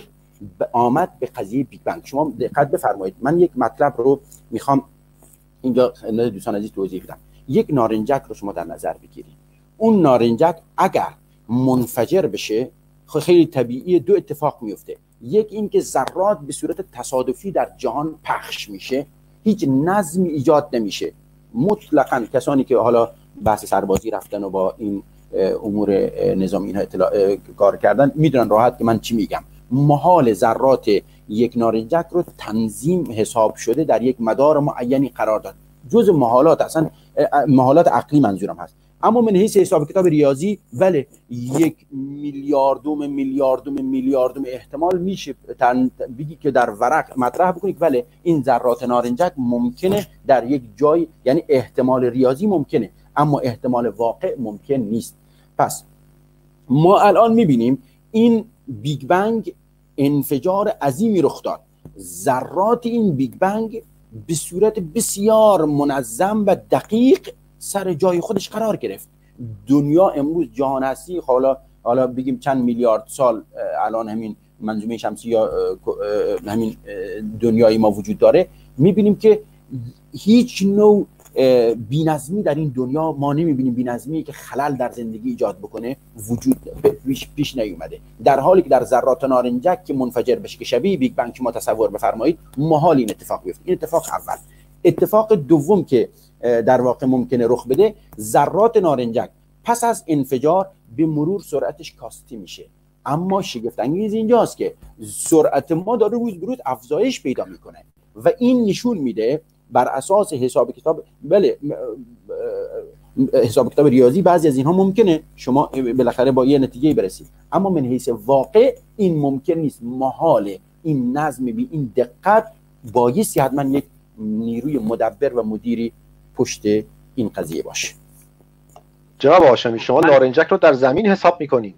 آمد به قضیه بیگ بنگ. شما دقت بفرمایید، من یک مطلب رو میخوام اینجا خدمت دوستان عزیز توضیح بدم. یک نارنجک رو شما در نظر بگیرید. اون نارنجک اگر منفجر بشه خیلی طبیعی دو اتفاق میفته. یک این که ذرات به صورت تصادفی در جهان پخش میشه، هیچ نظمی ایجاد نمیشه. مطلقاً کسانی که حالا بحث سربازی رفتن و با این امور نظامی اینها اطلاع کار کردن میدونن راحت که من چی میگم. محال ذرات یک نارنجک رو تنظیم حساب شده در یک مدار معینی قرار داد. جز محالات، اصلا محالات عقلی منظورم هست. اما من حیث حساب کتاب ریاضی ولی یک میلیاردوم میلیاردوم میلیاردوم احتمال میشه بگی که در ورق مطرح بکنید ولی این ذرات نارنجک ممکنه در یک جای، یعنی احتمال ریاضی ممکنه اما احتمال واقع ممکن نیست. پس ما الان میبینیم این بیگ بنگ انفجار عظیمی رخ داد. ذرات این بیگ بنگ به صورت بسیار منظم و دقیق سر جای خودش قرار گرفت. دنیا امروز جهان هستی، حالا حالا بگیم چند میلیارد سال الان همین منظومه شمسی یا همین دنیای ما وجود داره، میبینیم که هیچ نوع بی‌نظمی در این دنیا ما نمیبینیم. بی‌نظمی که خلل در زندگی ایجاد بکنه وجود پیش, پیش نیومده. در حالی که در ذرات نارنجک که منفجر بشه که شبیه بیگ بنگ شما تصور بفرمایید، محال این اتفاق بیفته. این اتفاق اول. اتفاق دوم که در واقع ممکنه رخ بده، ذرات نارنجک پس از انفجار به مرور سرعتش کاستی میشه. اما شگفت انگیز اینجاست که سرعت ما داره روز به روز افزایش پیدا میکنه و این نشون میده بر اساس حساب کتاب، بله حساب کتاب ریاضی بعضی از اینها ممکنه شما بالاخره با یه نتیجه برسید، اما من حیث واقع این ممکن نیست. محاله این نظم بی این دقت بایستی حتما یک نیروی مدبر و مدیری پشت این قضیه باشه. جناب هاشمی شما نارنجک رو در زمین حساب میکنید؟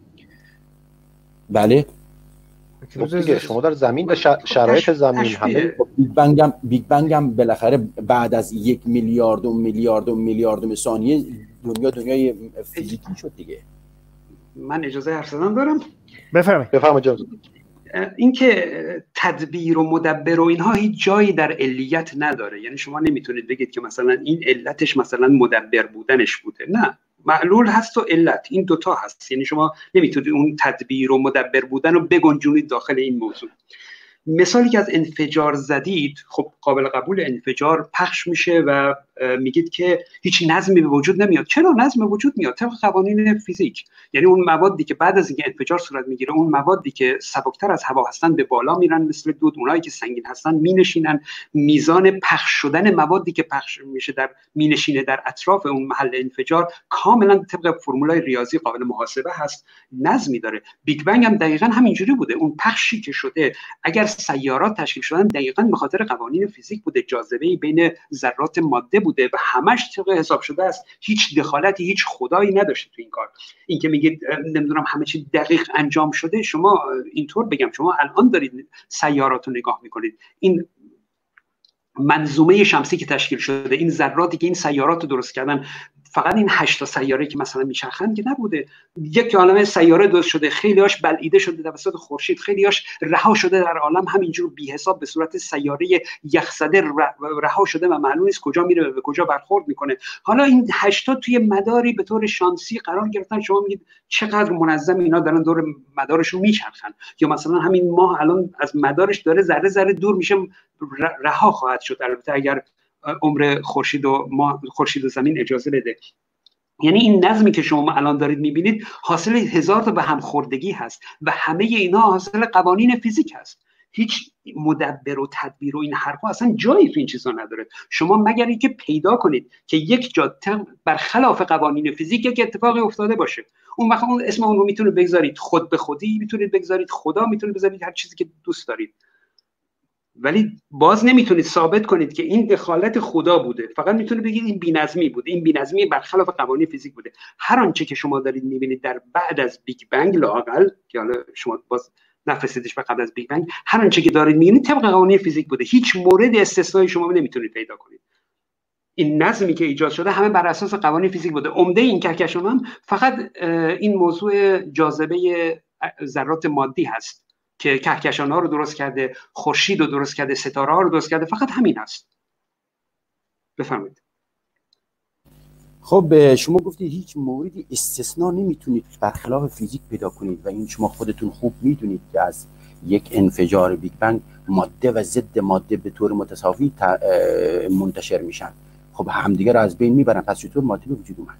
بله. خب دیگه شما در زمین و شرایط زمین همه بیگ بنگ هم بیگ بنگ هم بالاخره بعد از یک میلیارد و میلیارد و میلیارد ثانیه دنیا دنیای فیزیکی شد دیگه. من اجازه حرف زدن دارم؟ بفرمایید. بفرمایید جناب. اینکه تدبیر و مدبر و اینها هیچ جایی در علیت نداره. یعنی شما نمیتونید بگید که مثلا این علتش مثلا مدبر بودنش بوده. نه، معلول هست و علت، این دوتا هست. یعنی شما نمیتونید اون تدبیر و مدبر بودن رو بگنجونید داخل این موضوع. مثالی که از انفجار زدید، خب قابل قبول، انفجار پخش میشه و میگید که هیچ نظمی به وجود نمیاد. چرا نظم وجود میاد؟ طبق قوانین فیزیک. یعنی اون موادی که بعد از اینکه انفجار صورت میگیره، اون موادی که سبکتر از هوا هستن به بالا میرن مثل دود، اونایی که سنگین هستن مینشینن. میزان پخش شدن موادی که پخش میشه در مینشینه در اطراف اون محل انفجار کاملا طبق فرمولای ریاضی قابل محاسبه هست، نظمی داره. بیگ بنگ هم دقیقاً همینجوری بوده. اون پخشی که شده، اگر سیارات تشکیل شدن، دقیقاً به خاطر قوانین فیزیک بوده. جاذبه بین ذرات ماده بوده و همش طبق حساب شده است. هیچ دخالتی، هیچ خدایی نداشته تو این کار. این که میگید نمیدونم همه چی دقیق انجام شده، شما اینطور بگم، شما الان دارید سیارات رو نگاه میکنید، این منظومه شمسی که تشکیل شده، این ذراتی که این سیارات رو درست کردن، فقط این هشت تا سیاره که مثلا میچرخن که نبوده. یک عالمه سیاره درست شده، خیلیاش بلعیده شده توسط خورشید، خیلیاش رها شده در عالم همینجور بی حساب به صورت سیاره یخزده رها شده و معلوم نیست کجا میره و به کجا برخورد میکنه. حالا این هشت تا توی مداری به طور شانسی قرار گرفتن. شما میگید چقدر منظم اینا دارن دور مدارشون میچرخن. یا مثلا همین ماه الان از مدارش داره ذره ذره دور میشه، رها خواهد شد البته اگر عمر خورشید و ما خورشید و زمین اجازه بده. یعنی این نظمی که شما الان دارید میبینید حاصل هزار تا به هم خوردگی هست و همه اینا حاصل قوانین فیزیک هست. هیچ مدبر و تدبیر و این حرفا اصلا جایی تو این چیزا نداره. شما مگر اینکه پیدا کنید که یک جا برخلاف قوانین فیزیک یک اتفاقی افتاده باشه، اون وقت اون اسم اون رو میتونه بگذارید خود به خودی، میتونید بگذارید خدا، میتونید بذارید هر چیزی که دوست دارید، ولی باز نمیتونید ثابت کنید که این دخالت خدا بوده. فقط میتونید بگید این بی‌نظمی بوده، این بی‌نظمی برخلاف قوانین فیزیک بوده. هر آنچه که شما دارید میبینید در بعد از بیگ بنگ، لااقل که حالا شما باز نفرستیدش به قبل از بیگ بنگ، هر آنچه که دارید میبینید طبق قوانین فیزیک بوده. هیچ مورد استثنایی شما نمیتونید پیدا کنید. این نظمی که ایجاد شده همه بر اساس قوانین فیزیک بوده. عمده این کهکشان هم فقط این موضوع جاذبه ذرات مادی هست که کهکشان ها رو درست کرده، خورشید رو درست کرده، ستاره ها رو درست کرده، فقط همین هست. بفرمایید. خب شما گفتید هیچ موردی استثناء نمیتونید برخلاف فیزیک پیدا کنید و این شما خودتون خوب میدونید که از یک انفجار بیگ بنگ ماده و ضد ماده به طور متساوی منتشر میشن. خب همدیگه رو از بین میبرن، پس چطور ماده به وجود اومد؟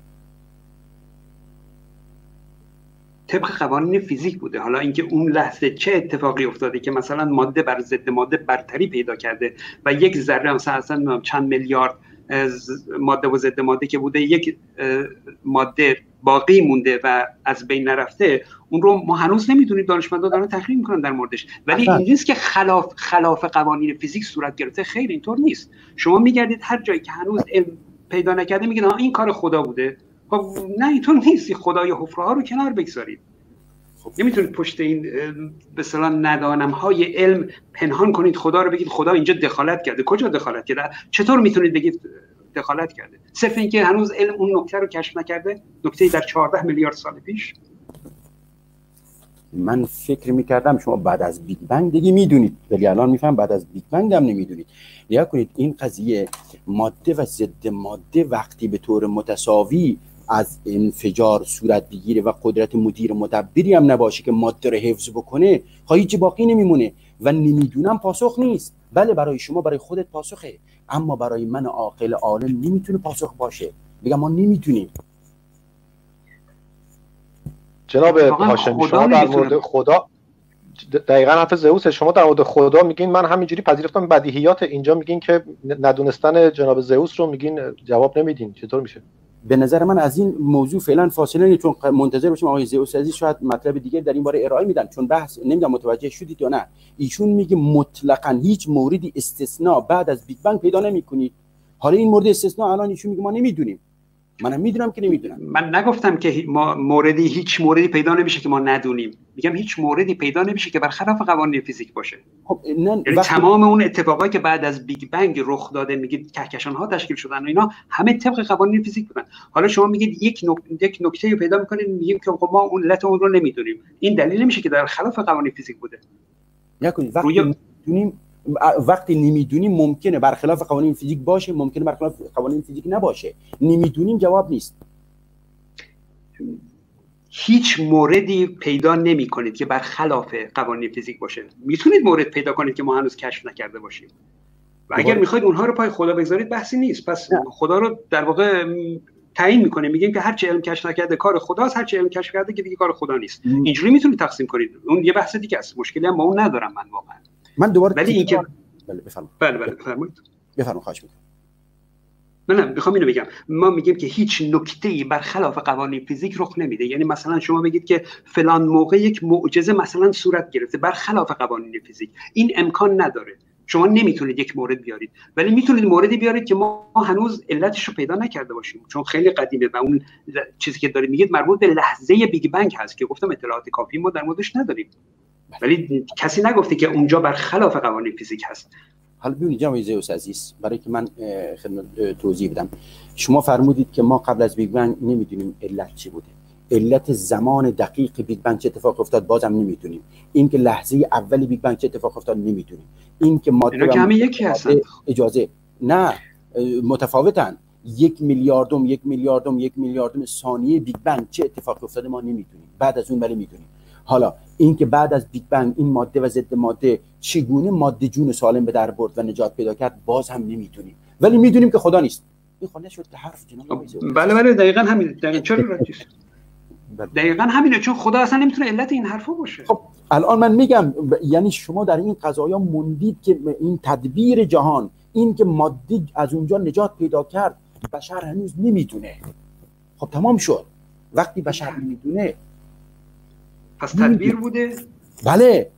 طبق قوانین فیزیک بوده. حالا اینکه اون لحظه چه اتفاقی افتاده که مثلا ماده بر ضد ماده برتری پیدا کرده و یک ذره مثلا اصلا چند میلیارد ماده و ضد ماده که بوده یک ماده باقی مونده و از بین نرفته، اون رو ما هنوز نمیدونیم، دانشمندان دارن تحقیق میکنن در موردش. ولی این نیست که خلاف خلاف قوانین فیزیک صورت گرفته. خیر، اینطور نیست. شما میگردید هر جایی که هنوز علم پیدا نکرده میگید این کار خدا بوده. خب نه، اینطور نیست. خدای حفره ها رو کنار بگذارید. نمیتونید پشت این به اصطلاح ندانم های علم پنهان کنید خدا رو، بگید خدا اینجا دخالت کرده. کجا دخالت کرده؟ چطور میتونید بگید دخالت کرده؟ صرف اینکه هنوز علم اون نکته رو کشف نکرده، نکته در چهارده میلیارد سال پیش. من فکر میکردم شما بعد از بیگ بنگ دیگه میدونید، ولی الان میفهم بعد از بیگ بنگ هم نمیدونید. نگاه کنید، این قضیه ماده و ضد ماده وقتی به طور متساوی از انفجار صورت بگیره و قدرت مدیر مدبری هم نباشه که ماده رو حفظ بکنه، هیچ باقی نمیمونه. و نمیدونم پاسخ نیست. بله برای شما، برای خودت پاسخه، اما برای من عاقل عالم نمیتونه پاسخ باشه. بگم ما نمیدونیم. جناب هاشمی، شما در مورد خدا دقیقاً حرف زئوس، شما در مورد خدا میگین من همینجوری پذیرفتم بدیهیات، اینجا میگین که ندونستن جناب زئوس رو میگین جواب نمیدین. چطور میشه؟ به نظر من از این موضوع فعلا فاصله نیست، چون منتظر باشیم آقای زئوس عزیز شاید مطلب دیگه در این باره ارائه میدن، چون بحث نمیدونم متوجه شدید یا نه. ایشون میگه مطلقاً هیچ موردی استثناء بعد از بیگ بنگ پیدا نمیکنید. حالا این مورد استثناء الان ایشون میگه ما نمیدونیم. منم میدونم که نمیدونم. من نگفتم که ما موردی هیچ موردی پیدا نمیشه که ما ندونیم. میگم هیچ موردی پیدا نمیشه که برخلاف قوانین فیزیک باشه. خب نه، یعنی تمام اون اتفاقایی که بعد از بیگ بنگ رخ داده، میگید کهکشان ها تشکیل شدن و اینا، همه طبق قوانین فیزیک بودن. حالا شما میگید یک نک... یک نکته رو پیدا میکنید، میگیم که خب ما اون علت اون رو نمیدونیم. این دلیل نمیشه که در خلاف قوانین فیزیک بوده. نکنید وقتی روی... میدونیم وقتی نمیدونیم ممکنه برخلاف قوانین فیزیک باشه، ممکنه برخلاف قوانین فیزیک نباشه. نمیدونیم جواب نیست. هیچ موردی پیدا نمی کنید که برخلاف قوانین فیزیک باشه. میتونید مورد پیدا کنید که ما هنوز کشف نکرده باشیم و اگر میخواید اونها رو پای خدا بگذارید بحثی نیست. پس نه. خدا رو در واقع تعیین میکنه، میگیم که هر چه علم کشف نکرده کار خداست، هر چه علم کشف کرده که دیگه کار خدا نیست. اینجوری میتونید تقسیم کنید. اون یه بحث دیگه است. مشکلی هم با اون ندارم من واقعا. من دوباره ولی اینکه بله بفرمایید. بله بله بفرمایید. بفرمایید خواهش میکنم. نه نه میخوام اینو بگم، ما میگیم که هیچ نکته‌ای برخلاف قوانین فیزیک رخ نمیده. یعنی مثلا شما بگید که فلان موقع یک معجزه مثلا صورت گرفته برخلاف قوانین فیزیک، این امکان نداره. شما نمیتونید یک مورد بیارید، ولی میتونید موردی بیارید که ما هنوز علتش رو پیدا نکرده باشیم، چون خیلی قدیمه و اون چیزی که دارید میگید مربوط به لحظه بیگ بنگ هست که گفتم اطلاعات کافی ما در موردش نداریم. ولی کسی نگفته که اونجا برخلاف قوانین فیزیک هست. حالا ببینید جناب زئوس عزیز، برای که من خدمت توضیح بدم، شما فرمودید که ما قبل از بیگ بنگ نمیدونیم علت چی بوده. علت زمان دقیق بیگ بنگ چه اتفاق افتاد بازم نمیدونیم. این که لحظه اول بیگ بنگ چه اتفاق افتاد نمیدونیم. این که ماده اینا که همه یکی هستن. اجازه نه، متفاوتن. یک میلیاردم یک میلیاردم یک میلیاردم ثانیه بیگ بنگ چه اتفاق افتاده ما نمیدونیم. بعد از اون ولی میدونیم. حالا این که بعد از بیگ بنگ این ماده و ضد ماده چگونه ماده جون سالم به در برد و نجات پیدا کرد باز هم نمیدونیم، ولی میدونیم که خدا نیست. این خلاص شد که حرف جناب بله بله دقیقاً همین. دقیقاً چرا دقیقاً همینه، چون خدا اصلا نمیتونه علت این حرفا باشه. خب الان من میگم یعنی شما در این قضایا موندید که این تدبیر جهان، این که ماده از اونجا نجات پیدا کرد بشر هنوز نمیدونه. خب تمام شد. وقتی بشر نمیدونه پس تدبیر بوده؟ بله.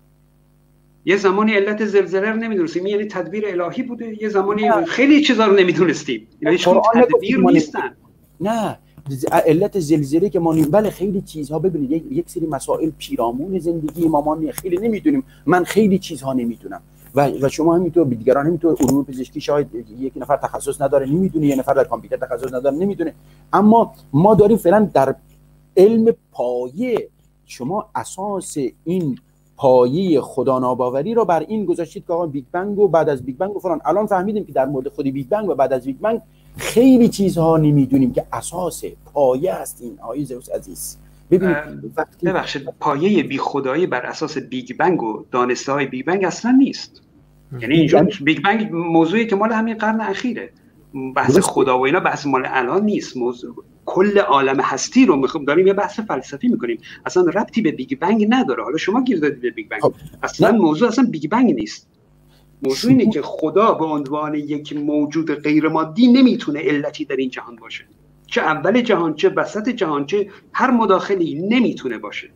یه زمانی علت زلزله رو نمیدونستیم، یعنی تدبیر الهی بوده. یه زمانی خیلی چیزا رو نمیدونستیم، یعنی هیچ تدبیر نیستن. نه علت زلزله که ما نیم، بله خیلی چیزها. ببینید یک, یک سری مسائل پیرامون زندگی ما ما خیلی نمیدونیم. من خیلی چیزها نمیدونم، و و شما همینطور دیگران همینطور علوم پزشکی شاید یک نفر تخصص نداره نمیدونه، یه نفر در کامپیوتر تخصص نداره نمیدونه، اما ما داریم فعلا در علم پایه، شما اساس این پایه خدا ناباوری رو بر این گذاشتید که آقا بیگ بنگ و بعد از بیگ بنگ و فلان. الان فهمیدیم که در مورد خود بیگ بنگ و بعد از بیگ بنگ خیلی چیزها نمیدونیم که اساس پایه است. این آقای زئوس عزیز ببینید وقتی ببخشید پایه بی خدایی بر اساس بیگ بنگ و دانسته های بیگ بنگ اصلا نیست. یعنی اینجا بیگ بنگ موضوعی که مال همین قرن اخیره، بحث خدا و اینا بحث مال الان نیست. موضوع کل عالم هستی رو میخوام داریم یه بحث فلسفی میکنیم، اصلا ربطی به بیگ بنگ نداره. حالا شما گیر دادید به بیگ بنگ، اصلا نه. موضوع اصلا بیگ بنگ نیست. موضوع اینه که خدا به عنوان یک موجود غیر مادی نمیتونه علتی در این جهان باشه، چه اول جهان چه وسط جهان چه هر مداخلی نمیتونه باشه،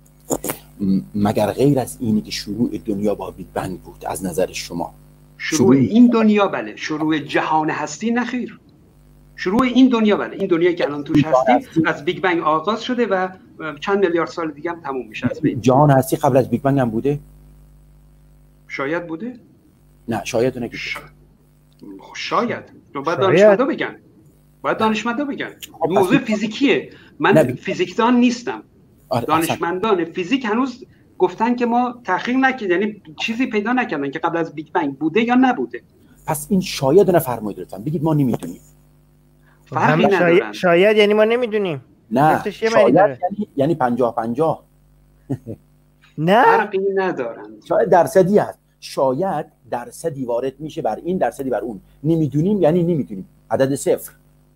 مگر غیر از اینی که شروع دنیا با بیگ بنگ بود. از نظر شما شروع, شروع این دنیا بله، شروع جهان هستی نخیر، شروع این دنیا بله، این دنیایی که الان توش هستیم از بیگ بنگ آغاز شده و چند میلیارد سال دیگه هم تموم میشه. از جهان هستی قبل از بیگ بنگ هم بوده؟ شاید بوده؟ نه شاید نگید. ش... شاید تو باید دانشمندا بگن، باید دانشمندا بگن. خب موضوع فیزیکیه، من نبی. فیزیکدان نیستم. آره دانشمندان اصلا. فیزیک هنوز گفتن که ما تحقیق نکردیم، یعنی چیزی پیدا نکردن که قبل از بیگ بنگ بوده یا نبوده. پس این شاید نفرمایید لطفا بگید ما نمیدونیم. فرقی نداره. شاید یعنی ما نمیدونیم. نه شاید یعنی یعنی پنجاه پنجاه. نه فرقی ندارن. شاید درصدی هست، شاید درصدی وارد میشه بر این درصدی بر اون. نمیدونیم یعنی نمیدونیم، عدد صفر.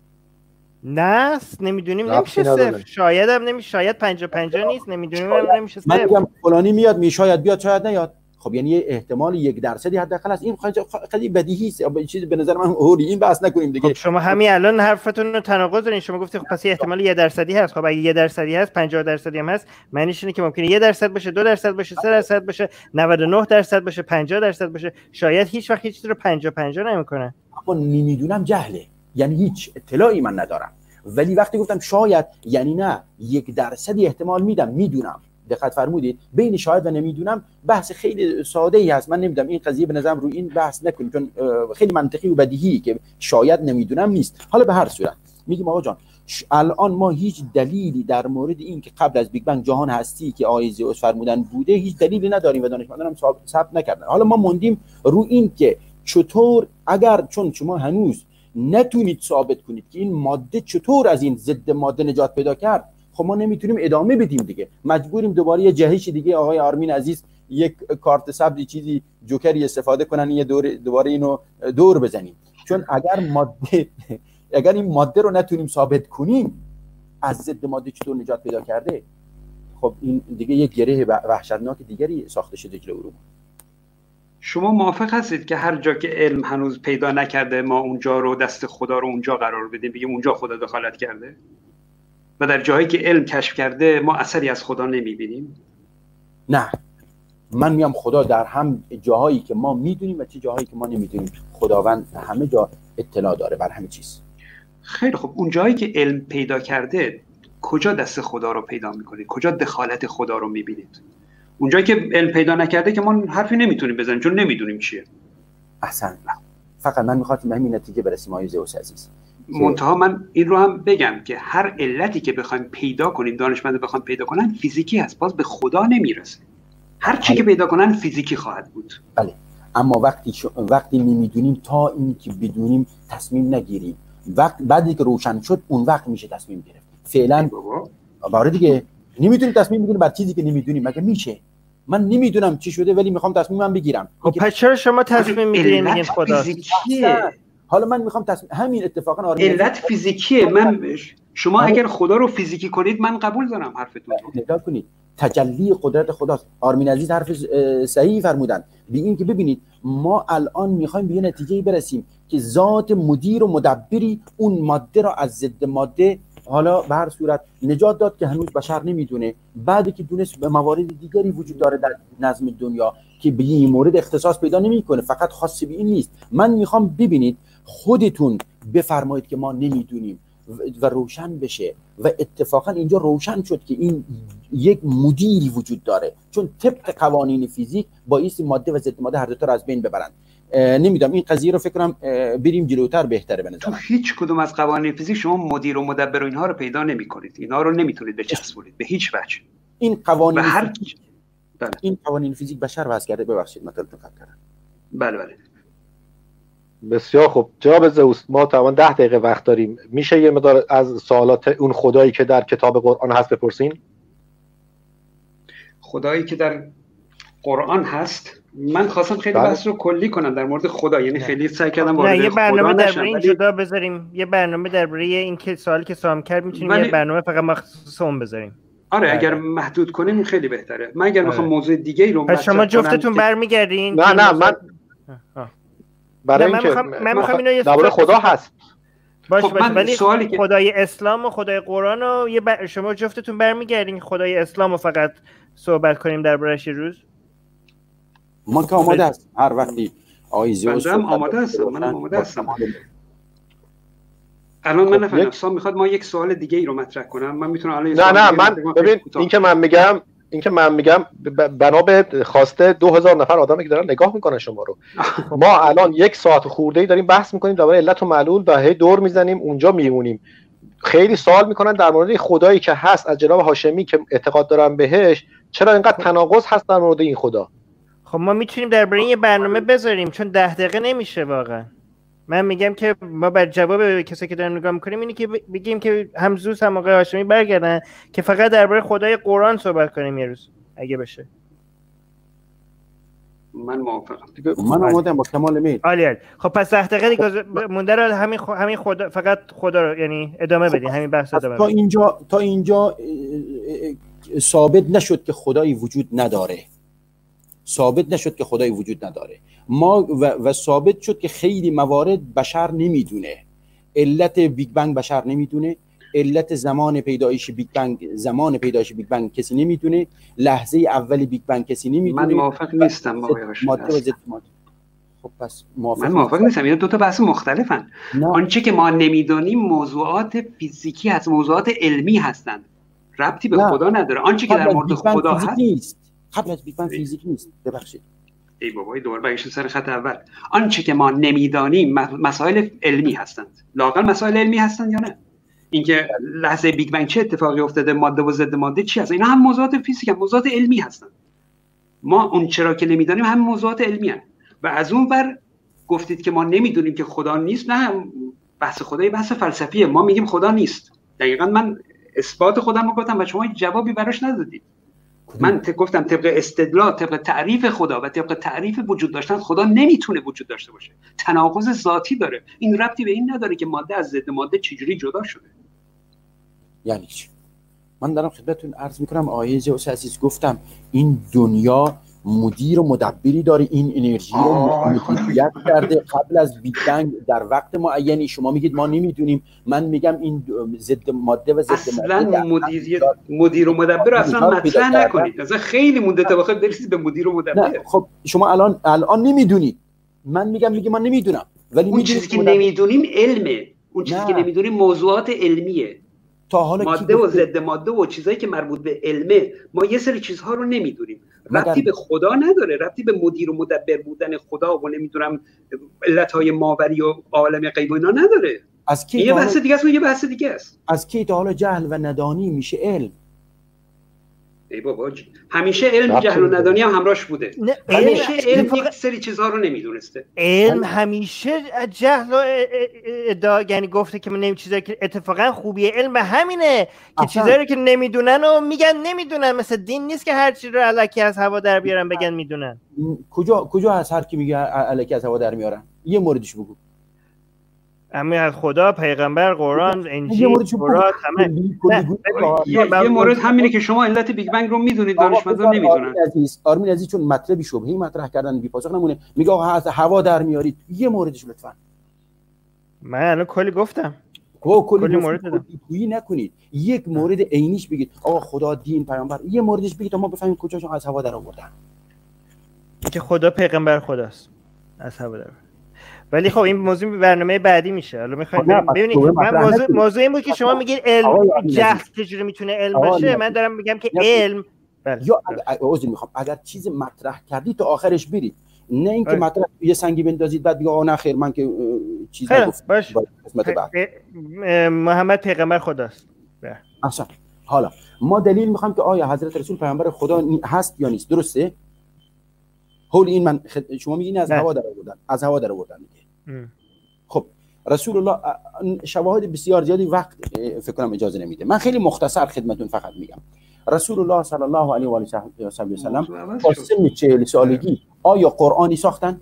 نه نمیدونیم نمیشه صفر، شاید هم نمیشه، شاید پنجاه پنجاه نیست، نمیدونیم هم نمیشه صفر. من میگم فلانی میاد می شاید بیاد شاید نیاد، خب یعنی یه احتمال یک درصدی حداقل است. این خیلی بدیهی است، چیز به نظر من اوری این بحث نکنیم دیگه. خب شما همین الان حرفتون رو تناقض دارین، شما گفتید خب پس یه احتمال یک درصدی هست. خب اگه یک درصدی هست پنجاه درصدی هم هست، معنیش اینه که ممکنه یک درصد باشه، دو درصد باشه، سه درصد باشه، نود و نه درصد باشه، پنجاه درصد باشه. شاید هیچ وقت هیچ چیزی رو پنجاه پنجاه نمیکنه. اما نمیدونم جهله، یعنی هیچ اطلاعی من ندارم. ولی وقتی گفتم شاید یعنی نه یک درصدی احتمال میدم، میدونم. دقت فرمودید بین شاید و نمیدونم بحث خیلی ساده ای هست. من نمیدونم این قضیه به نظرم روی این بحث نکنیم چون خیلی منطقی و بدیهی که شاید نمیدونم نیست. حالا به هر صورت میگیم آقا جان الان ما هیچ دلیلی در مورد این که قبل از بیگ بنگ جهان هستی که آقای زئوس فرمودن بوده هیچ دلیلی نداریم و دانشمندان هم ثبت نکردن. حالا ما موندیم رو این که چطور اگر چون شما هنوز نتونید ثابت کنید که این ماده چطور از این ضد ماده نجات پیدا کرد، خب ما نمیتونیم ادامه بدیم دیگه، مجبوریم دوباره یه جهش دیگه آقای آرمین عزیز یک کارت سبز چیزی جوکری استفاده کنن یه دور دوباره اینو دور بزنیم. چون اگر ماده اگر این ماده رو نتونیم ثابت کنیم از ضد ماده چطور نجات پیدا کرده، خب این دیگه یک گره وحشتناک دیگری ساخته شده جلوی اروپا. شما موافق هستید که هر جا که علم هنوز پیدا نکرده ما اونجا رو دست خدا رو اونجا قرار بدیم، بگیم اونجا خدا دخالت کرده؟ و در جاهایی که علم کشف کرده ما اثری از خدا نمیبینیم؟ نه، من میام خدا در هم جاهایی که ما میدونیم و چه جاهایی که ما نمیدونیم خداوند همه جا اطلاع داره بر همه چیز. خیلی خب اون جایی که علم پیدا کرده کجا دست خدا رو پیدا میکنید؟ کجا دخالت خدا رو میبینید؟ اونجایی که علم پیدا نکرده که ما حرفی نمیتونیم بزنیم چون نمیدونیم چیه. احسن. فقط من میخواستم به همین نتیجه برسیم آقای زئوس عزیز. منتها من این رو هم بگم که هر علتی که بخوایم پیدا کنیم، دانشمندا بخوام پیدا کنن فیزیکی هست، باز به خدا نمیرسه. هر چی که پیدا کنن فیزیکی خواهد بود. بله، اما وقتی شو... وقتی نمیدونیم تا اینی که بدونیم تصمیم نگیریم. وقت بعدی که روشن شد اون وقت میشه تصمیم گرفت. فعلا باره دیگه نمیتونیم تصمیم بگیریم بر چیزی که نمیدونیم. مگه میشه؟ من نمیدونم چی شده ولی میخوام تصمیمم بگیرم. خب پس چرا شما تصمیم میگیرین میگین خدا؟ حالا من میخوام تصمیم همین اتفاقا آرمین علت فیزیکیه. من شما اگر خدا رو فیزیکی کنید من قبول دارم حرفتون رو. نگاه کنید تجلی قدرت خداست. آرمین عزیز حرف صحیحی فرمودن. به این که ببینید ما الان میخوایم به یه نتیجه‌ای برسیم که ذات مدیر و مدبری اون ماده را از ضد ماده حالا به هر صورت نجات داد که هنوز بشر نمیدونه. بعدی که دونست به موارد دیگری وجود داره در نظم دنیا که به این مورد اختصاص پیدا نمیکنه، فقط خاص به این نیست. من میخوام ببینید خودتون بفرمایید که ما نمیدونیم. و روشن بشه و اتفاقا اینجا روشن شد که این یک مدیری وجود داره، چون طبق قوانین فیزیک بایستی ماده و ضد ماده هر دو تا رو از بین ببرند. نمیدونم این قضیه رو فکر کنم بریم جلوتر بهتره. به نظر تو هیچ کدوم از قوانین فیزیک شما مدیر و مدبر و اینها رو پیدا نمی‌کنید، اینا رو نمیتونید بچسبونید به هیچ وجه. این قوانین هر... فیزیک بله. این قوانین فیزیک بشر وضع کرده. ببخشید مطلبتون قطع کردم. بله بله بسیار خوب جناب زئوس، ما تقریبا ده دقیقه وقت داریم، میشه یه مقدار از سوالات اون خدایی که در کتاب قرآن هست بپرسین؟ خدایی که در قرآن هست، من خواستم خیلی بحث رو کلی کنم در مورد خدا، یعنی خیلی سعی کردم وارد یه برنامه خدا درباره این جدا بذاریم، یه برنامه درباره این که سوالی که سوال کرد میتونیم ولی... یه برنامه فقط مخصوص اون بذاریم. آره بله. اگر محدود کنیم خیلی بهتره. من اگر میخوام موضوع دیگه ای رو پس شما جفتتون برمیگردین؟ نه نه من برای اینکه من میخوام اینو درباره خدا هست. باشه خب باشه ولی سوالی که خدای اسلام و خدای قرآن رو یه ب... شما جفتتون برمیگردین خدای اسلام رو فقط صحبت کنیم درباره‌اش یه روز؟ من که آماده هستم هر وقتی آقای زئوس من آماده هستم من آماده هستم الان من نفهمیدم سام میخواد ما یک سوال دیگه ای رو مطرح کنم. من میتونم الان نه نه من ببین این که من میگم این که من میگم بنا به خواسته دو هزار نفر آدمی که دارن نگاه میکنن شما رو. ما الان یک ساعت خورده ای داریم بحث میکنیم درباره علت و معلول و هی دور میزنیم اونجا میمونیم. خیلی سوال میکنن در مورد خدایی که هست از جناب هاشمی که اعتقاد دارن بهش، چرا اینقدر تناقض هست در مورد این خدا؟ خب ما میتونیم درباره یه برنامه بذاریم چون ده دقیقه نمیشه واقعا. من میگم که ما بر جواب کسی که دارن نگاه میکنیم اینه که بگیم که هم زوس هم آقای هاشمی برگردن که فقط درباره خدای قرآن صحبت کنیم یه روز اگه بشه. من موافقم. من آمادم با کمال میل. عالی عالی. خب پس ده دقیقه دیگه مونده رو همین خ... همین خدا فقط خدا رو یعنی ادامه بدین، همین بحث ادامه تا اینجا تا اینجا ثابت نشد که خدایی وجود نداره. ثابت نشد که خدایی وجود نداره. ما و, و ثابت شد که خیلی موارد بشر نمیدونه. علت بیگ بنگ بشر نمیدونه، علت زمان پیدایش بیگ بنگ زمان پیدایش بیگ بنگ کسی نمیدونه، لحظه اول بیگ بنگ کسی نمیدونه. من موافق نیستم با آقای هاشمی. ماده و ضد ماده. خب پس موافق من موافق نیستم. اینا دو تا بحث مختلفن. آنچه که ما نمیدونیم موضوعات فیزیکی هست، موضوعات علمی هستند. ربطی به نه. خدا نداره. آنچه که در مورد خدا هست نیست. قبل از بیگ بنگ فیزیک نیست. ببخشید. ای بابای دوباره برگشت سر خط اول. آنچه که ما نمیدانیم مسائل علمی هستند. لااقل مسائل علمی هستند یا نه؟ اینکه لحظه بیگ بنگ چه اتفاقی افتاده، ماده و ضد ماده چی هست، اینا هم موضوعات فیزیک هم موضوعات علمی هستند. ما اون چرا که نمیدانیم هم موضوعات علمی هستند. و از اون ور گفتید که ما نمیدونیم که خدا نیست. نه، بحث خدای بحث فلسفیه. ما میگیم خدا نیست. دقیقاً من اثبات خودم رو گفتم و شما جوابی براش ندادید. من گفتم طبق استدلال، طبق تعریف خدا و طبق تعریف وجود داشتن خدا نمیتونه وجود داشته باشه. تناقض ذاتی داره. این ربطی به این نداره که ماده از ضد ماده چجوری جدا شده. یعنی چی؟ من دارم خدمتتون عرض میکنم آقای زئوس عزیز، گفتم این دنیا مدیر و مدبری داره، این انرژی رو مدیریت کرده قبل از بیگ بنگ در وقت معینی. شما میگید ما نمیدونیم، من میگم این ضد ماده و ضد ماده اصلا مدیریت مدیر و مدبر اصلا مطرح نکنید. اصلا خیلی مونده تا بخواید برسید به مدیر و مدبر. خب شما الان الان نمیدونید، من میگم میگه من نمیدونم، ولی اون چیزی که مدبر... نمیدونیم علمه. اون چیزی نه. که نمیدونیم موضوعات علمیه. تا حالا ماده و ضد ماده و چیزایی که مربوط به علمه، ما یه سری چیزها رو نمیدونیم. ربطی به خدا نداره، ربطی به مدیر و مدبر بودن خدا و نمیدونم علتهای ماوری و عالم غیب و اینا نداره. از کی یه بحث دیگه است و یه بحث دیگه است. از کی تا حالا جهل و ندانی میشه علم؟ ای بابا همیشه علم جهل و ندانی هم همراهش بوده. همیشه علم یک سری چیزها رو نمیدونسته. علم همیشه جهل و ادعا یعنی گفته که من نمی چیزایی که اتفاقا خوبیه علم همینه که چیزایی رو که نمیدونن و میگن نمیدونن. مثل دین نیست که هر چی رو الکی از هوا در بیارن بگن میدونن. کجا کجا از هر کی میگه الکی از هوا در میارن؟ یه موردش بگو. اما از خدا، پیغمبر، قرآن، انجیل، تورات، همه. یه مورد همینه که شما علت بیگ بنگ رو میدونید، دانشمندان نمیدونن. آرمین عزیز چون مطلبی شبهه‌ای مطرح کردن بی پاسخ نمونه، میگه آقا از هوا در میارید. یه موردش لطفاً. من الان کلی گفتم. کو کلی مورد دادم. کوی نکنید. یک مورد عینیش بگید. آقا خدا، دین، پیامبر. یه موردش بگید تا ما بفهمیم کجاش از هوا در آوردن. که خدا، پیغمبر، خداست. از هوا در ولی خب این موضوع برنامه بعدی میشه. حالا میخوایم ببینید من موضوع موضوع این بود که شما میگید علم جهل چجوری میتونه علم باشه، من دارم میگم که علم بله. یا عذر میخوام اگر چیز مطرح کردی تا آخرش برید، نه اینکه مطرح یه سنگی بندازید بعد بگید آ نه خیر من که چیز نگفتم. باش قسمت بعد محمد پیغمبر خداست. اصلا حالا ما دلیل میخوام که آیا حضرت رسول پیامبر خدا هست یا نیست، درسته؟ حول این من خد... شما میگین از هوا در آوردن، از هوا در آوردن میگه. خب رسول الله شواهد بسیار زیادی وقت فکر کنم اجازه نمیده، من خیلی مختصر خدمتتون فقط میگم. رسول الله صلی الله علیه و آله و سلم با سن چهل سالگی آیا قرآنی ساختن؟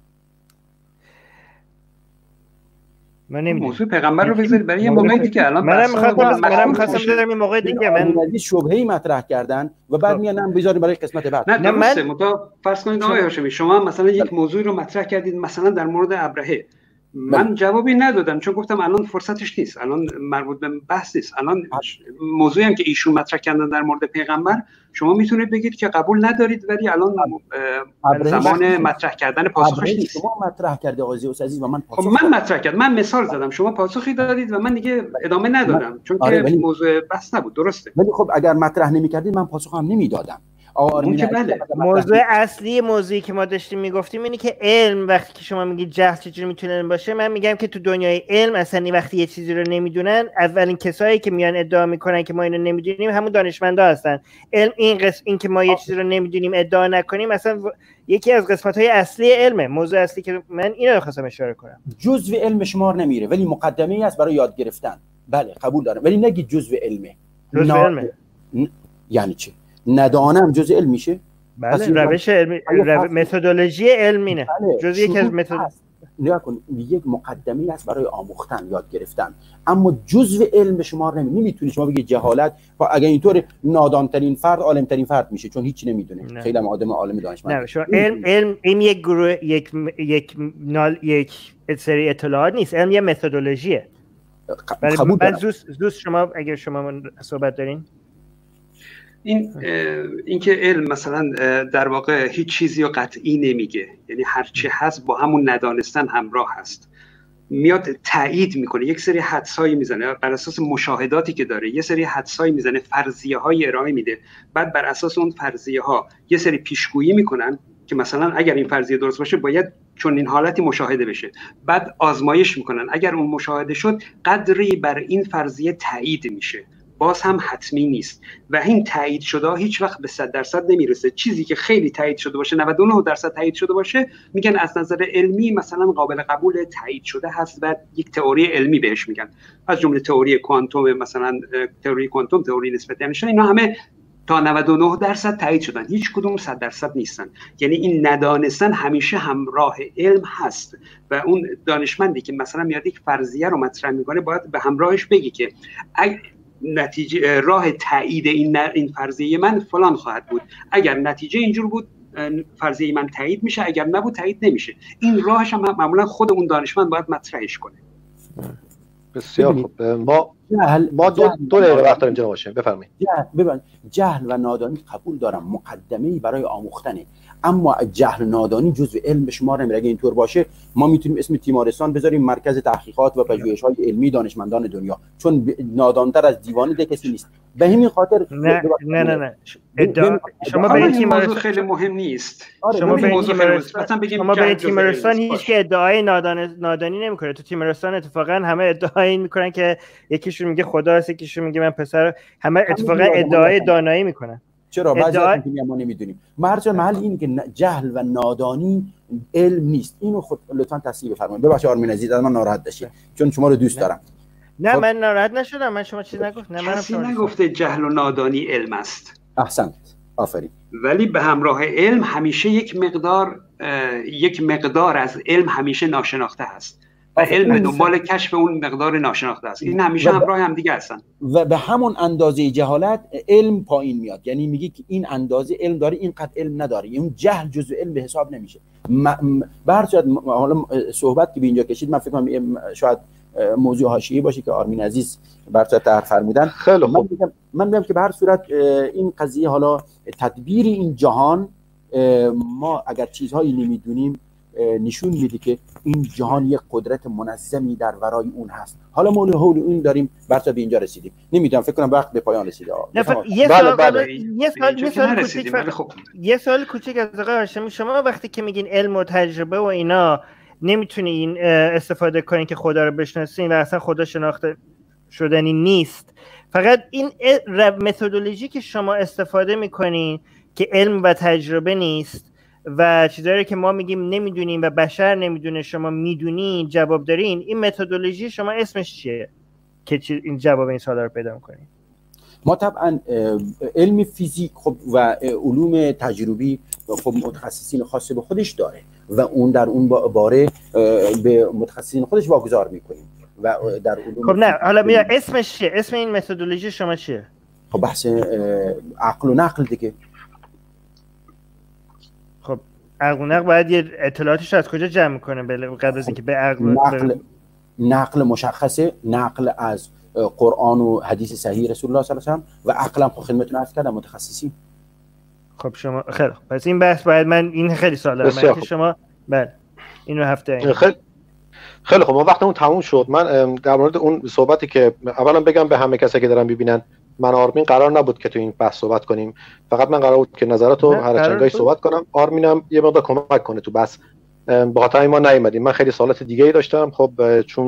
من نمیدونم. موضوع پیغمبر رو بذارید برای یه موقعی دیگه. الان منم می‌خواستم منم می‌خواستم بذارم این موقع دیگه. من از شبهه‌ای مطرح کردن و بعد میانم بذاریم برای قسمت بعد. نه من متا فرض کنید آقای هاشمی شما مثلا یک موضوعی رو مطرح کردید، مثلا در مورد ابرهه، من جوابی ندادم چون گفتم الان فرصتش نیست، الان مربوط به بحث نیست. الان موضوعی هم که ایشون مطرح کردن در مورد پیغمبر شما میتونید بگید که قبول ندارید، ولی الان زمان مطرح کردن پاسخش نیست. شما مطرح کردید آقای زیوس عزیز و من خب من مطرح کردم، من مثال زدم، شما پاسخی دادید و من دیگه ادامه ندادم چون که ولی... موضوع بحث نبود. درسته، ولی خب اگر مطرح نمی‌کردید من پاسخ هم نمیدادم. بله. موضوع اصلی موضوعی که ما داشتیم میگفتیم اینه که علم وقتی که شما میگید جهل چجوری میتونه باشه، من میگم که تو دنیای علم اصلا وقتی یه چیزی رو نمیدونن، اولین کسایی که میان ادعا میکنن که ما اینو نمیدونیم همون دانشمندا هستن. علم این قسم این که ما یه چیزی رو نمیدونیم ادعا نکنیم اصلا یکی از قسمت‌های اصلی علمه. موضوع اصلی که من اینو خواستم اشاره کنم جزء علم شمار نمیره ولی مقدمه‌ای است برای یاد گرفتن. بله قبول دارم، ولی نگید جزء علمه. جزء علمه ن... یعنی چی؟ ندانم جزء علم میشه؟ بله روش علمی رو... متدولوژی علمینه بله. جزء یکی از متد نگاه کن یک مقدمه است برای آموختن یاد گرفتن، اما جزء علم به شمار نمی نمیتونی شما بگی جهالت و اگر اینطور نادانترین فرد عالمترین فرد میشه چون هیچی نمیدونه. خیلی هم آدم عالم دانشمند. نه شما علم علم این یک گروه یک یک نال یک سری اطلاعات نیست، علم یه متدولوژیه. قبول دارم. زوس زوس شما اگر شما صحبت دارین این اینکه علم مثلا در واقع هیچ چیزی رو قطعی نمیگه، یعنی هر چی هست با همون ندانستن همراه هست، میاد تایید میکنه، یک سری حدسایی میزنه بر اساس مشاهداتی که داره، یه سری حدسایی میزنه، فرضیه های ارائه میده، بعد بر اساس اون فرضیه ها یه سری پیشگویی میکنن که مثلا اگر این فرضیه درست باشه باید چون این حالتی مشاهده بشه، بعد آزمایش میکنن، اگر اون مشاهده شد قدری بر این فرضیه تایید میشه، باز هم حتمی نیست و این تایید شده هیچ وقت به صد درصد نمیرسه. چیزی که خیلی تایید شده باشه، نود و نه درصد تایید شده باشه، میگن از نظر علمی مثلا قابل قبول تایید شده هست و یک تئوری علمی بهش میگن، از جمله تئوری کوانتوم، مثلا تئوری کوانتوم، تئوری نسبت انیشتین، اینا همه تا نود و نه درصد تایید شدن، هیچ کدوم صد درصد نیستن. یعنی این ندانستن همیشه همراه علم هست و اون دانشمندی که مثلا میاد یک فرضیه رو مطرح میکنه باید به همراهش بگی که اگه نتیجه راه تایید این این فرضیه من فلان خواهد بود، اگر نتیجه اینجور بود فرضیه من تایید میشه، اگر نبود تایید نمیشه. این راهش هم معمولا خود اون دانشمند باید مطرحش کنه. بسیار خوب. ما جهل ما دو دو دقیقه وقت داریم جناب هاشمی، بفرمایید. جهل ببین جهل و نادانی قبول دارم، مقدمه‌ای برای آموختنه، اما جهل و نادانی جزء علم به شمار نمیره. اگه اینطور باشه ما میتونیم اسم تیمارستان بذاریم مرکز تحقیقات و پژوهش‌های علمی دانشمندان دنیا، چون نادانتر از دیوانه ده کسی نیست. به همین خاطر نه نه نه نه ادعا شما به این موضوع خیلی مهم نیست. شما به تیمارستان شما به تیمارستان هیچ که ادعای نادان نادانی نمیکنه. تو تیمارستان اتفاقا همه ادعای میکنن که یکیشون میگه خدا هست، یکیشون میگه من پسر، همه اتفاقا ادعای دانایی میکنن. چرا بعضی از اینکه ما نمیدونیم. مرجع محل اینه که جهل و نادانی علم نیست. اینو خود لطفاً تصحیح بفرمایید. ببخشید آرمین عزیز از من ناراحت بشید چون شما رو دوست دارم. نه خب. من ناراحت نشدم، من شما چیز نگفت. نه من کسی نگفته جهل و نادانی علم است. احسنت، آفرین. ولی به همراه علم همیشه یک مقدار یک مقدار از علم همیشه ناشناخته هست و علم دنبال کشف اون مقدار ناشناخته است. این همیشه همراه هم دیگه هستن و به همون اندازه جهالت علم پایین میاد. یعنی میگی که این اندازه علم داره اینقدر علم نداره، اون جهل جزء علم به حساب نمیشه. برچاد حالا صحبت که به اینجا کشید من فکر کنم شاید موضوع حاشیه‌ای باشه که آرمین عزیز برچاد طرح فرمودن. خیلی خوب. من میگم من میگم که به هر صورت این قضیه حالا تدبیر این جهان، ما اگر چیزهایی نمیدونیم نشون میده که این جهان یک قدرت منظمی در ورای اون هست. حالا ما حول اون داریم برتا به اینجا رسیدیم. نمیدونم، فکر کنم وقت به پایان رسیده. نه ف... یه سال بله یه سال یه سال کوچیک ف... خب. یه سال کوچیک از آقای هاشمی، شما وقتی که میگین علم و تجربه و اینا نمیتونین استفاده کنین که خدا رو بشناسین و اصلا خدا شناخته شدنی نیست، فقط این متدولوژی که شما استفاده میکنین که علم و تجربه نیست و چیزایی که ما میگیم نمیدونیم و بشر نمیدونه شما میدونین جواب دارین، این متدولوژی شما اسمش چیه که این جواب این سوالا رو پیدا میکنین؟ ما طبعا علم فیزیک خب و علوم تجربی خب متخصصین خاص به خودش داره و اون در اون باره به متخصصین خودش واگذار میکنیم و در علوم خب نه حالا میاد اسمش چیه؟ اسم این متدولوژی شما چیه؟ خب بحث عقل و نقل دیگه. خب عقل و نقل باید یه اطلاعاتش از کجا جمع میکنه قبل از اینکه به عقل نقل نقل مشخصه، نقل از قرآن و حدیث صحیح رسول الله صلی الله علیه و آله و عقل هم خدمتتون عرض کردم متخصصین. خب شما خیلی خب پس این بحث باید من این خیلی سوال دارم که شما بله اینو هفته این. خیلی خیلی خب ما وقتمون تموم شد. من در مورد اون صحبتی که اولا بگم به همه کسایی که دارن ببینن، من آرمین قرار نبود که تو این بحث صحبت کنیم، فقط من قرار بود که نظراتو هر چنگایی صحبت کنم. آرمینم یه مقدار کمک کنه تو بحث، به خاطر ما نیومدیم. من خیلی سوالات دیگه ای داشتم، خب چون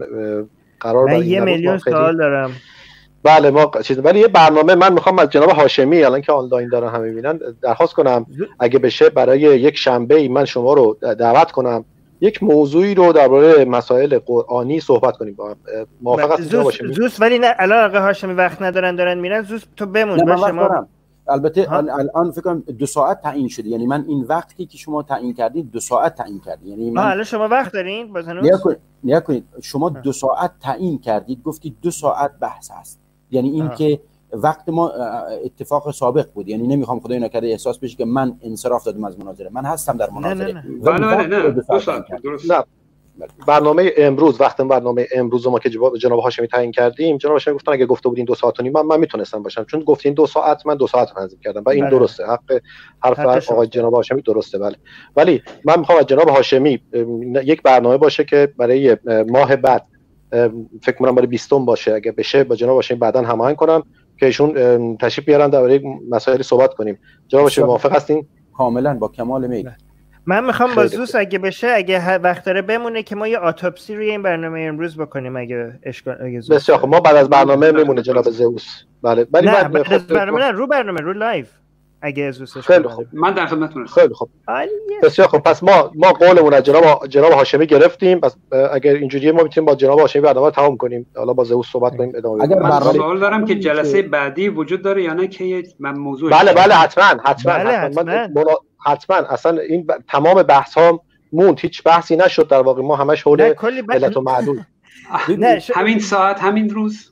قرار من یه میلیون سوال دارم. بله ما چیز، ولی یه برنامه من میخوام از جناب هاشمی الان که آنلاین دارن همه میبینن درخواست کنم اگه بشه برای یک شنبه ای من شما رو دعوت کنم یک موضوعی رو درباره مسائل قرآنی صحبت کنیم با هم. موافق هستید جناب هاشمی؟ زوس ولی نه الان آقا هاشمی وقت ندارن دارن میرن. زوس تو بمون باشه. ما البته الان فکر کنم دو ساعت تعیین شده، یعنی من این وقتی که شما تعیین کردید دو ساعت تعیین کردید، یعنی من الان شما وقت دارین بازنوس؟ نیا کنید شما دو ساعت تعیین کردید، گفتید دو ساعت بحث هست، یعنی این آه. که وقت ما اتفاق سابق بود، یعنی نمیخوام خدای نکرده احساس بشه که من انصراف دادم از مناظره، من هستم در مناظره. نه نه نه نه دو ساعت درست. نه برنامه امروز وقت برنامه امروز ما که جناب هاشمی تعیین کردیم، جناب هاشمی گفتن اگه گفته بودین دو ساعت و نیم من, من میتونستم باشم، چون گفتین دو ساعت من دو ساعت تنظیم کردم و این بله. درسته، حق حرف آقای جناب هاشمی درسته. بله ولی من میخوام از جناب هاشمی یک برنامه باشه که برای ماه بعد فکر کنم برای بیستم باشه، اگه بشه با جناب هاشمی بعداً هماهنگ کنم که ایشون تشریف بیارن درباره مسائل صحبت کنیم. جناب هاشمی موافق هستین؟ کاملا با کمال میل. من میخوام با زوس اگه بشه اگه وقت داره بمونه که ما یه اتوپسی روی این برنامه امروز بکنیم اگه اشکال اگه زوس. بسیار خب ما بعد از برنامه میمونه جناب زوس. بله ولی بعد بعد از برنامه نه رو برنامه رو لایو اگه زوسش. خیلی خوب من در خدمتتون هستم. خیلی خوب بسیار خوب. پس ما ما قولمون از جناب جناب هاشمی گرفتیم، پس اگر اینجوریه ما میتونیم با جناب هاشمی برنامه تمام کنیم، حالا با زوس صحبت کنیم ادامه بدیم. من سوال دارم که جلسه بعدی وجود داره یا نه که من موضوع بله بله حتما حتما بله حتما, حتما. من حتما اصلا این ب... تمام بحث ها موند، هیچ بحثی نشد در واقع، ما همش حول علت و معلول همین ساعت همین روز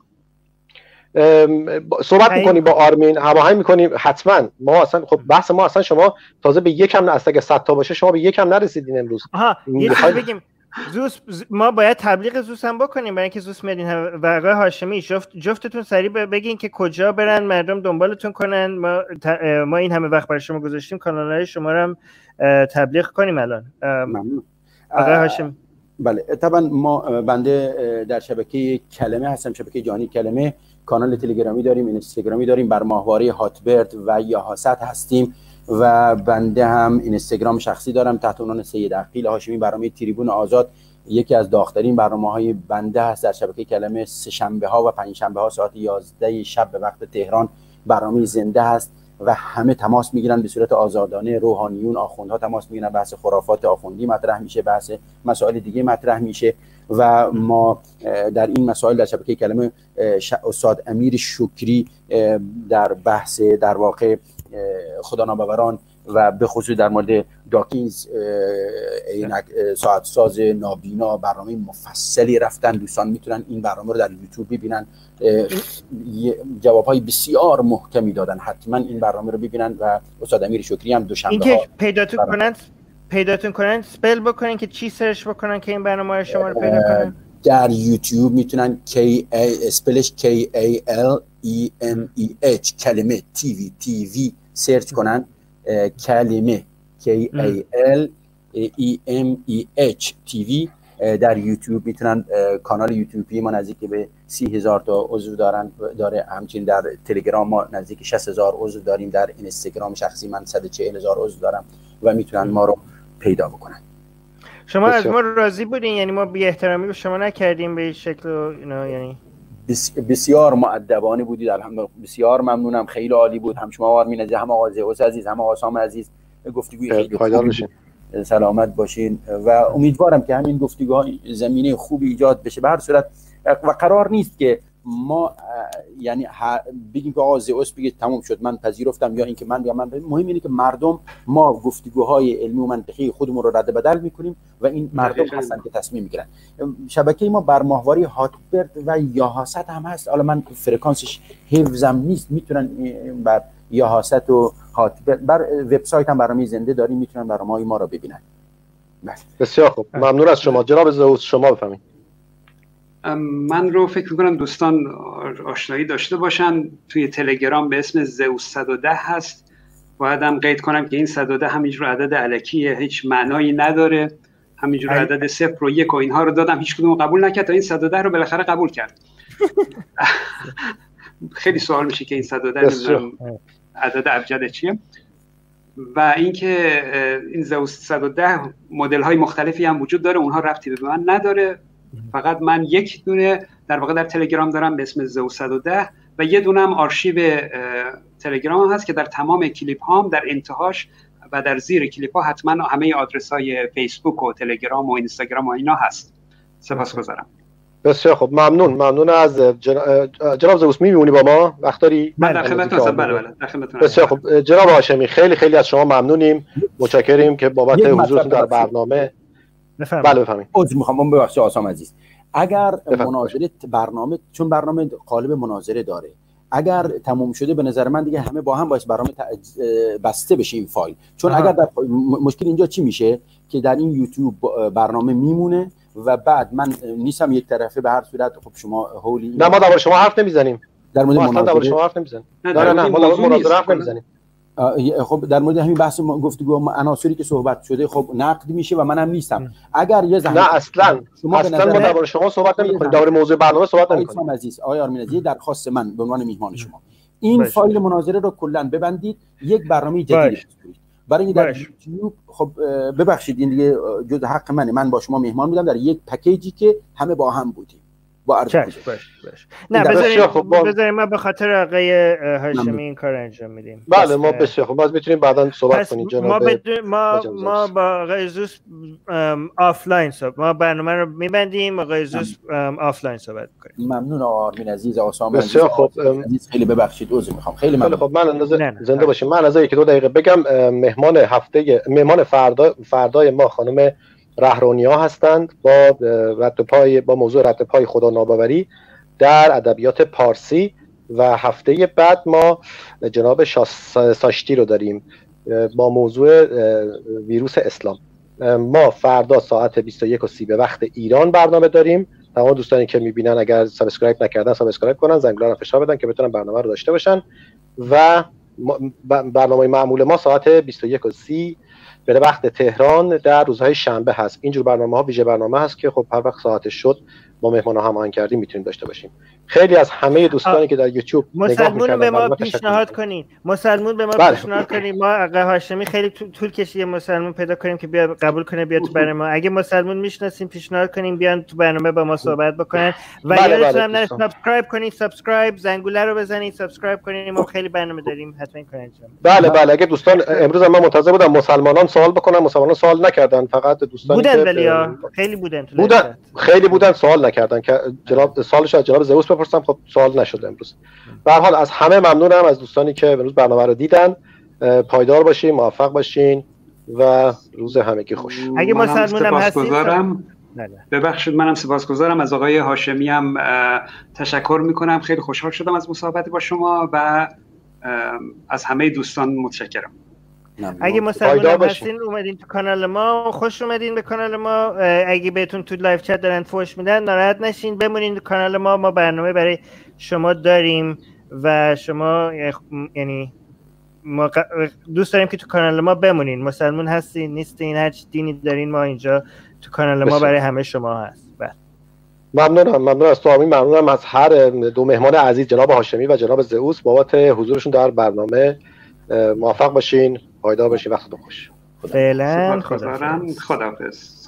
صحبت میکنیم با آرمین، هماهنگ میکنیم حتما. ما اصلا خب بحث ما اصلا شما تازه به یکم نه اصلا اگه صد تا باشه شما به یکم نرسیدین امروز. آها یه چیزی بگیم زوس ما باید تبلیغ زوس هم بکنیم برای اینکه زوس میدین و آقای هاشمی جفت جفتتون سریع بگین که کجا برن مردم دنبالتون کنن. ما ما این همه وقت برای شما گذاشتیم، کانال‌های شما رو هم تبلیغ کنیم الان. ممنون آقای هاشمی. بله طبعا ما بنده در شبکه کلمه هستم، شبکه جهانی کلمه، کانال تلگرامی داریم، اینستاگرامی داریم، بر ماهواره هاتبرد و یاهاست هستیم و بنده هم اینستاگرام شخصی دارم تحت عنوان سید عقیل هاشمی. برنامه تریبون آزاد یکی از داغ‌ترین برنامه‌های بنده هست در شبکه کلمه. سه شنبه ها و پنج شنبه ها ساعت یازده شب به وقت تهران برنامه زنده هست و همه تماس میگیرن به صورت آزادانه، روحانیون، آخوندها تماس میگیرن، بحث خرافات آخوندی مطرح میشه، بحث مسائل دیگه مطرح میشه و ما در این مسائل در شبکه کلمه استاد امیر شکری در بحث در واقع خدا ناباوران و به خصوص در مورد داکینز ساعت ساز نابینا برنامه مفصلی رفتن. دوستان میتونن این برنامه رو در یوتیوب ببینن، جوابهای بسیار محکمی دادن، حتما این برنامه رو ببینن و استاد امیر شکری هم دوشنبه ها اینکه پیداتون کنن پیداتون کنن سپل بکنن که چی سرچ بکنن که این برنامه رو شما رو پیدا کنن. در یوتیوب میتونن کی اسپلش کی ای ال ای ام ای اچ کلمه تی وی تی وی سرچ کنن، کلمه کی ای ال ای ام ای اچ تی وی در یوتیوب میتونن. کانال یوتیوبی ما نزدیک به سی هزار تا عضو دارن داره. همچنین در تلگرام ما نزدیک شصت هزار عضو داریم. در اینستاگرام شخصی من صد و چهل هزار عضو دارم و میتونن ما رو پیدا بکنن. شما از ما راضی بودین؟ یعنی ما بی احترامی به شما نکردیم به این شکل و اینا؟ یعنی بسیار مؤدبانه بودید. الحمدلله بسیار ممنونم. خیلی عالی بود. هم شما آرمین عزیز، هم آقای زئوس عزیز، هم آقای سام عزیز. گفتگوی خیلی پایدار باشین. سلامت باشین و امیدوارم که همین گفتگوها زمینه خوبی ایجاد بشه. به هر صورت و قرار نیست که ما یعنی بگیم که آقا زئوس بگه تموم شد من پذیرفتم یا اینکه من یا من. مهم اینه که مردم ما گفتگوهای علمی و منطقی خودمون رو رد بدل میکنیم و این مردم هستن که تصمیم میگیرن. شبکه ما بر ماهواره هاتبرد و یاهاست هم هست. حالا من فرکانسش حفظم نیست، میتونن بر یاهاست و هاتبرد بر وبسایت هم برنامه زنده داریم، میتونن برنامه‌های ما رو ببینن. بسیار خوب، ممنون از شما جناب زئوس. شما بفهمید. من رو فکر میکنم دوستان آشنایی داشته باشن، توی تلگرام به اسم زئوس صد و ده هست. باید هم قید کنم که این صد و ده همینجور عدد الکیه، هیچ معنایی نداره، همینجور عدد صفر و یک و اینها رو دادم، هیچ کدوم قبول نکرد تا این صد و ده رو بالاخره قبول کرد. خیلی سوال میشه که این صد و ده عدد ابجد چیه. و اینکه این زئوس صد و ده مدل های مختلفی هم وجود داره، اونها ربطی به من نداره. فقط من یک دونه در واقع در تلگرام دارم به اسم زئوس صد و ده و یه دونه هم آرشیو تلگرام هست که در تمام کلیپ هام در انتهاش و در زیر کلیپ ها حتما همه آدرس های فیسبوک و تلگرام و اینستاگرام و اینا هست. سپاسگزارم. بسیار خب، ممنون. ممنون از جناب زئوس. میمونی با ما وقت داری؟ من در خدمتتون هستم. بله بله در خدمتتون. بسیار خب جناب هاشمی، خیلی خیلی از شما ممنونیم، متشکریم که بابت حضورتون در برنامه. بفرمایید. بله بفرمایید. عذر میخوام ببخشید آسام عزیز. اگر مناظره برنامه، چون برنامه قالب مناظره داره، اگر تموم شده به نظر من دیگه همه با هم باید برنامه بسته بشه این فایل. چون آه. اگر در مشکل اینجا چی میشه که در این یوتیوب برنامه میمونه و بعد من نیستم یک طرفه. به هر صورت خب شما هولی نه، ما درباره شما حرف نمیزنیم. در مورد مناظره درباره شما حرف نمیزنیم. نه نه نه ما درباره مناظره حرف نمیزنیم. خب در مورد همین بحث گفتگو عناصری که صحبت شده خب نقد میشه و منم نیستم. اگر یه زحمت نه اصلا شما اصلا ما درباره شما صحبت نمی‌کنیم، درباره موضوع برنامه صحبت نمی‌کنیم. آقای عزیز، آقای آرمین عزیز، درخواست من به عنوان میهمان شما این باشه. فایل مناظره رو کلا ببندید، یک برنامه جدید بسازید. برای در یوتیوب خب ببخشید این دیگه جز حق منه، من با شما میهمان بودم در یک پکیجی که همه با هم بودیم. با باش باش. نه بذارید خب بذارید ما به خاطر آقای هاشمی این کار انجام میدیم. بله ما بسیار خب، باز میتونیم بعداً صحبت کنیم جناب. ما بدون ما ما با آقای زئوس آفلاین صحبت، ما برنامه رو میبندیم، آقای زئوس آفلاین صحبت میکنیم. ممنون آقای آرمین عزیز، آسام بسیار خب خیلی ببخشید عذر میخوام. خیلی ممنون. خب من اندازه زنده باشیم. من از یک دو دقیقه بگم. مهمان هفته مهمان فردا فردای ما خانم رهرانیا هستند با رد پای با موضوع رد پای خدا ناباوری در ادبیات پارسی و هفته بعد ما جناب ساشتی رو داریم با موضوع ویروس اسلام. ما فردا ساعت بیست و یک و سی به وقت ایران برنامه داریم. تمام دوستانی که میبینن اگر سابسکرایب نکردن سابسکرایب کنن، زنگوله رو فشار بدن که بتونن برنامه رو داشته باشن. و برنامه معمول ما ساعت بیست و یک و سی به وقت تهران در روزهای شنبه هست. اینجور برنامه ها ویژه برنامه هست که خب هر وقت ساعتش شد ما مهمان ها هماهنگ کردیم میتونیم داشته باشیم. خیلی از همه دوستانی که در یوتیوب مسلمون به ما پیشنهاد کنین، مسلمون به ما بله. پیشنهاد کنین. ما آقای هاشمی خیلی طول کشید مسلمون پیدا کنیم که بیا قبول کنه بیاد تو برنامه ما. اگه مسلمون میشناسین پیشنهاد کنین بیان تو برنامه با ما صحبت بکنن و بله یادتون هم نره سابسکرایب کنین، سابسکرایب زنگوله رو بزنید، سابسکرایب کنین. ما خیلی برنامه داریم، حتما این کارو انجام بدید. بله بله. اگه دوستان امروز من منتظر بودم مسلمانان سوال بکنن، مسلمانان سوال نکردن، فقط دوستانی بودن ولی خیلی بودن تو بودن خیلی بودن سوال نکردن که جناب سوالش از جناب زئوس بپرسم، خب سوال نشد امروز. به هر حال از همه ممنونم از دوستانی که امروز برنامه رو دیدن. پایدار باشین، موفق باشین و روز همگی خوش. اگه مسلمانم هستین ببخشید منم سپاسگزارم از آقای هاشمی هم تشکر میکنم. خیلی خوشحال شدم از مصاحبت با شما و از همه دوستان متشکرم. اگه مسلمانم هستین اومدین تو کانال ما، خوش اومدین به کانال ما. اگه بهتون تو لایو چت دارن فوش میدن ناراحت نشین، بمونین تو کانال ما. ما برنامه برای شما داریم و شما یعنی ما دوست داریم که تو کانال ما بمونین. مسلمون هستین نیستین، هر چی دینی دارین، ما اینجا تو کانال ما برای همه شما هست. بله ممنونم. ممنون از تو آمین. ممنونم از هر دو مهمان عزیز، جناب هاشمی و جناب زئوس، بابت حضورشون در برنامه. موفق باشین، پایدار باشین، وقتتون خوش. فعلا خدا. خداحافظ.